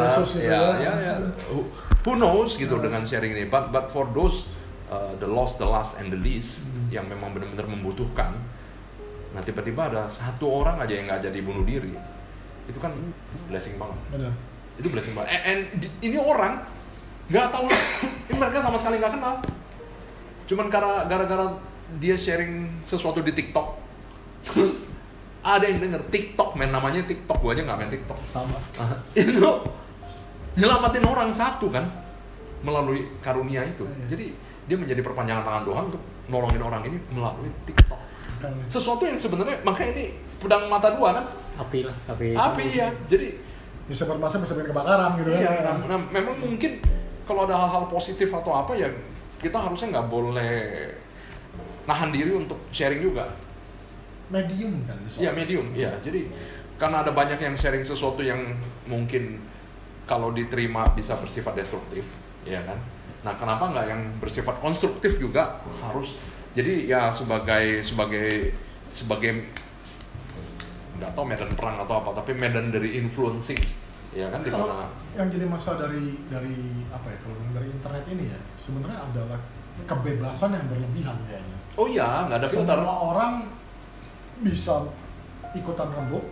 Ya ya ya. Who, who knows gitu yeah. dengan sharing ini. But but for those uh, the lost, the last, and the least hmm. yang memang benar-benar membutuhkan. Nah tiba-tiba ada satu orang aja yang nggak jadi bunuh diri, itu kan blessing banget. Benar. Itu blessing banget. And, and ini orang nggak tahu, ini mereka sama sekali nggak kenal. Cuman karena gara-gara dia sharing sesuatu di TikTok, terus ada yang denger TikTok, main namanya TikTok, gua aja nggak main TikTok. Sama. Itu nyelamatin orang satu kan melalui karunia itu. Ya. Jadi dia menjadi perpanjangan tangan Tuhan untuk nolongin orang ini melalui TikTok. Sesuatu yang sebenarnya makanya ini pedang mata dua kan, api lah api api ya, jadi bisa bermasa bisa bikin kebakaran gitu iya, kan. nah, nah, memang mungkin kalau ada hal-hal positif atau apa ya kita harusnya nggak boleh nahan diri untuk sharing juga. Medium kan? Iya medium, iya. Jadi karena ada banyak yang sharing sesuatu yang mungkin kalau diterima bisa bersifat destruktif, ya kan? Nah kenapa nggak yang bersifat konstruktif juga harus? Jadi ya sebagai sebagai sebagai nggak tahu medan perang atau apa, tapi medan dari influencing, ya kan? Di mana yang jadi masalah dari dari apa ya kalau dari internet ini ya sebenarnya adalah kebebasan yang berlebihan kayaknya. Oh iya, nggak ada filter. Semua orang bisa ikutan rembuk,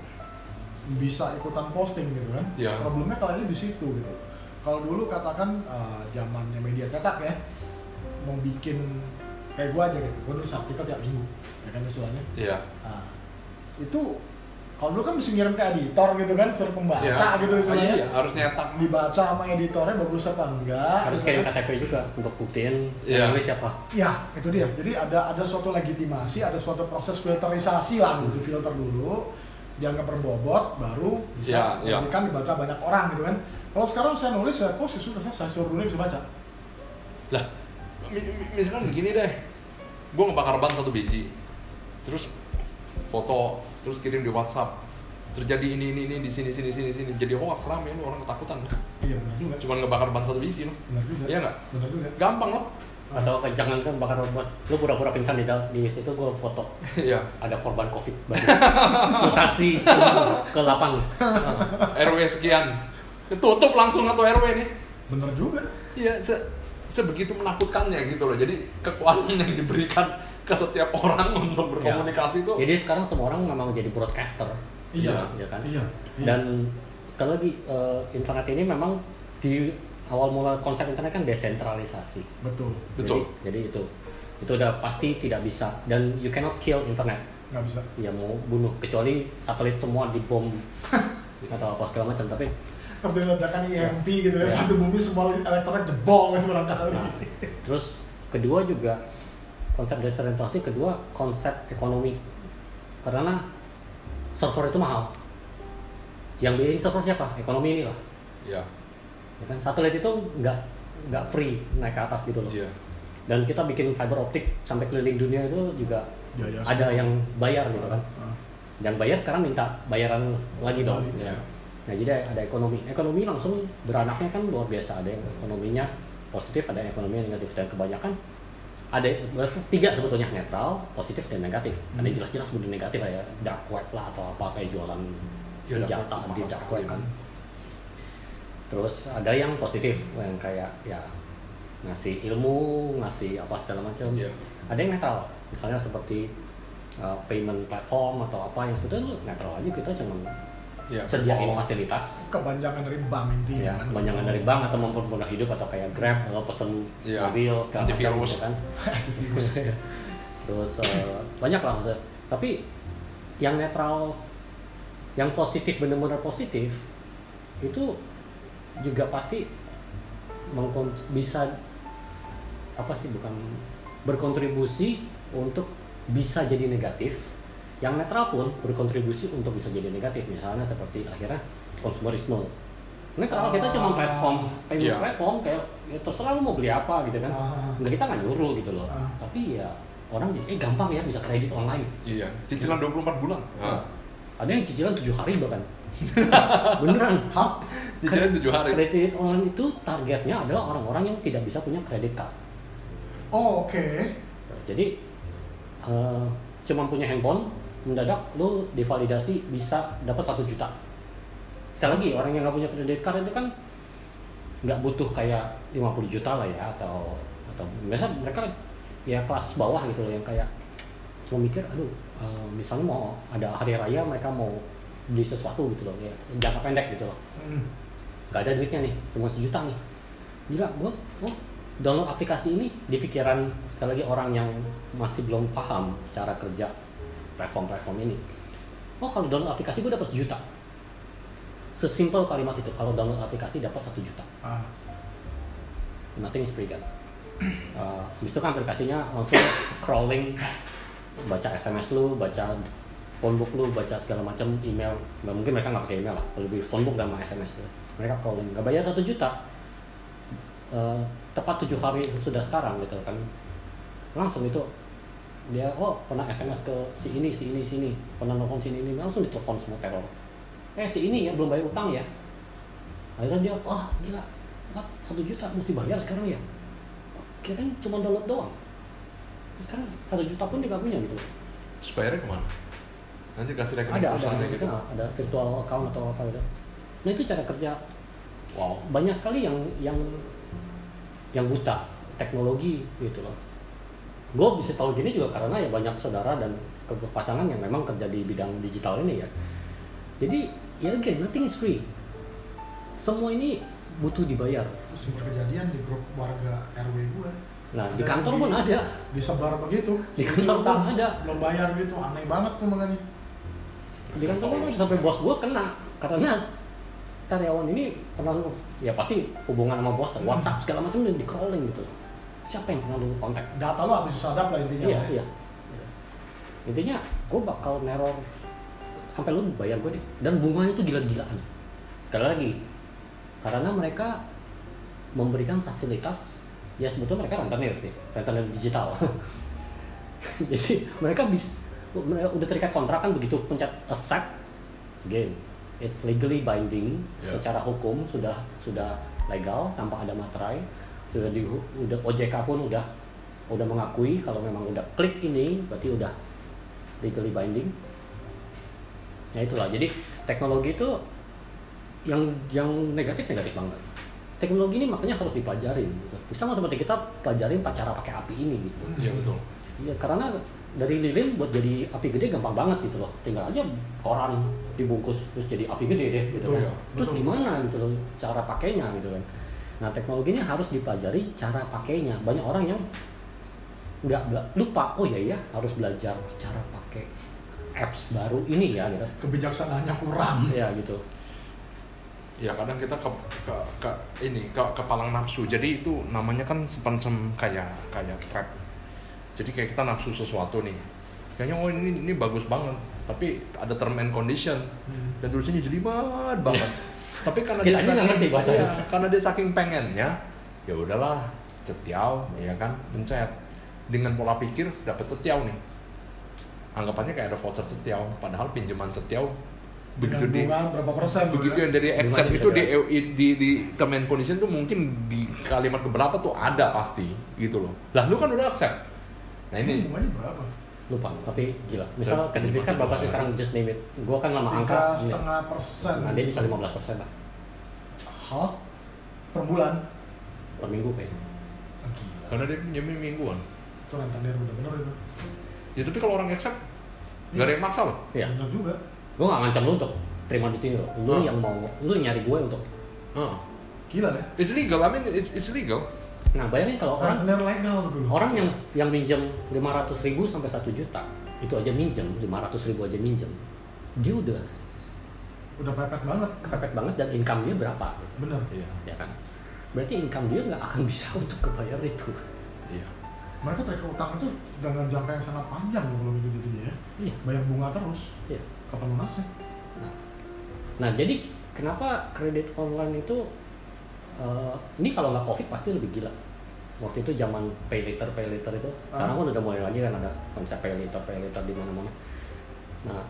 bisa ikutan posting gitu kan. Ya. Problemnya kali ini di situ gitu. Kalau dulu katakan uh, zamannya media cetak ya, mau bikin kayak gue aja gitu, gue nulis artikel tiap minggu, ya kan istilahnya. Iya. Nah, itu kalau dulu kan mesti ngirim ke editor gitu kan, suruh pembaca ya. gitu istilahnya. Oh, iya, harus nyetak. Dibaca sama editornya bagus apa enggak. Harus gitu kirim kan. K T P juga untuk buktiin ya. nulis siapa. Ya, itu dia. Jadi ada ada suatu legitimasi, ada suatu proses filterisasi lah gitu, filter dulu, dianggap berbobot, baru bisa ya, diberikan ya. dibaca banyak orang gitu kan. Kalau sekarang saya nulis, saya post, ya sudah saya suruh dulu bisa baca. Lah, misalkan begini deh, gue ngebakar ban satu biji, terus foto, terus kirim di WhatsApp, terjadi ini ini ini di sini sini sini sini, jadi hoax rame lu, orang ketakutan. Iya benar juga. Cuman ngebakar ban satu biji lu. Benar juga. Iya nggak? Benar juga. Gampang loh. Atau jangan kan bakar obat, lu pura-pura pingsan di dalam di situ gue foto. Iya. Ada korban COVID baru. Mutasi ke delapan. R W sekian. Tutup langsung atau R W nih. Benar juga. Iya, se sebegitu menakutkannya gitu loh. Jadi kekuatan yang diberikan ke setiap orang untuk berkomunikasi itu. Ya. Jadi sekarang semua orang memang jadi broadcaster. Iya, ya kan? Iya. iya. Dan sekali lagi uh, internet ini memang di awal mula konsep internet kan desentralisasi. Betul. Betul. Jadi, jadi itu itu udah pasti tidak bisa, dan you cannot kill internet. Nggak bisa. Ya mau bunuh, kecuali satelit semua dibom atau apa segala macam, tapi Terus diledakan I M P gitu ya, ya. satu bumi semua elektronik jebol kan barangkali. Nah, terus kedua juga konsep desentralisasi, kedua konsep ekonomi, karena server itu mahal. Yang biayain server siapa? Ekonomi ini lah. Iya. Ya kan satelit itu nggak nggak free naik ke atas gitu loh. Iya. Dan kita bikin fiber optik sampai keliling dunia itu juga Ya, ya, ada yang bayar gitu kan. Uh, uh. Dan bayar sekarang minta bayaran lagi dong. Iya. Nah jadi ada ekonomi, ekonomi langsung beranaknya kan luar biasa. Ada yang ekonominya positif, ada yang ekonominya negatif, dan kebanyakan ada tiga sebetulnya, netral, positif, dan negatif. Ada yang jelas-jelas sebetulnya negatif ya, dark web lah atau apa, kayak jualan Ya, senjata dark web di mahal dark sekali, web kan. kan. Terus ada yang positif, yang kayak ya ngasih ilmu, ngasih apa segala macam. Iya. Ada yang netral, misalnya seperti uh, payment platform atau apa yang sebetulnya netral aja, kita cuma Iya. sediain Oh. fasilitas. Kebanyakan dari bank intinya Ya, kan. kebanyakan dari bank atau mempermudah hidup, atau kayak Grab atau pesen Iya. mobil segala macam Antivirus. gitu kan. Antivirus. Terus uh, banyak lah maksudnya. Tapi yang netral, yang positif, benar-benar positif itu juga pasti mengkont- bisa apa sih, bukan berkontribusi untuk bisa jadi negatif. Yang netral pun berkontribusi untuk bisa jadi negatif, misalnya seperti akhirnya konsumerisme. Netral kita cuma platform, payment Iya. platform, kayak ya terserah lu mau beli apa gitu kan. Ah. Nggak, kita nggak nyuruh gitu loh. Ah. Tapi ya orang jadi, eh gampang ya bisa kredit online. Iya. Cicilan dua puluh empat bulan. Nah. Ada yang cicilan tujuh hari bahkan. Beneran. Hah? Cicilan tujuh hari. Kredit online itu targetnya adalah orang-orang yang tidak bisa punya kredit card. Oh, oke. Okay. Jadi uh, cuma punya handphone, mendadak lu divalidasi bisa dapat satu juta. Sekali lagi orang yang nggak punya kredit card itu kan nggak butuh kayak lima puluh juta lah ya, atau atau biasa mereka ya kelas bawah gitu loh yang kayak cuma mikir, aduh uh, misalnya mau ada hari raya mereka mau beli sesuatu gitu loh ya, jangka pendek gitu loh. Hmm. Nggak ada duitnya nih, cuma sejuta nih. Gila, gua oh download aplikasi ini. Di pikiran sekali lagi orang yang masih belum paham cara kerja platform-platform ini. Oh kalau download aplikasi gue dapat sejuta. Sesimpel kalimat itu, kalau download aplikasi dapat satu juta. Ah. Nothing is free kan. Uh, habis itu kan aplikasinya langsung crawling, baca S M S lu, baca phonebook lu, baca segala macam email. Nggak mungkin mereka nggak pakai email lah, lebih phonebook dan S M S. Mereka crawling, nggak bayar satu juta. Uh, tepat tujuh hari sesudah sekarang gitu kan, langsung itu dia oh pernah S M S ke si ini si ini sini, pernah nelfon sini ini, langsung ditelepon semua teror. Eh si ini ya belum bayar utang ya. Akhirnya dia oh gila, satu juta mesti bayar sekarang ya. Kirain cuma download doang. Sekarang satu juta pun dia nggak punya gitu. Terus bayarnya kemana? Nanti kasih rekening Ada perusahaannya ada gitu. nah, ada virtual account atau apa gitu. Nah itu cara kerja. Wow, banyak sekali yang yang yang buta teknologi gitu loh. Gue bisa tahu gini juga karena ya banyak saudara dan pasangan yang memang kerja di bidang digital ini ya. Jadi ya again, nothing is free. Semua ini butuh dibayar. Sumber kejadian di grup warga R W gue. Nah di kantor pun ada. Disebar begitu. Di kantor pun ada. Belum bayar gitu, aneh banget tuh makanya. Di kantor pun ada, sampai bos gue kena karena karyawan ini pernah ya pasti hubungan sama bos, WhatsApp segala macam di crawling gitu. Siapa yang pernah lu kontak? Data lo habis disadap lah intinya. Iya, lah. iya. Intinya gue bakal neror sampai lu bayar gue deh. Dan bunganya itu gila-gilaan. Sekali lagi, karena mereka memberikan fasilitas, ya sebetulnya mereka rentenir sih, rentenir digital. Jadi mereka bisa, mereka udah terikat kontrak kan begitu pencet accept, again, it's legally binding, Yeah. secara hukum sudah sudah legal tanpa ada materai. Sudah di udah O J K pun udah udah mengakui kalau memang udah klik ini berarti udah legally binding. Ya itulah. Jadi teknologi itu yang yang negatif negatif banget. Teknologi ini makanya harus dipelajarin gitu. Sama seperti kita pelajarin cara pakai api ini gitu. Iya betul. Ya karena dari lilin buat jadi api gede gampang banget gitu loh. Tinggal aja koran dibungkus terus jadi api gede deh gitu Betul, kan. ya. Terus Betul. gimana gitu loh cara pakainya gitu kan. Nah teknologinya harus dipelajari cara pakainya. Banyak orang yang nggak bela- lupa, oh ya ya harus belajar cara pakai apps baru ini ya gitu. Kebijaksanaannya kurang. Ya gitu. Ya kadang kita ke, ke, ke ini ke kepalang nafsu. Jadi itu namanya kan semacam kayak kayak trap. Jadi kayak kita nafsu sesuatu nih. Kayaknya oh ini ini bagus banget. Tapi ada term and condition dan tulisannya jelimet banget. Tapi karena dia Kita aja nggak ngerti saking, bahasanya. iya, karena dia saking pengennya, ya udahlah cetiau, ya kan, pencet. Dengan pola pikir dapat cetiau nih. Anggapannya kayak ada voucher cetiau, padahal pinjaman cetiau begitu di Bunga berapa persen? begitu Bro, ya? yang dari accept Bunganya itu di, beda-beda. di di di term and condition tuh mungkin di kalimat keberapa tuh ada pasti gitu loh. Lah lu kan udah accept. Nah ini Bunganya berapa? Lupa, tapi gila. Misal Dan- kredit card berapa sih sekarang just name it. Gua kan lama Tiga angka. ini. setengah persen. Nah dia bisa lima belas persen lah Hah? Per bulan? per minggu kayaknya. Ah, Gila. karena dia pinjamin mingguan. Itu rentenir bener-bener itu. Ya tapi kalau orang accept nggak ada yang maksa loh. Iya. Bener juga. Gue gak ngancam lu untuk terima duit ini loh. Lu Hmm. yang mau, lu yang nyari gue untuk. Heeh. Gila ya. It's legal, I mean it's, it's legal. Nah bayangin kalau orang Rentenir legal tuh dulu. orang yang yang minjem lima ratus ribu sampai satu juta itu aja minjem, lima ratus ribu aja minjem, dia udah Udah pepet banget. kepepet banget dan income dia berapa gitu. Bener. Iya. Ya kan? Berarti income dia nggak akan bisa untuk kebayar itu. Iya. Mereka tarik utang itu dengan jangka yang sangat panjang loh kalau begitu jadinya ya. Iya. Bayar bunga terus. Iya. Kapan lunasnya? Nah, nah jadi kenapa kredit online itu uh, ini kalau nggak covid pasti lebih gila. Waktu itu zaman pay later pay later itu, sekarang Ah. pun udah mulai lagi kan ada konsep pay later pay later di mana-mana. Nah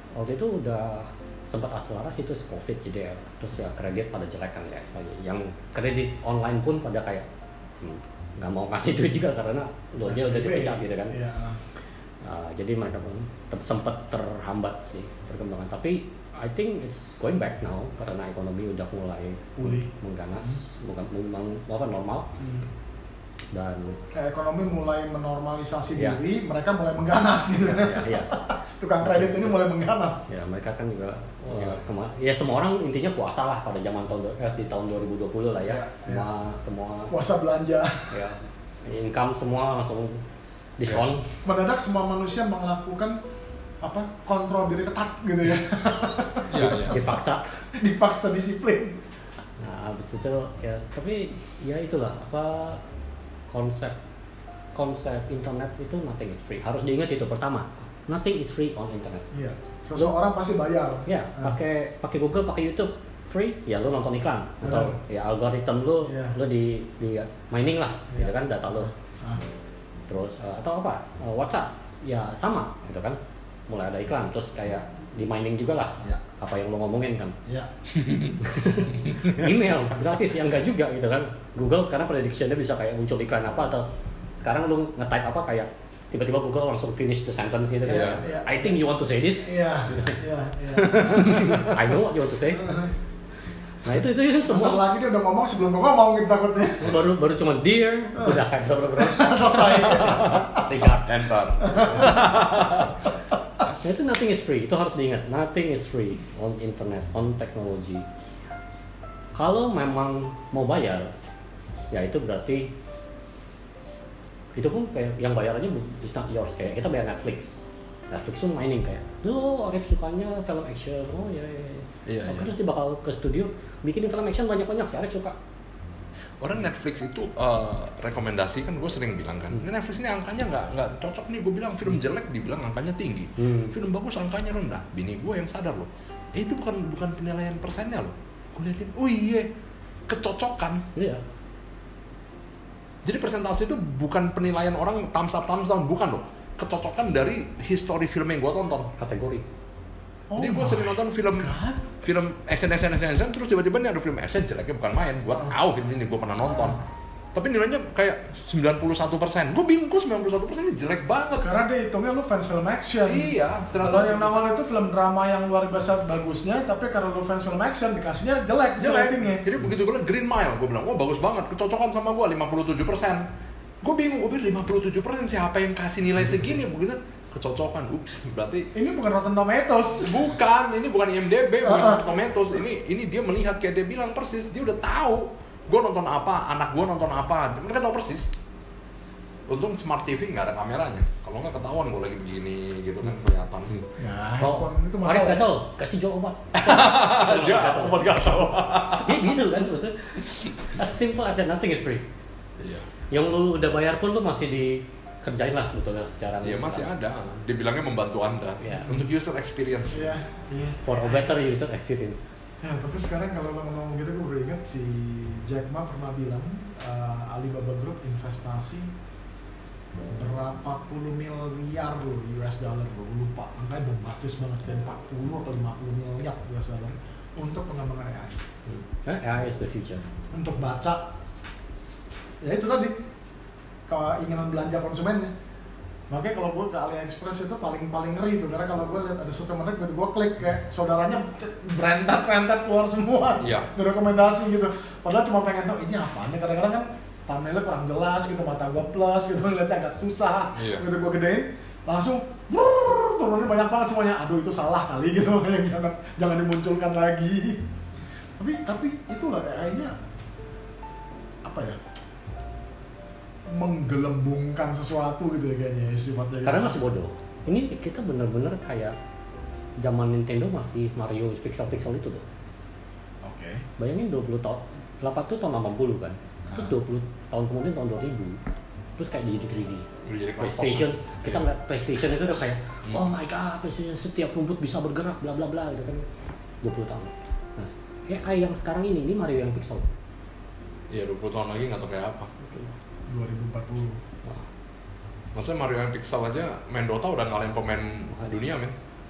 waktu itu udah sempat akselerasi itu COVID jadi ya, terus ya kredit pada jelek kan ya, yang kredit online pun pada kayak nggak hmm, mau kasih duit juga karena lo aja udah dipecat gitu kan. Iya. Uh, jadi mereka pun sempat terhambat sih perkembangan, tapi I think it's going back now karena ekonomi udah mulai pulih, mengganas, hmm. bukan memang apa normal. Hmm. Dan ekonomi mulai menormalisasi ya. diri, mereka mulai mengganas gitu. Ya, ya. Tukang kredit ini mulai mengganas. Ya, mereka kan juga oh, ya, kema- ya semua orang intinya puasa lah pada zaman tahun eh, di tahun dua ribu dua puluh lah ya. ya semua ya. semua puasa belanja. Ya. Income semua langsung diskon. Mendadak semua manusia melakukan apa? Kontrol diri ketat gitu ya. Ya, ya. Dipaksa. Dipaksa disiplin. Nah, habis itu ya tapi ya itulah apa konsep konsep internet itu nothing is free. Harus diingat itu pertama. Nothing is free on internet. Iya. Seseorang pasti bayar. Ya, nah. pakai pakai Google, pakai YouTube free, ya lu nonton iklan atau Benar. ya algoritma lu yeah. lu di di mining lah, yeah. gitu kan data lu. Ah. Terus uh, atau apa? Uh, WhatsApp ya sama, gitu kan. Mulai ada iklan terus kayak di mining juga lah. Yeah. Apa yang lu ngomongin kan. Iya. Yeah. Email gratis ya enggak juga gitu kan. Google sekarang prediction-nya bisa kayak muncul iklan apa atau sekarang lu nge-type apa kayak tiba-tiba Google langsung finish the sentence gitu kan. Yeah, yeah. I think you want to say this. Iya. Iya, iya. I know what you want to say. Nah itu itu, itu semua. Bentar lagi dia udah ngomong sebelum gua ngomong gitu takutnya. Baru baru cuma dear, udah kayak berapa selesai. Tiga. Enter. Nah itu nothing is free. Itu harus diingat. Nothing is free on internet, on technology. Kalau memang mau bayar, ya itu berarti itu pun kayak yang bayarannya is not yours, kayak kita bayar Netflix. Netflix tuh mining kayak, oh Arif sukanya film action, oh ya ya. Iya, oh, iya. Terus dia bakal ke studio bikin film action banyak-banyak, si Arif suka. Orang Netflix itu uh, rekomendasi kan gue sering bilang kan, hmm. Netflix ini angkanya nggak nggak cocok nih, gue bilang film jelek dibilang angkanya tinggi, hmm. film bagus angkanya rendah. Bini gue yang sadar loh, eh itu bukan bukan penilaian persennya loh. Gue liatin, oh iya, kecocokan. Iya. Jadi presentasi itu bukan penilaian orang thumbs up thumbs down, bukan loh. Kecocokan dari history film yang gue tonton. Kategori. Oh Jadi gue sering nonton film God. film action action action action terus tiba-tiba nih ada film action jeleknya bukan main. Gue tahu film ini gue pernah nonton. Tapi nilainya kayak sembilan puluh satu persen. Gue bingung kok sembilan puluh satu persen ini jelek banget. Karena dia hitungnya lu fans film action. Iya. Kalau yang nongol itu film drama yang luar biasa bagusnya, tapi karena lu fans film action dikasihnya jelek. Jelek. Jadi begitu gue liat Green Mile, gue bilang, wah bagus banget, kecocokan sama gue lima puluh tujuh persen. Gue bingung, gue bilang lima puluh tujuh persen siapa yang kasih nilai segini? Begitu kecocokan, ups, berarti ini bukan Rotten Tomatoes. Bukan, ini bukan I M D B, bukan uh-uh. Rotten Tomatoes. Ini ini dia melihat kayak dia bilang persis, dia udah tahu gue nonton apa, anak gue nonton apa, mereka tahu persis. Untung smart T V nggak ada kameranya, kalau nggak ketahuan gue lagi begini gitu kan kelihatan. Nah, oh, handphone itu masalah. Arif gatel, kasih Jo obat. Dia obat gatel. Gitu kan sebetulnya. As simple as that, nothing is free. Iya. Yang lu udah bayar pun lu masih dikerjain lah sebetulnya secara. Iya masih ada. Dibilangnya membantu Anda ya. Untuk user experience. Iya. Iya. For a better user experience. Ya, tapi sekarang kalau lo ngomong gitu gue baru ingat si Jack Ma pernah bilang uh, Alibaba Group investasi berapa puluh miliar loh U S dollar, gue lupa angkanya bombastis banget, kayak empat puluh atau lima puluh miliar U S dollar untuk pengembangan A I. Hmm. A I is the future. Untuk baca, ya itu tadi keinginan belanja konsumennya. Makanya kalau gue ke AliExpress itu paling paling ngeri itu, karena kalau gue lihat ada sesuatu menarik, gue klik kayak saudaranya branded branded keluar semua, iya. Rekomendasi gitu. Padahal cuma pengen tahu ini apaan. Kadang-kadang kan thumbnailnya kurang jelas gitu, mata gue plus gitu, ngeliatnya agak susah. Iya. Gitu gue gedein, langsung brrr, turunnya banyak banget semuanya. Aduh itu salah kali gitu, jangan jangan dimunculkan lagi. Tapi tapi itulah A I-nya apa ya? Menggelembungkan sesuatu gitu ya kayaknya sifatnya. Karena masih bodoh. Ini kita benar-benar kayak zaman Nintendo masih Mario pixel-pixel itu tuh. Oke. Okay. Bayangin dua puluh tahun, delapan tuh tahun delapan puluh kan. Terus dua puluh tahun kemudian tahun dua ribu. Terus kayak di tiga D. Jadi PlayStation, kita ngeliat PlayStation itu udah kayak oh my god, PlayStation setiap rumput bisa bergerak bla bla bla gitu kan. dua puluh tahun. Nah, A I yang sekarang ini ini Mario yang pixel. Iya, dua puluh tahun lagi nggak tahu kayak apa. dua ribu empat puluh. Wah. Maksudnya Mario yang pixel aja main Dota udah ngalahin pemain dunia men.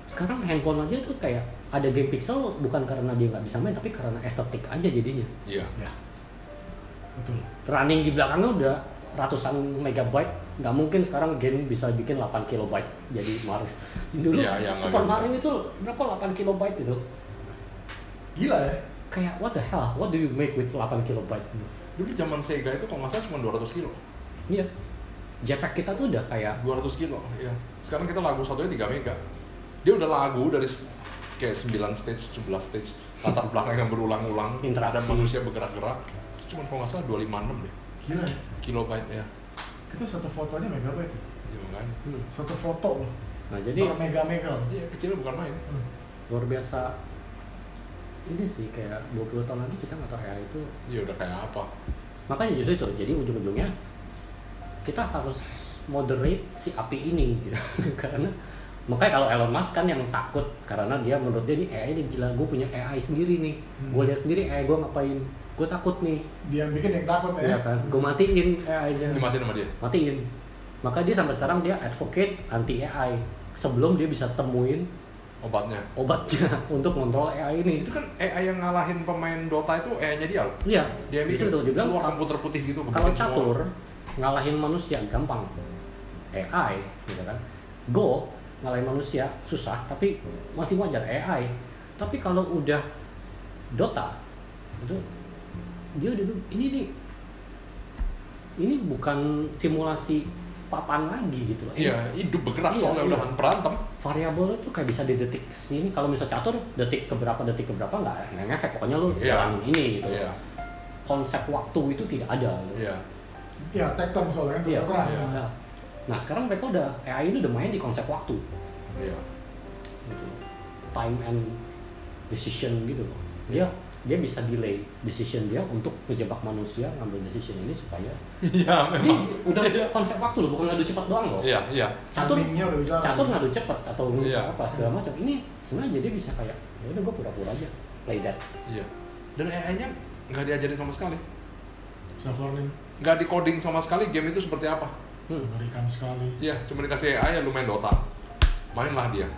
Sekarang handphone aja tuh kayak ada game pixel bukan karena dia nggak bisa main tapi karena estetik aja jadinya. Iya. Ya. Betul. Running di belakangnya udah ratusan megabyte, nggak mungkin sekarang game bisa bikin delapan kilobyte jadi Mario. Dulu Iya, iya, nggak Super bisa. Mario itu berapa delapan kilobyte itu? Gila ya. Kayak what the hell? What do you make with delapan kilobyte? Dulu zaman Sega itu kalau nggak salah cuma dua ratus kilo. Iya. Jetpack kita tuh udah kayak dua ratus kilo, ya. Sekarang kita lagu satunya tiga mega. Dia udah lagu dari s- kayak sembilan stage, sebelas stage, latar belakang yang berulang-ulang, Interaksi. ada manusia bergerak-gerak. Cuma kalau nggak salah dua ratus lima puluh enam deh, Gila ya. kilobyte ya. Kita satu fotonya megabyte. Iya makanya. hmm. Satu foto loh. Nah jadi Per mega-mega. Iya, kecilnya bukan main. Hmm. luar biasa. Ini sih kayak dua puluh tahun lagi kita nggak tahu A I itu. Iya udah kayak apa? Makanya justru itu. Jadi ujung-ujungnya kita harus moderate si api ini gitu. Karena makanya kalau Elon Musk kan yang takut karena dia menurut dia nih A I ini gila, gue punya A I sendiri nih. Hmm. Gue lihat sendiri A I gue ngapain. Gue takut nih. Dia yang bikin yang takut ya. Iya kan? Gue matiin A I-nya. Dimatiin sama dia. Matiin. Maka dia sampai sekarang dia advocate anti A I sebelum dia bisa temuin Obatnya. obatnya untuk kontrol A I ini. Itu kan A I yang ngalahin pemain Dota itu A I-nya dia loh. Iya. Dia itu bikin tuh dia bilang keluar kalau komputer putih gitu. kalau bikin semua. catur ngalahin manusia gampang. A I gitu kan. Go ngalahin manusia susah tapi masih wajar A I. Tapi kalau udah Dota itu dia udah ini nih ini bukan simulasi papan lagi gitu loh. Iya, hidup bergerak Iya, soalnya iya. udah berantem. Variabel itu kayak bisa didetik sini. Kalau misal catur detik keberapa detik keberapa nggak nggak ngefek. Pokoknya lu Iya. jalanin ini gitu. Iya, Konsep waktu itu tidak ada. Gitu. iya. Ya, tekton soalnya itu Iya. kurang. Iya. Nah, nah sekarang mereka udah A I ini udah main di konsep waktu. Iya. Gitu. Time and decision gitu loh. Dia Iya. dia bisa delay decision dia untuk ngejebak manusia ngambil decision ini supaya Iya, ini memang. udah konsep waktu loh, bukan ngadu cepat doang loh. Iya, iya. Catur Timingnya udah bicara. catur ngadu cepat atau Iya. apa segala macam. Ini sebenarnya jadi bisa kayak ya udah gue pura-pura aja play that. Iya. Dan A I-nya nggak diajarin sama sekali. Self learning. Nggak di coding sama sekali game itu seperti apa. Hmm. Mengerikan sekali. Iya, cuma dikasih A I ya lu main Dota. Mainlah dia.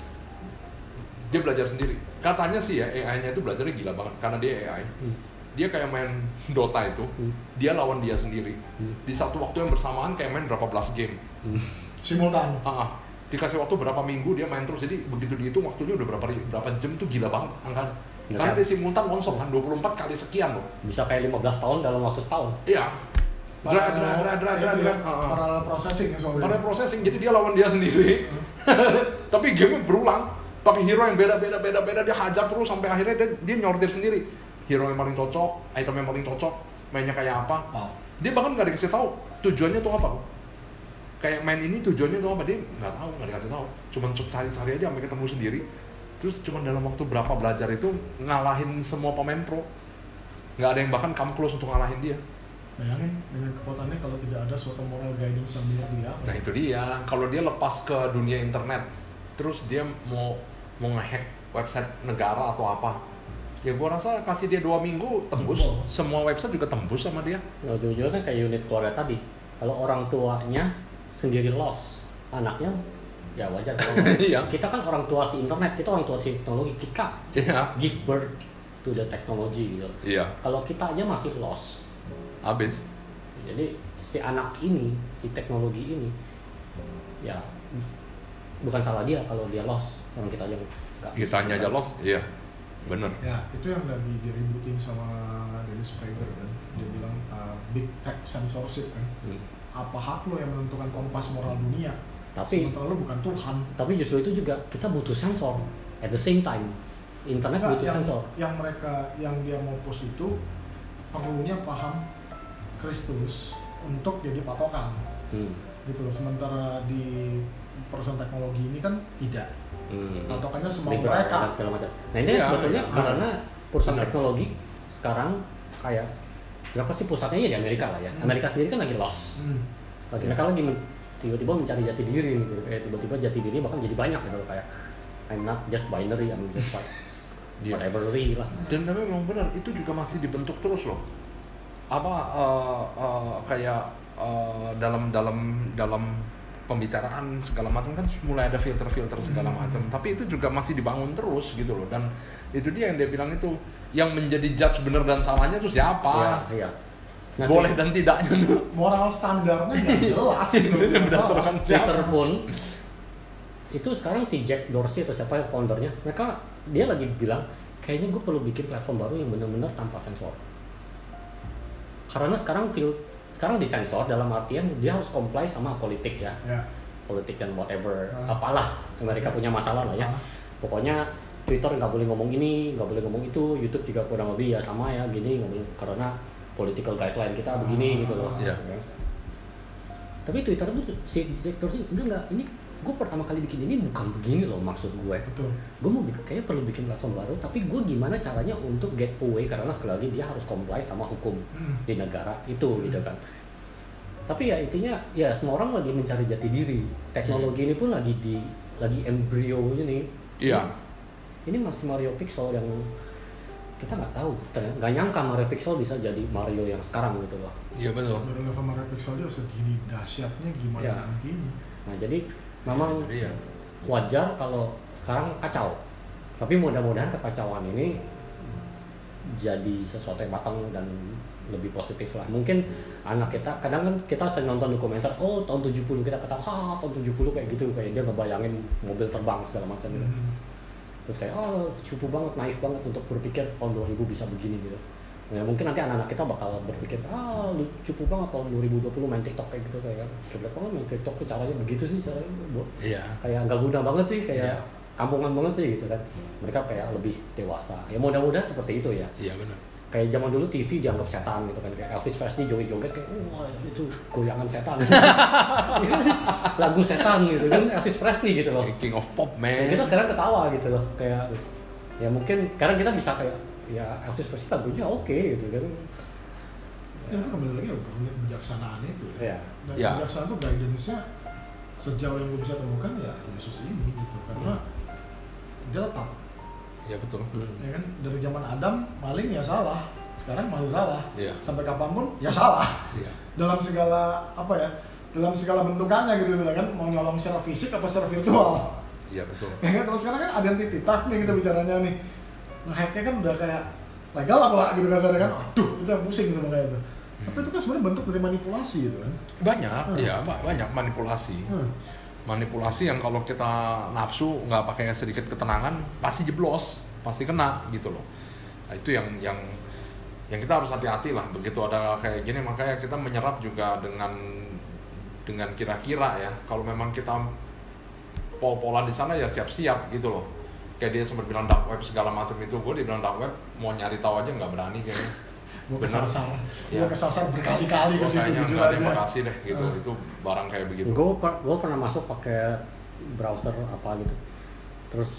Dia belajar sendiri. Katanya sih ya A I-nya itu belajarnya gila banget karena dia A I. Hmm. Dia kayak main Dota itu, Hmm. dia lawan dia sendiri. Hmm. Di satu waktu yang bersamaan kayak main berapa belas game. Hmm. Simultan. Ah, ah. Dikasih waktu berapa minggu dia main terus. Jadi begitu dihitung waktunya udah berapa berapa jam tuh gila banget angkanya. Ya Karena kan? dia simultan nonstop kan dua puluh empat kali sekian loh. Bisa kayak lima belas tahun dalam waktu setahun. Iya. Dra dra dra dra dra dra. Ah, ah. Parallel processing soalnya. Karena processing, jadi dia lawan dia sendiri. Tapi game berulang. Pakai hero yang beda-beda beda-beda dia hajar terus sampai akhirnya dia, dia nyortir sendiri. Hero yang paling cocok, item yang paling cocok, mainnya kayak apa. Wow. Dia bahkan nggak dikasih tahu tujuannya tuh apa. Kayak main ini tujuannya tuh apa, dia nggak tahu, nggak dikasih tahu. Cuman cari-cari aja sampai ketemu sendiri. Terus cuman dalam waktu berapa belajar itu ngalahin semua pemain pro. Nggak ada yang bahkan come close untuk ngalahin dia. Bayangin dengan kekuatannya kalau tidak ada suatu moral guidance yang benar dia apa. Nah itu dia, kalau dia lepas ke dunia internet, terus dia mau mau ngehack website negara atau apa, ya gua rasa kasih dia dua minggu tembus, Oh. semua website juga tembus sama dia. Nah, ujung-ujungnya kan kayak unit keluarga tadi. Kalau orang tuanya sendiri lost, anaknya ya wajar. Kalau Iya. kita kan orang tua si internet, kita orang tua si teknologi, kita Iya, give birth to the technology gitu. iya, Kalau kita aja masih lost, habis. jadi si anak ini, si teknologi ini, ya bukan salah dia kalau dia lost, orang kita aja nggak. Kitanya aja lost, iya, bener. Ya, itu yang lagi diributin sama Dennis Prager kan. Dia bilang uh, big tech censorship kan. Hmm. Apa hak lo yang menentukan kompas moral dunia? Tapi Sementara lo bukan Tuhan. tapi justru itu juga kita butuh sensor. At the same time, internet Enggak, butuh yang, sensor. yang mereka yang dia mau post itu perlunya paham Kristus untuk jadi patokan Hmm. gitu loh. Sementara di perusahaan teknologi ini kan tidak. Hmm. Patokannya semua Liberal mereka. dan segala macam. Nah ini Iya, sebetulnya iya. karena perusahaan Benar. teknologi sekarang kayak berapa sih pusatnya ya di Amerika lah ya. Hmm. Amerika sendiri kan lagi lost. Hmm. Lagi mereka lagi men- tiba-tiba mencari jati diri gitu. Kayak tiba-tiba jati diri bahkan jadi banyak gitu kayak I'm not just binary, I'm just like Iya. whatever lah. Dan tapi memang benar, itu juga masih dibentuk terus loh. Apa uh, uh, kayak uh, dalam dalam dalam pembicaraan segala macam kan mulai ada filter-filter segala macam, tapi itu juga masih dibangun terus gitu loh. Dan itu dia yang dia bilang itu, yang menjadi judge benar dan salahnya tuh siapa, ya, iya. Nanti, boleh dan tidaknya tuh moral standarnya nggak jelas gitu. Berdasarkan Twitter siapa pun itu sekarang si Jack Dorsey atau siapa yang foundernya, mereka dia lagi bilang kayaknya gue perlu bikin platform baru yang benar-benar tanpa sensor, karena sekarang feel sekarang disensor dalam artian dia harus comply sama politik ya, ya. politik dan whatever, uh. apalah Amerika punya masalah lah ya. Uh. Pokoknya Twitter nggak boleh ngomong ini, nggak boleh ngomong itu, YouTube juga kurang lebih ya sama ya gini, nggak boleh karena political guideline kita begini uh. gitu loh. Yeah. Ya. Tapi Twitter itu si Jack Dorsey enggak enggak ini gue pertama kali bikin ini bukan begini loh maksud gue. Betul. Gue mau bikin, kayaknya perlu bikin platform baru, tapi gue gimana caranya untuk get away karena sekali lagi dia harus comply sama hukum hmm. di negara itu hmm. gitu kan. Tapi ya intinya ya semua orang lagi mencari jati diri. Teknologi hmm. ini pun lagi di lagi embrio ini. Iya. Ini masih Mario Pixel yang kita nggak tahu, nggak nyangka Mario Pixel bisa jadi Mario yang sekarang gitu loh. Iya betul. Dari level Mario Pixel dia segini dahsyatnya gimana ya. nantinya. Nah jadi memang ya, wajar kalau sekarang kacau, tapi mudah-mudahan kekacauan ini jadi sesuatu yang matang dan lebih positif lah. Mungkin anak kita, kadang kan kita sering nonton dokumenter, oh tahun tujuh puluh kita ketawa, ah tahun tujuh puluh kayak gitu, kayak dia ngebayangin mobil terbang segala macam gitu. Hmm. Terus kayak oh cupu banget, naif banget untuk berpikir tahun dua ribu bisa begini gitu. Ya mungkin nanti anak-anak kita bakal berpikir, ah lu cupu banget tahun dua ribu dua puluh main TikTok kayak gitu, kayak coba banget main TikTok caranya begitu sih caranya, iya. Kayak nggak guna banget sih, kayak iya. kampungan banget sih gitu kan. Mereka kayak lebih dewasa. Ya mudah-mudahan seperti itu ya. Iya benar. Kayak zaman dulu T V dianggap setan gitu kan, kayak Elvis Presley joget-joget kayak wah itu goyangan setan. Lagu setan gitu kan, Elvis Presley gitu loh. King of Pop man. Ya, kita sekarang ketawa gitu loh, kayak ya mungkin sekarang kita bisa kayak ya Elvis Presley lagunya oke okay, gitu kan. Ya kan kembali lagi untuk kebijaksanaan itu ya. Ya. Dan ya. kebijaksanaan itu guidance-nya sejauh yang gue bisa temukan ya Yesus ini gitu, karena hmm. dia tetap. Ya betul. Hmm. Ya kan dari zaman Adam maling ya salah, sekarang masih salah. Ya. Sampai kapanpun ya salah. Ya. Dalam segala apa ya? Dalam segala bentukannya gitu kan, mau nyolong secara fisik apa secara virtual. Iya betul. Ya kan kalau sekarang kan identity theft nih kita bicaranya nih. Nge-hacknya kan udah kayak legal apa gitu kasarnya kan, aduh itu yang pusing gitu makanya itu. Hmm. Tapi itu kan sebenarnya bentuk dari manipulasi gitu kan. Banyak, hmm. ya banyak manipulasi. Hmm. Manipulasi yang kalau kita nafsu nggak pakai sedikit ketenangan pasti jeblos, pasti kena gitu loh. Nah, itu yang yang yang kita harus hati-hati lah begitu ada kayak gini, makanya kita menyerap juga dengan dengan kira-kira ya. Kalau memang kita pol-polan di sana ya siap-siap gitu loh. Kayak dia sempat bilang dark web segala macam itu, gue dibilang dark web mau nyari tahu aja nggak berani kayaknya. Gue kesasar, ya. gue kesasar berkali-kali ke situ jujur aja. Terima kasih deh gitu, uh. itu barang kayak begitu. Gue gue pernah masuk pakai browser apa gitu, terus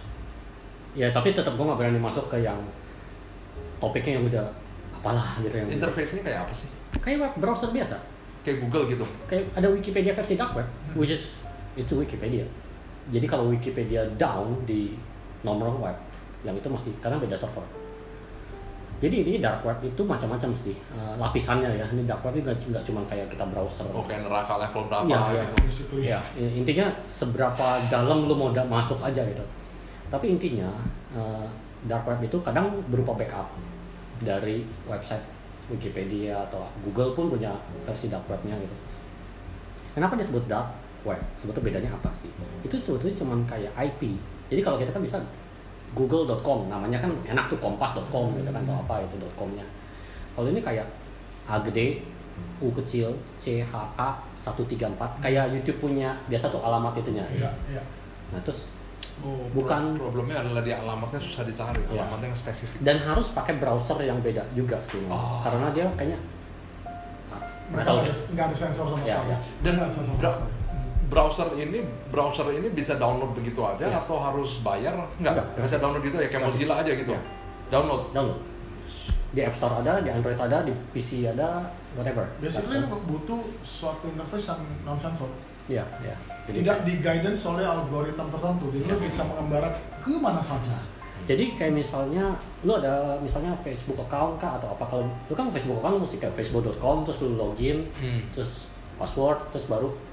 ya tapi tetap gue nggak berani masuk ke yang topiknya yang udah apalah gitu yang. Interface-nya kayak apa sih? Kayak web browser biasa. Kayak Google gitu. Kayak ada Wikipedia versi dark web, hmm. which is it's Wikipedia. Jadi kalau Wikipedia down di nomor web, yang itu masih karena beda server. Jadi ini dark web itu macam-macam sih uh, lapisannya ya. Ini dark web ini nggak cuma kayak kita browser. Oh kayak neraka level berapa ya, gitu. Ya, ya, intinya seberapa dalam lu mau da- masuk aja gitu. Tapi intinya uh, dark web itu kadang berupa backup dari website Wikipedia atau Google pun punya versi dark webnya gitu. Kenapa disebut dark web? Sebetulnya bedanya apa sih? Itu sebetulnya cuma kayak I P. Jadi kalau kita kan bisa google dot com, namanya kan enak tuh kompas dot com gitu kan, atau apa itu .com-nya. Kalau ini kayak A gede, U kecil, C H K seratus tiga puluh empat, kayak YouTube punya biasa tuh alamat itunya. Iya, iya. Nah, terus oh, bukan problemnya adalah di alamatnya susah dicari, ya. Alamatnya yang spesifik. Dan harus pakai browser yang beda juga sih. Oh. Karena dia kayaknya nggak ada, nggak ada sensor sama ya, sekali. Ya. Dan nggak ada sensor sama sekali. Browser ini browser ini bisa download begitu aja ya. Atau harus bayar? Enggak, Enggak bisa download gitu ya kayak Mozilla aja gitu. Ya. Download. Download. Di App Store ada, di Android ada, di P C ada, whatever. Basically lu butuh suatu interface yang non sensor. Iya, iya. Tidak di guidance oleh algoritma tertentu, jadi ya. Lu bisa mengembara ke mana saja. Jadi kayak misalnya lu ada misalnya Facebook account kah atau apa, kalau lu kan Facebook account lu mesti kayak facebook dot com terus lu login, hmm. terus password, terus baru plek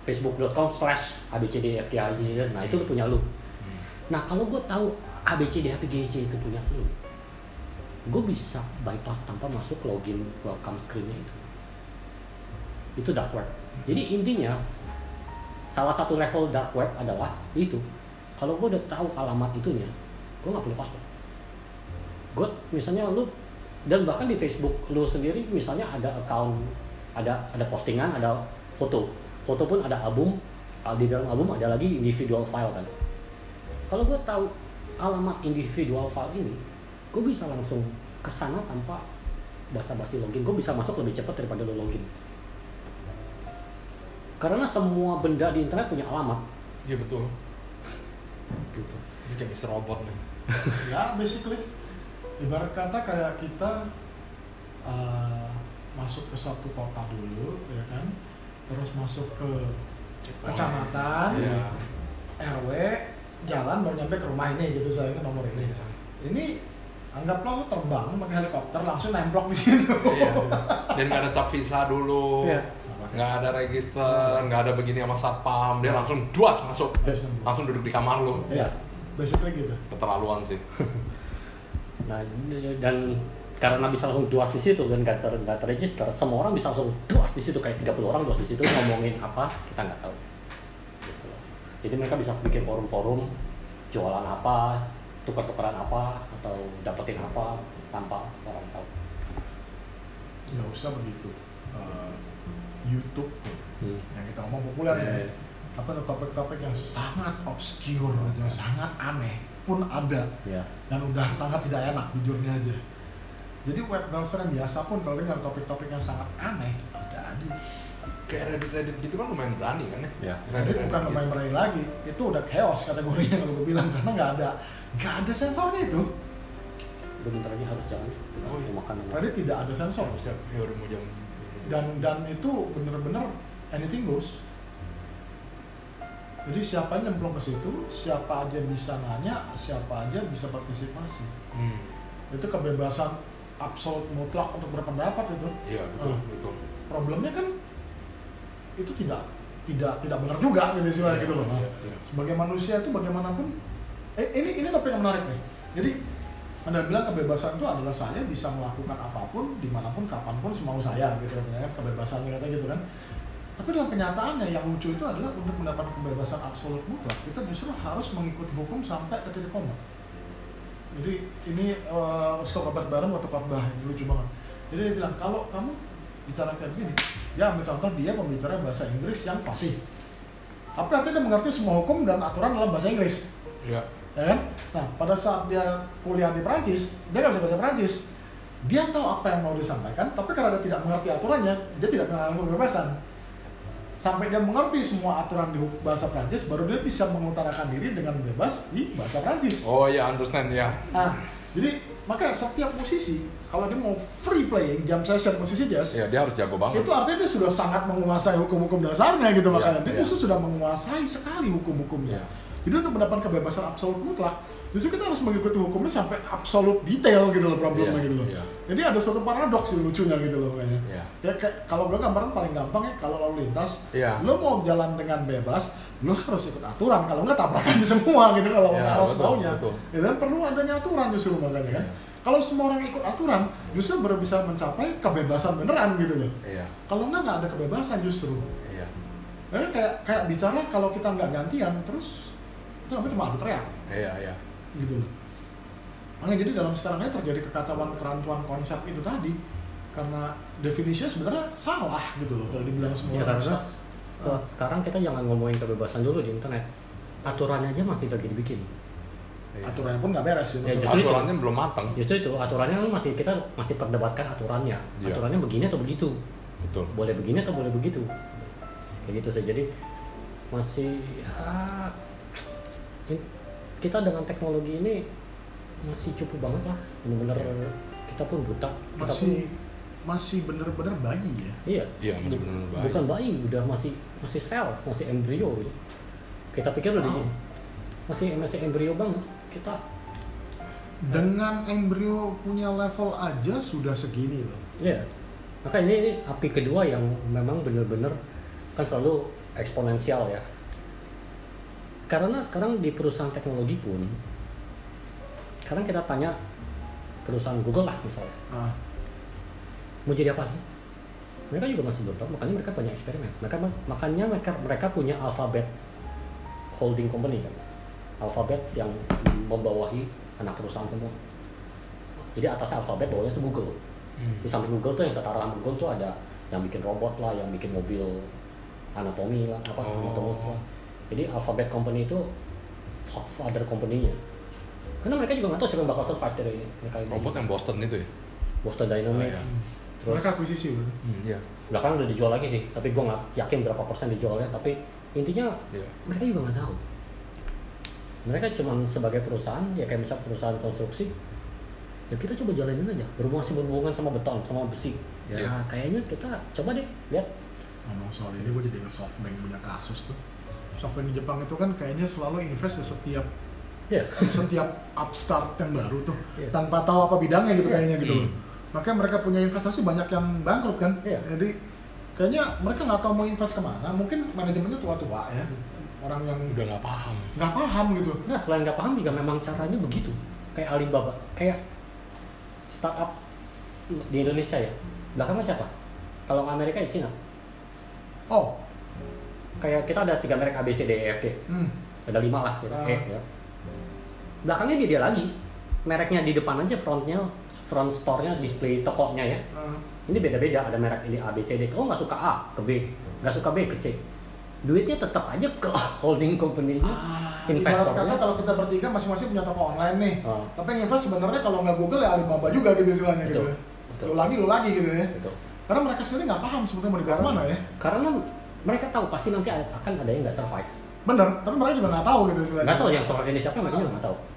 facebook dot com slash a b c d f g h i j. Nah itu lu punya lu. Hmm. Nah kalau gue tahu a b c d f g h i j itu punya lu, gue bisa bypass tanpa masuk login welcome screen-nya itu. Itu dark web. Jadi intinya salah satu level dark web adalah itu. Kalau gue udah tahu alamat itunya, gue nggak perlu password. Gue misalnya lu, dan bahkan di Facebook lu sendiri misalnya ada account, ada ada postingan, ada foto, foto pun ada album, di dalam album ada lagi individual file kan. Kalau gue tahu alamat individual file ini, gue bisa langsung ke sana tanpa basa-basi login. Gue bisa masuk lebih cepat daripada lo login. Karena semua benda di internet punya alamat. Iya betul. Gitu. Ini kayak mister Robot nih. Ya basically, ibarat kata kayak kita uh, masuk ke satu kota dulu, ya kan, terus masuk ke kecamatan, yeah. R W, jalan baru nyampe ke rumah ini gitu, saya nomor ini. Yeah. Ini anggaplah lu terbang pakai helikopter langsung nemplok di situ. Iya. Dan nggak ada cap visa dulu, yeah. nggak ada register, nggak ada begini sama satpam, dia langsung duas masuk, langsung duduk di kamar lu. Iya. Basically gitu. Keterlaluan sih. Nah dan karena bisa langsung duas di situ dan nggak ter nggak terregister, semua orang bisa langsung duas di situ, kayak tiga puluh orang duas di situ ngomongin apa kita nggak tahu. Gitu. Jadi mereka bisa bikin forum-forum jualan apa, tukar-tukaran apa, atau dapetin apa tanpa orang tahu. Nggak usah begitu. Uh, YouTube hmm. yang kita ngomong populer yeah. ya. Apa topik-topik yang sangat obscure, yang sangat aneh pun ada, yeah. dan udah sangat tidak enak jujurnya aja. Jadi web browser yang biasa pun kalau nyari topik-topik yang sangat aneh ada aja. Kayak Reddit-Reddit gitu kan lumayan berani kan ya? Yeah. Reddit bukan gitu. lumayan berani lagi, itu udah chaos kategorinya kalau gue bilang, karena nggak ada nggak ada sensornya itu. Bentar lagi harus jalan. Oh iya. Makan. Reddit tidak ada sensor. Siap, ya udah mau jam. Dan dan itu bener-bener anything goes. Jadi siapa yang nyemplung ke situ, siapa aja bisa nanya, siapa aja bisa partisipasi. Hmm. Itu kebebasan absolut mutlak untuk berpendapat itu. Iya betul uh, betul. Problemnya kan itu tidak tidak tidak benar juga gitu istilahnya yeah, gitu loh. Nah, yeah, yeah. sebagai manusia itu bagaimanapun, eh, ini ini topik yang menarik nih. Jadi Anda bilang kebebasan itu adalah saya bisa melakukan apapun, dimanapun, kapanpun, semau saya gitu kan, kebebasannya kata gitu kan. Tapi dalam kenyataannya yang lucu itu adalah untuk mendapatkan kebebasan absolut mutlak, kita justru harus mengikuti hukum sampai ke titik koma. Jadi ini uh, Ustaz Robert Bareng waktu khotbah, lucu banget. Jadi dia bilang, kalau kamu bicara kayak begini, ya ambil contoh dia pembicara bahasa Inggris yang fasih. Tapi artinya dia mengerti semua hukum dan aturan dalam bahasa Inggris. Iya. Ya kan? Nah, pada saat dia kuliah di Perancis, dia nggak bisa bahasa Perancis. Dia tahu apa yang mau disampaikan, tapi karena dia tidak mengerti aturannya, dia tidak mengalami kebebasan. Sampai dia mengerti semua aturan di bahasa Prancis, baru dia bisa mengutarakan diri dengan bebas di bahasa Prancis. Oh ya, understand ya. Nah, jadi maka setiap musisi kalau dia mau free playing jam session musisi jazz, ya dia harus jago banget. itu artinya dia sudah sangat menguasai hukum-hukum dasarnya gitu, ya, makanya dia ya. justru sudah menguasai sekali hukum-hukumnya. Ya. Jadi untuk mendapatkan kebebasan absolut mutlak, justru kita harus mengikuti hukumnya sampai absolut detail gitu loh problemnya ya, gitu loh. ya. Jadi ada suatu paradoks sih lucunya gitu loh kayaknya. Ya. Ya, kayak kalau gue gambaran paling gampang ya, kalau lalu lintas, Ya. lo mau jalan dengan bebas, lo harus ikut aturan. Kalau nggak tabrakan di semua gitu kalau Ya, harus betul, maunya. betul. Ya kan perlu adanya aturan justru makanya kan. Ya. Kalau semua orang ikut aturan, justru baru bisa mencapai kebebasan beneran gitu loh. Iya. Kalau nggak nggak ada kebebasan justru. Iya. Ya, kayak kayak bicara kalau kita nggak gantian terus itu namanya cuma adu teriak Iya, iya. gitu loh. Makanya jadi dalam sekarang ini terjadi kekacauan kerantuan konsep itu tadi karena definisinya sebenarnya salah gitu loh kalau dibilang semua Ya, orang karena bisa. se- sekarang kita jangan ngomongin kebebasan dulu di internet. Aturannya aja masih lagi dibikin. Iya. Aturannya pun nggak beres ya, Ya, maksudnya. justru itu. Aturannya belum matang. Justru itu aturannya kan masih kita masih perdebatkan aturannya. Iya. Aturannya begini atau begitu. Betul. Boleh begini atau boleh begitu. Kayak gitu saja. Jadi masih ya, in- kita dengan teknologi ini masih cukup banget lah. Benar-benar kita pun buta. Kita masih masih bener-bener bayi ya. pun, iya. Iya, masih benar-benar bayi. Bukan bayi, udah masih masih sel, masih embrio gitu. Kita pikir udah Wow. di- masih masih embrio banget. Kita Dengan embrio punya level aja sudah segini loh. ya. Maka ini, ini api kedua yang memang benar-benar kan selalu eksponensial ya. Karena sekarang di perusahaan teknologi pun, sekarang kita tanya perusahaan Google lah misalnya, Ah. mau jadi apa sih? Mereka juga masih belum tahu, makanya mereka banyak eksperimen. Mereka makanya mereka mereka punya Alphabet holding company kan, Alphabet yang membawahi anak perusahaan semua. Jadi atasnya Alphabet, bawahnya itu Google. Hmm. Di samping Google tuh yang setara sama Google tuh ada yang bikin robot lah, yang bikin mobil anatomi lah, apa Oh. anatomus lah. Jadi Alphabet company itu father company-nya. Karena mereka juga nggak tahu siapa yang bakal survive dari mereka ini. Robot yang Boston itu ya? Boston Dynamics. Oh, iya. Terus Mereka akuisisi kan? Hmm, iya. belakangan udah dijual lagi sih, tapi gue nggak yakin berapa persen dijualnya. Tapi intinya Iya. mereka juga nggak tahu. Mereka cuma sebagai perusahaan, ya kayak misal perusahaan konstruksi, ya kita coba jalanin aja. Berhubungan masih berhubungan sama beton, sama besi. Ya Iya. kayaknya kita coba deh lihat. Ngomong soal ini gue jadi ingat SoftBank punya kasus tuh. SoftBank di Jepang itu kan kayaknya selalu invest di setiap Ya. setiap upstart yang baru tuh Iya. tanpa tahu apa bidangnya gitu Iya. kayaknya gitu loh. Hmm. Makanya mereka punya investasi banyak yang bangkrut kan. Iya. Jadi kayaknya mereka nggak tahu mau invest kemana. Mungkin manajemennya tua-tua ya, orang yang Udah nggak paham. nggak paham gitu. Nah selain nggak paham juga memang caranya begitu. Kayak Alibaba, kayak startup di Indonesia ya. Belakangnya siapa? Kalau nggak Amerika ya Cina. Oh, Kayak kita ada tiga merek A B C D E F G. hmm. Ada lima lah gitu. Ah. E, ya. Belakangnya dia, dia lagi. Mereknya di depan aja, frontnya, front store-nya, display tokonya ya. Uh, Ini beda-beda, ada merek ini A B C D. Kalau nggak suka A ke B, nggak suka B ke C. Duitnya tetap aja ke holding company-nya, ibarat investornya. kata kalau kita bertiga masing-masing punya toko online nih, Oh. tapi yang invest sebenarnya kalau nggak Google ya Alibaba juga gitu istilahnya gitu Betul. ya. Betul. Lu lagi lu lagi gitu ya. Gitu. Karena mereka sendiri nggak paham sebetulnya mau dibawa mana ya. Karena mereka tahu pasti nanti akan ada yang nggak survive. Bener, tapi mereka juga nggak tahu gitu istilahnya. Nggak tahu yang survive ini siapa, mereka juga nggak tahu.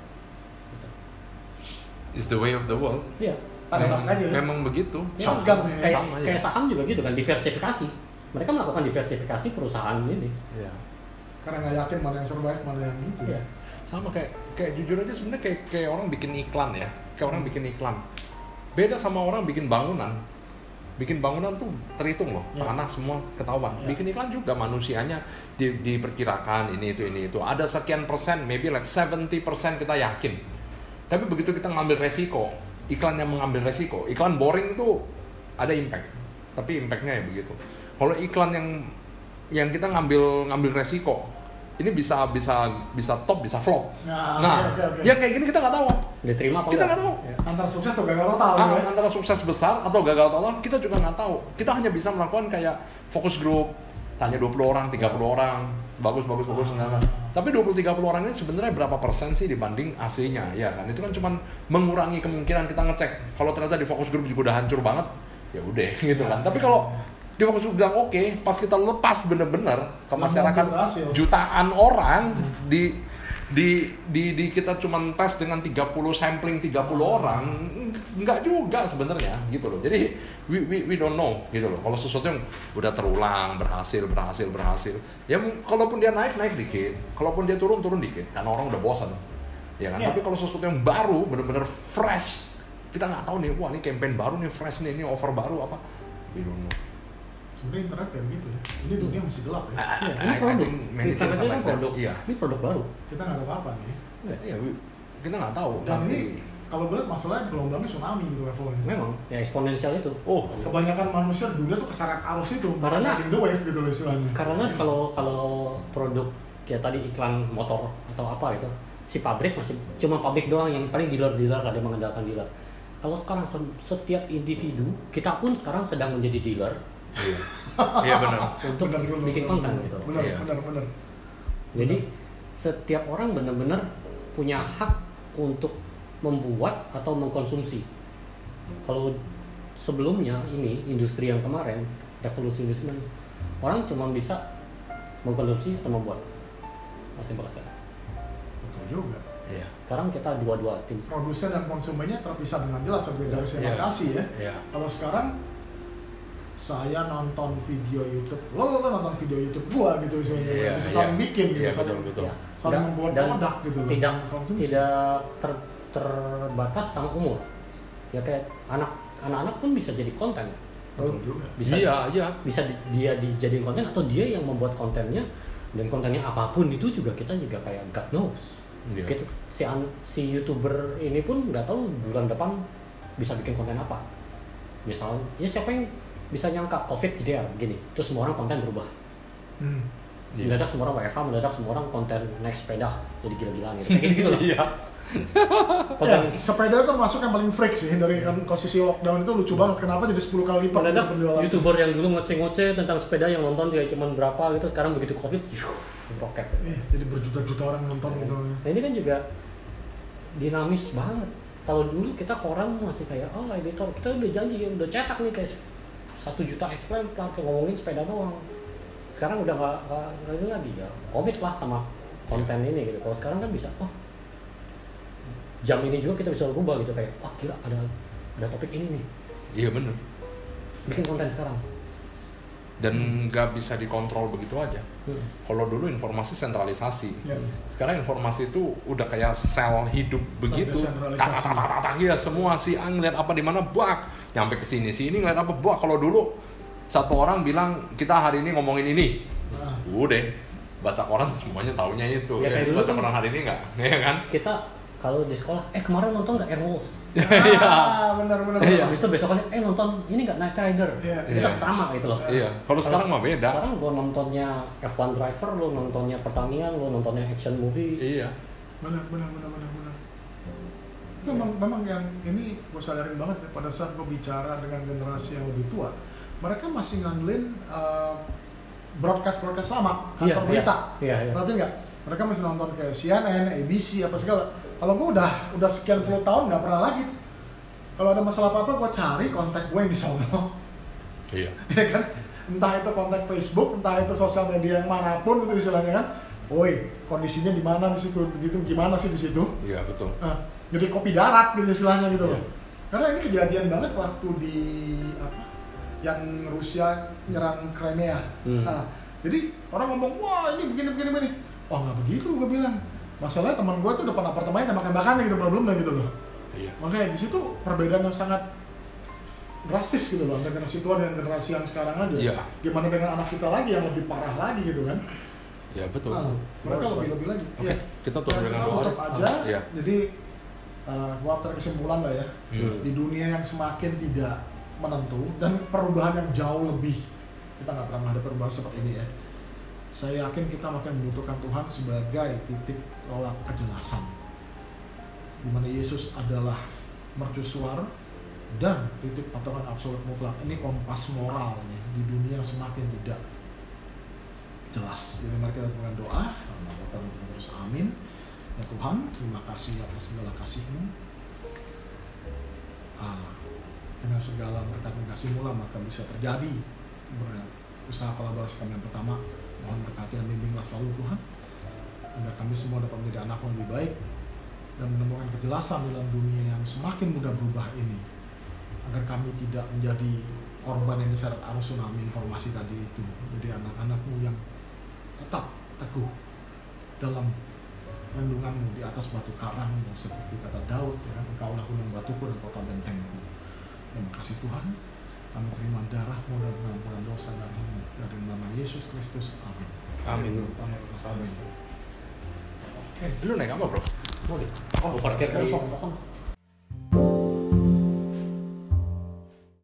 It's the way of the world. Iya. Tanda-tanda aja ya. Memang begitu. Ya, Shotgun ya. kayak, Sama aja. kayak saham juga gitu kan, diversifikasi. Mereka melakukan diversifikasi perusahaan ini. Iya. Karena nggak yakin mana yang survive, mana yang itu Iya. ya. Sama kayak kayak jujur aja sebenarnya kayak kayak orang bikin iklan ya. Kayak orang bikin iklan. Beda sama orang bikin bangunan. Bikin bangunan tuh terhitung loh, Ya. tanah semua ketahuan. Ya. Bikin iklan juga manusianya di, diperkirakan ini itu ini itu. Ada sekian persen, maybe like seventy persen kita yakin. Tapi begitu kita ngambil resiko, iklan yang mengambil resiko, iklan boring itu ada impact. Tapi impactnya ya begitu. Kalau iklan yang yang kita ngambil ngambil resiko, ini bisa bisa bisa top, bisa flop. Nah, Nah, oke, oke, oke. yang kayak gini kita nggak tahu. Diterima apa Kita enggak? nggak tahu. Ya. Antara sukses atau gagal total Ah, gitu ya. antara sukses besar atau gagal total kita juga nggak tahu. Kita hanya bisa melakukan kayak focus group, tanya dua puluh orang, tiga puluh orang, bagus bagus bagus enggak. Tapi dua puluh tiga puluh orang ini sebenarnya berapa persen sih dibanding aslinya, ya kan? Itu kan cuma mengurangi kemungkinan kita ngecek. Kalau ternyata di focus group juga udah hancur banget, ya udah gitu kan. Tapi kalau di fokus group bilang oke, pas kita lepas bener-bener ke masyarakat berhasil. jutaan orang di di di, di kita cuma tes dengan tiga puluh sampling tiga puluh orang, nggak juga sebenarnya gitu loh. Jadi we, we we don't know gitu loh. Kalau sesuatu yang udah terulang, berhasil, berhasil, berhasil, ya kalaupun dia naik naik dikit, kalaupun dia turun turun dikit, karena orang udah bosan, ya kan. Yeah. Tapi kalau sesuatu yang baru, bener-bener fresh, kita nggak tahu nih, wah ini campaign baru nih, fresh nih, ini offer baru apa, we don't know. Sebenarnya internet kayak gitu ya. Ini dunia masih gelap ya. I- Ya, I- ini I produk. think many things Internet are kan like that. produk. Iya. Ini produk baru. Kita nggak tahu apa-apa nih. Iya, we- kita nggak tahu. Dan nanti. ini kalau gue lihat masalahnya gelombangnya tsunami gitu levelnya. Memang ya eksponensial itu. Oh, Kebanyakan manusia di dunia tuh keseret arus itu. bukan Karena- riding the wave gitu loh istilahnya. Karena kalau kalau produk ya tadi iklan motor atau apa itu, si pabrik masih cuma pabrik doang, yang paling dealer-dealer ada mengandalkan dealer. Kalau sekarang se- setiap individu, kita pun sekarang sedang menjadi dealer iya, iya benar. untuk Benar dulu, bikin benar, konten benar. gitu. Benar, Iya. benar, benar. Jadi setiap orang benar-benar punya hak untuk membuat atau mengkonsumsi. Kalau sebelumnya ini industri yang kemarin, revolusi industri, orang cuma bisa mengkonsumsi atau membuat. Masih berasa. Betul juga. Iya. Sekarang kita dua-dua tim. Produsen dan konsumennya terpisah dengan jelas dari dari segmentasi ya. Iya. Kalau sekarang saya nonton video YouTube, lo, lo nonton video YouTube gua gitu istilahnya, Iya, bisa iya. saling bikin gitu, Iya, saling, betul, betul. Ya. saling Dan- membuat dan produk gitu loh. Tidak Konsumsi. tidak ter- terbatas sama umur. Ya kayak anak anak-anak pun bisa jadi konten. Betul juga. Bisa, iya iya bisa di- dia dijadiin konten atau dia yang membuat kontennya, dan kontennya apapun itu juga kita juga kayak God knows. Iya. Kita, si an- si YouTuber ini pun nggak tahu bulan depan bisa bikin konten apa. Misalnya, ya siapa yang bisa nyangka COVID jadi ya begini, terus semua orang konten berubah. Hmm. Iya. Mendadak semua orang W F H, mendadak semua orang konten naik sepeda jadi gila-gilaan gitu. Kayak gitu loh. iya Konten Ya, sepeda itu masuk yang paling freak sih dari kan posisi lockdown itu lucu banget. Kenapa jadi sepuluh kali lipat mendadak penjualan? YouTuber yang dulu ngoceh-ngoceh tentang sepeda yang nonton kayak cuman berapa gitu, sekarang begitu COVID, yuh, roket. Ih, jadi berjuta-juta orang nonton gitu. Nah ini kan juga dinamis banget. Kalau dulu kita koran masih kayak, oh editor, kita udah janji, udah cetak nih kayak satu juta eksplan, kayak ngomongin sepeda doang. Sekarang udah nggak nggak nggak itu lagi ya, komit lah sama konten ini gitu. Kalau sekarang kan bisa, oh jam ini juga kita bisa rubah gitu kayak, oh gila ada ada topik ini nih, iya bener. bikin konten sekarang. Dan nggak bisa dikontrol begitu aja. Hmm. Kalau dulu informasi sentralisasi, Ya. sekarang informasi itu udah kayak sel hidup begitu. Desentralisasi. Tak tak tak tak tak ya semua si A ngeliat apa di mana buak, nyampe ke sini si ini ngeliat apa buak. Kalau dulu satu orang bilang kita hari ini ngomongin ini, Nah, udah baca koran semuanya taunya itu. Ya, kayak Ya, dulu baca kan- koran hari ini nggak, ya kan? Kita kalau di sekolah, eh kemarin nonton nggak Airwolf? ah, benar benar. Iya. Habis itu besokannya, eh nonton ini nggak Knight Rider? Iya. Kita Iya. sama gitu loh. Iya. Kalau sekarang mah beda. Sekarang lo nontonnya F one Driver, lo nontonnya pertanian, lo nontonnya action movie. Iya. Benar benar benar benar benar. Memang memang yang ini gue sadarin banget ya pada saat gue bicara dengan generasi yang lebih tua, mereka masih ngandelin uh, broadcast broadcast lama kantor Iya, berita. iya, iya. Berarti nggak? Mereka masih nonton kayak C N N, A B C apa segala. Kalau gue udah udah sekian puluh tahun nggak pernah lagi. Kalau ada masalah apa apa gue cari kontak gue yang di sono. Iya. Ya kan? Entah itu kontak Facebook, entah itu sosial media yang manapun itu istilahnya kan. Woi, kondisinya di mana di situ, begitu gimana sih di situ? Iya betul. Nah, jadi kopi darat gitu istilahnya gitu loh. Iya. Karena ini kejadian banget waktu di apa? Yang Rusia nyerang Crimea. Hmm. Nah, jadi orang ngomong, wah ini begini begini begini. Oh nggak begitu, gue bilang. Masalahnya teman gue tuh depan apartemennya makan-makannya gitu problemnya gitu loh. Iya. Makanya di situ perbedaan yang sangat drastis gitu loh antara generasi tua dan generasi yang sekarang aja. Iya. Gimana dengan anak kita lagi yang lebih parah lagi gitu kan? Iya betul. Ah, mereka Harus, lebih lebih lagi. Oke, Iya. kita tutup Nah, dengan kita doa. tutup deh. aja. Ah, iya. Jadi uh, gua tarik kesimpulan lah ya. Hmm. Di dunia yang semakin tidak menentu dan perubahan yang jauh lebih, kita nggak pernah ada perubahan seperti ini ya. Saya yakin kita makin membutuhkan Tuhan sebagai titik tolak kejelasan, di mana Yesus adalah mercusuar dan titik patokan absolut mutlak. Ini kompas moral nih di dunia yang semakin tidak jelas. Jadi mari kita dengan doa. Nama Bapa dan Putra dan Roh Kudus. Amin. Ya Tuhan, terima kasih atas segala kasih-Mu. Ah, dengan segala berkat dan kasih-Mu lah maka bisa terjadi usaha kolaborasi kami yang pertama. Mohon berkati dan bimbinglah selalu Tuhan, agar kami semua dapat menjadi anak yang lebih baik dan menemukan kejelasan dalam dunia yang semakin mudah berubah ini, agar kami tidak menjadi korban yang diseret arus tsunami informasi tadi itu. Jadi anak-anak-Mu yang tetap teguh dalam lindungan-Mu di atas batu karang, seperti kata Daud, ya kan, Engkaulah gunung batuku dan kota bentengku. Terima kasih Tuhan, kami terima darah-Mu dan pengampunan dosa dari-Mu, dari nama Yesus Kristus. Amin. Amin. Amin. Amin. Eh, dulu naik apa bro? Oh, gitu. Oh, parkir di kosong.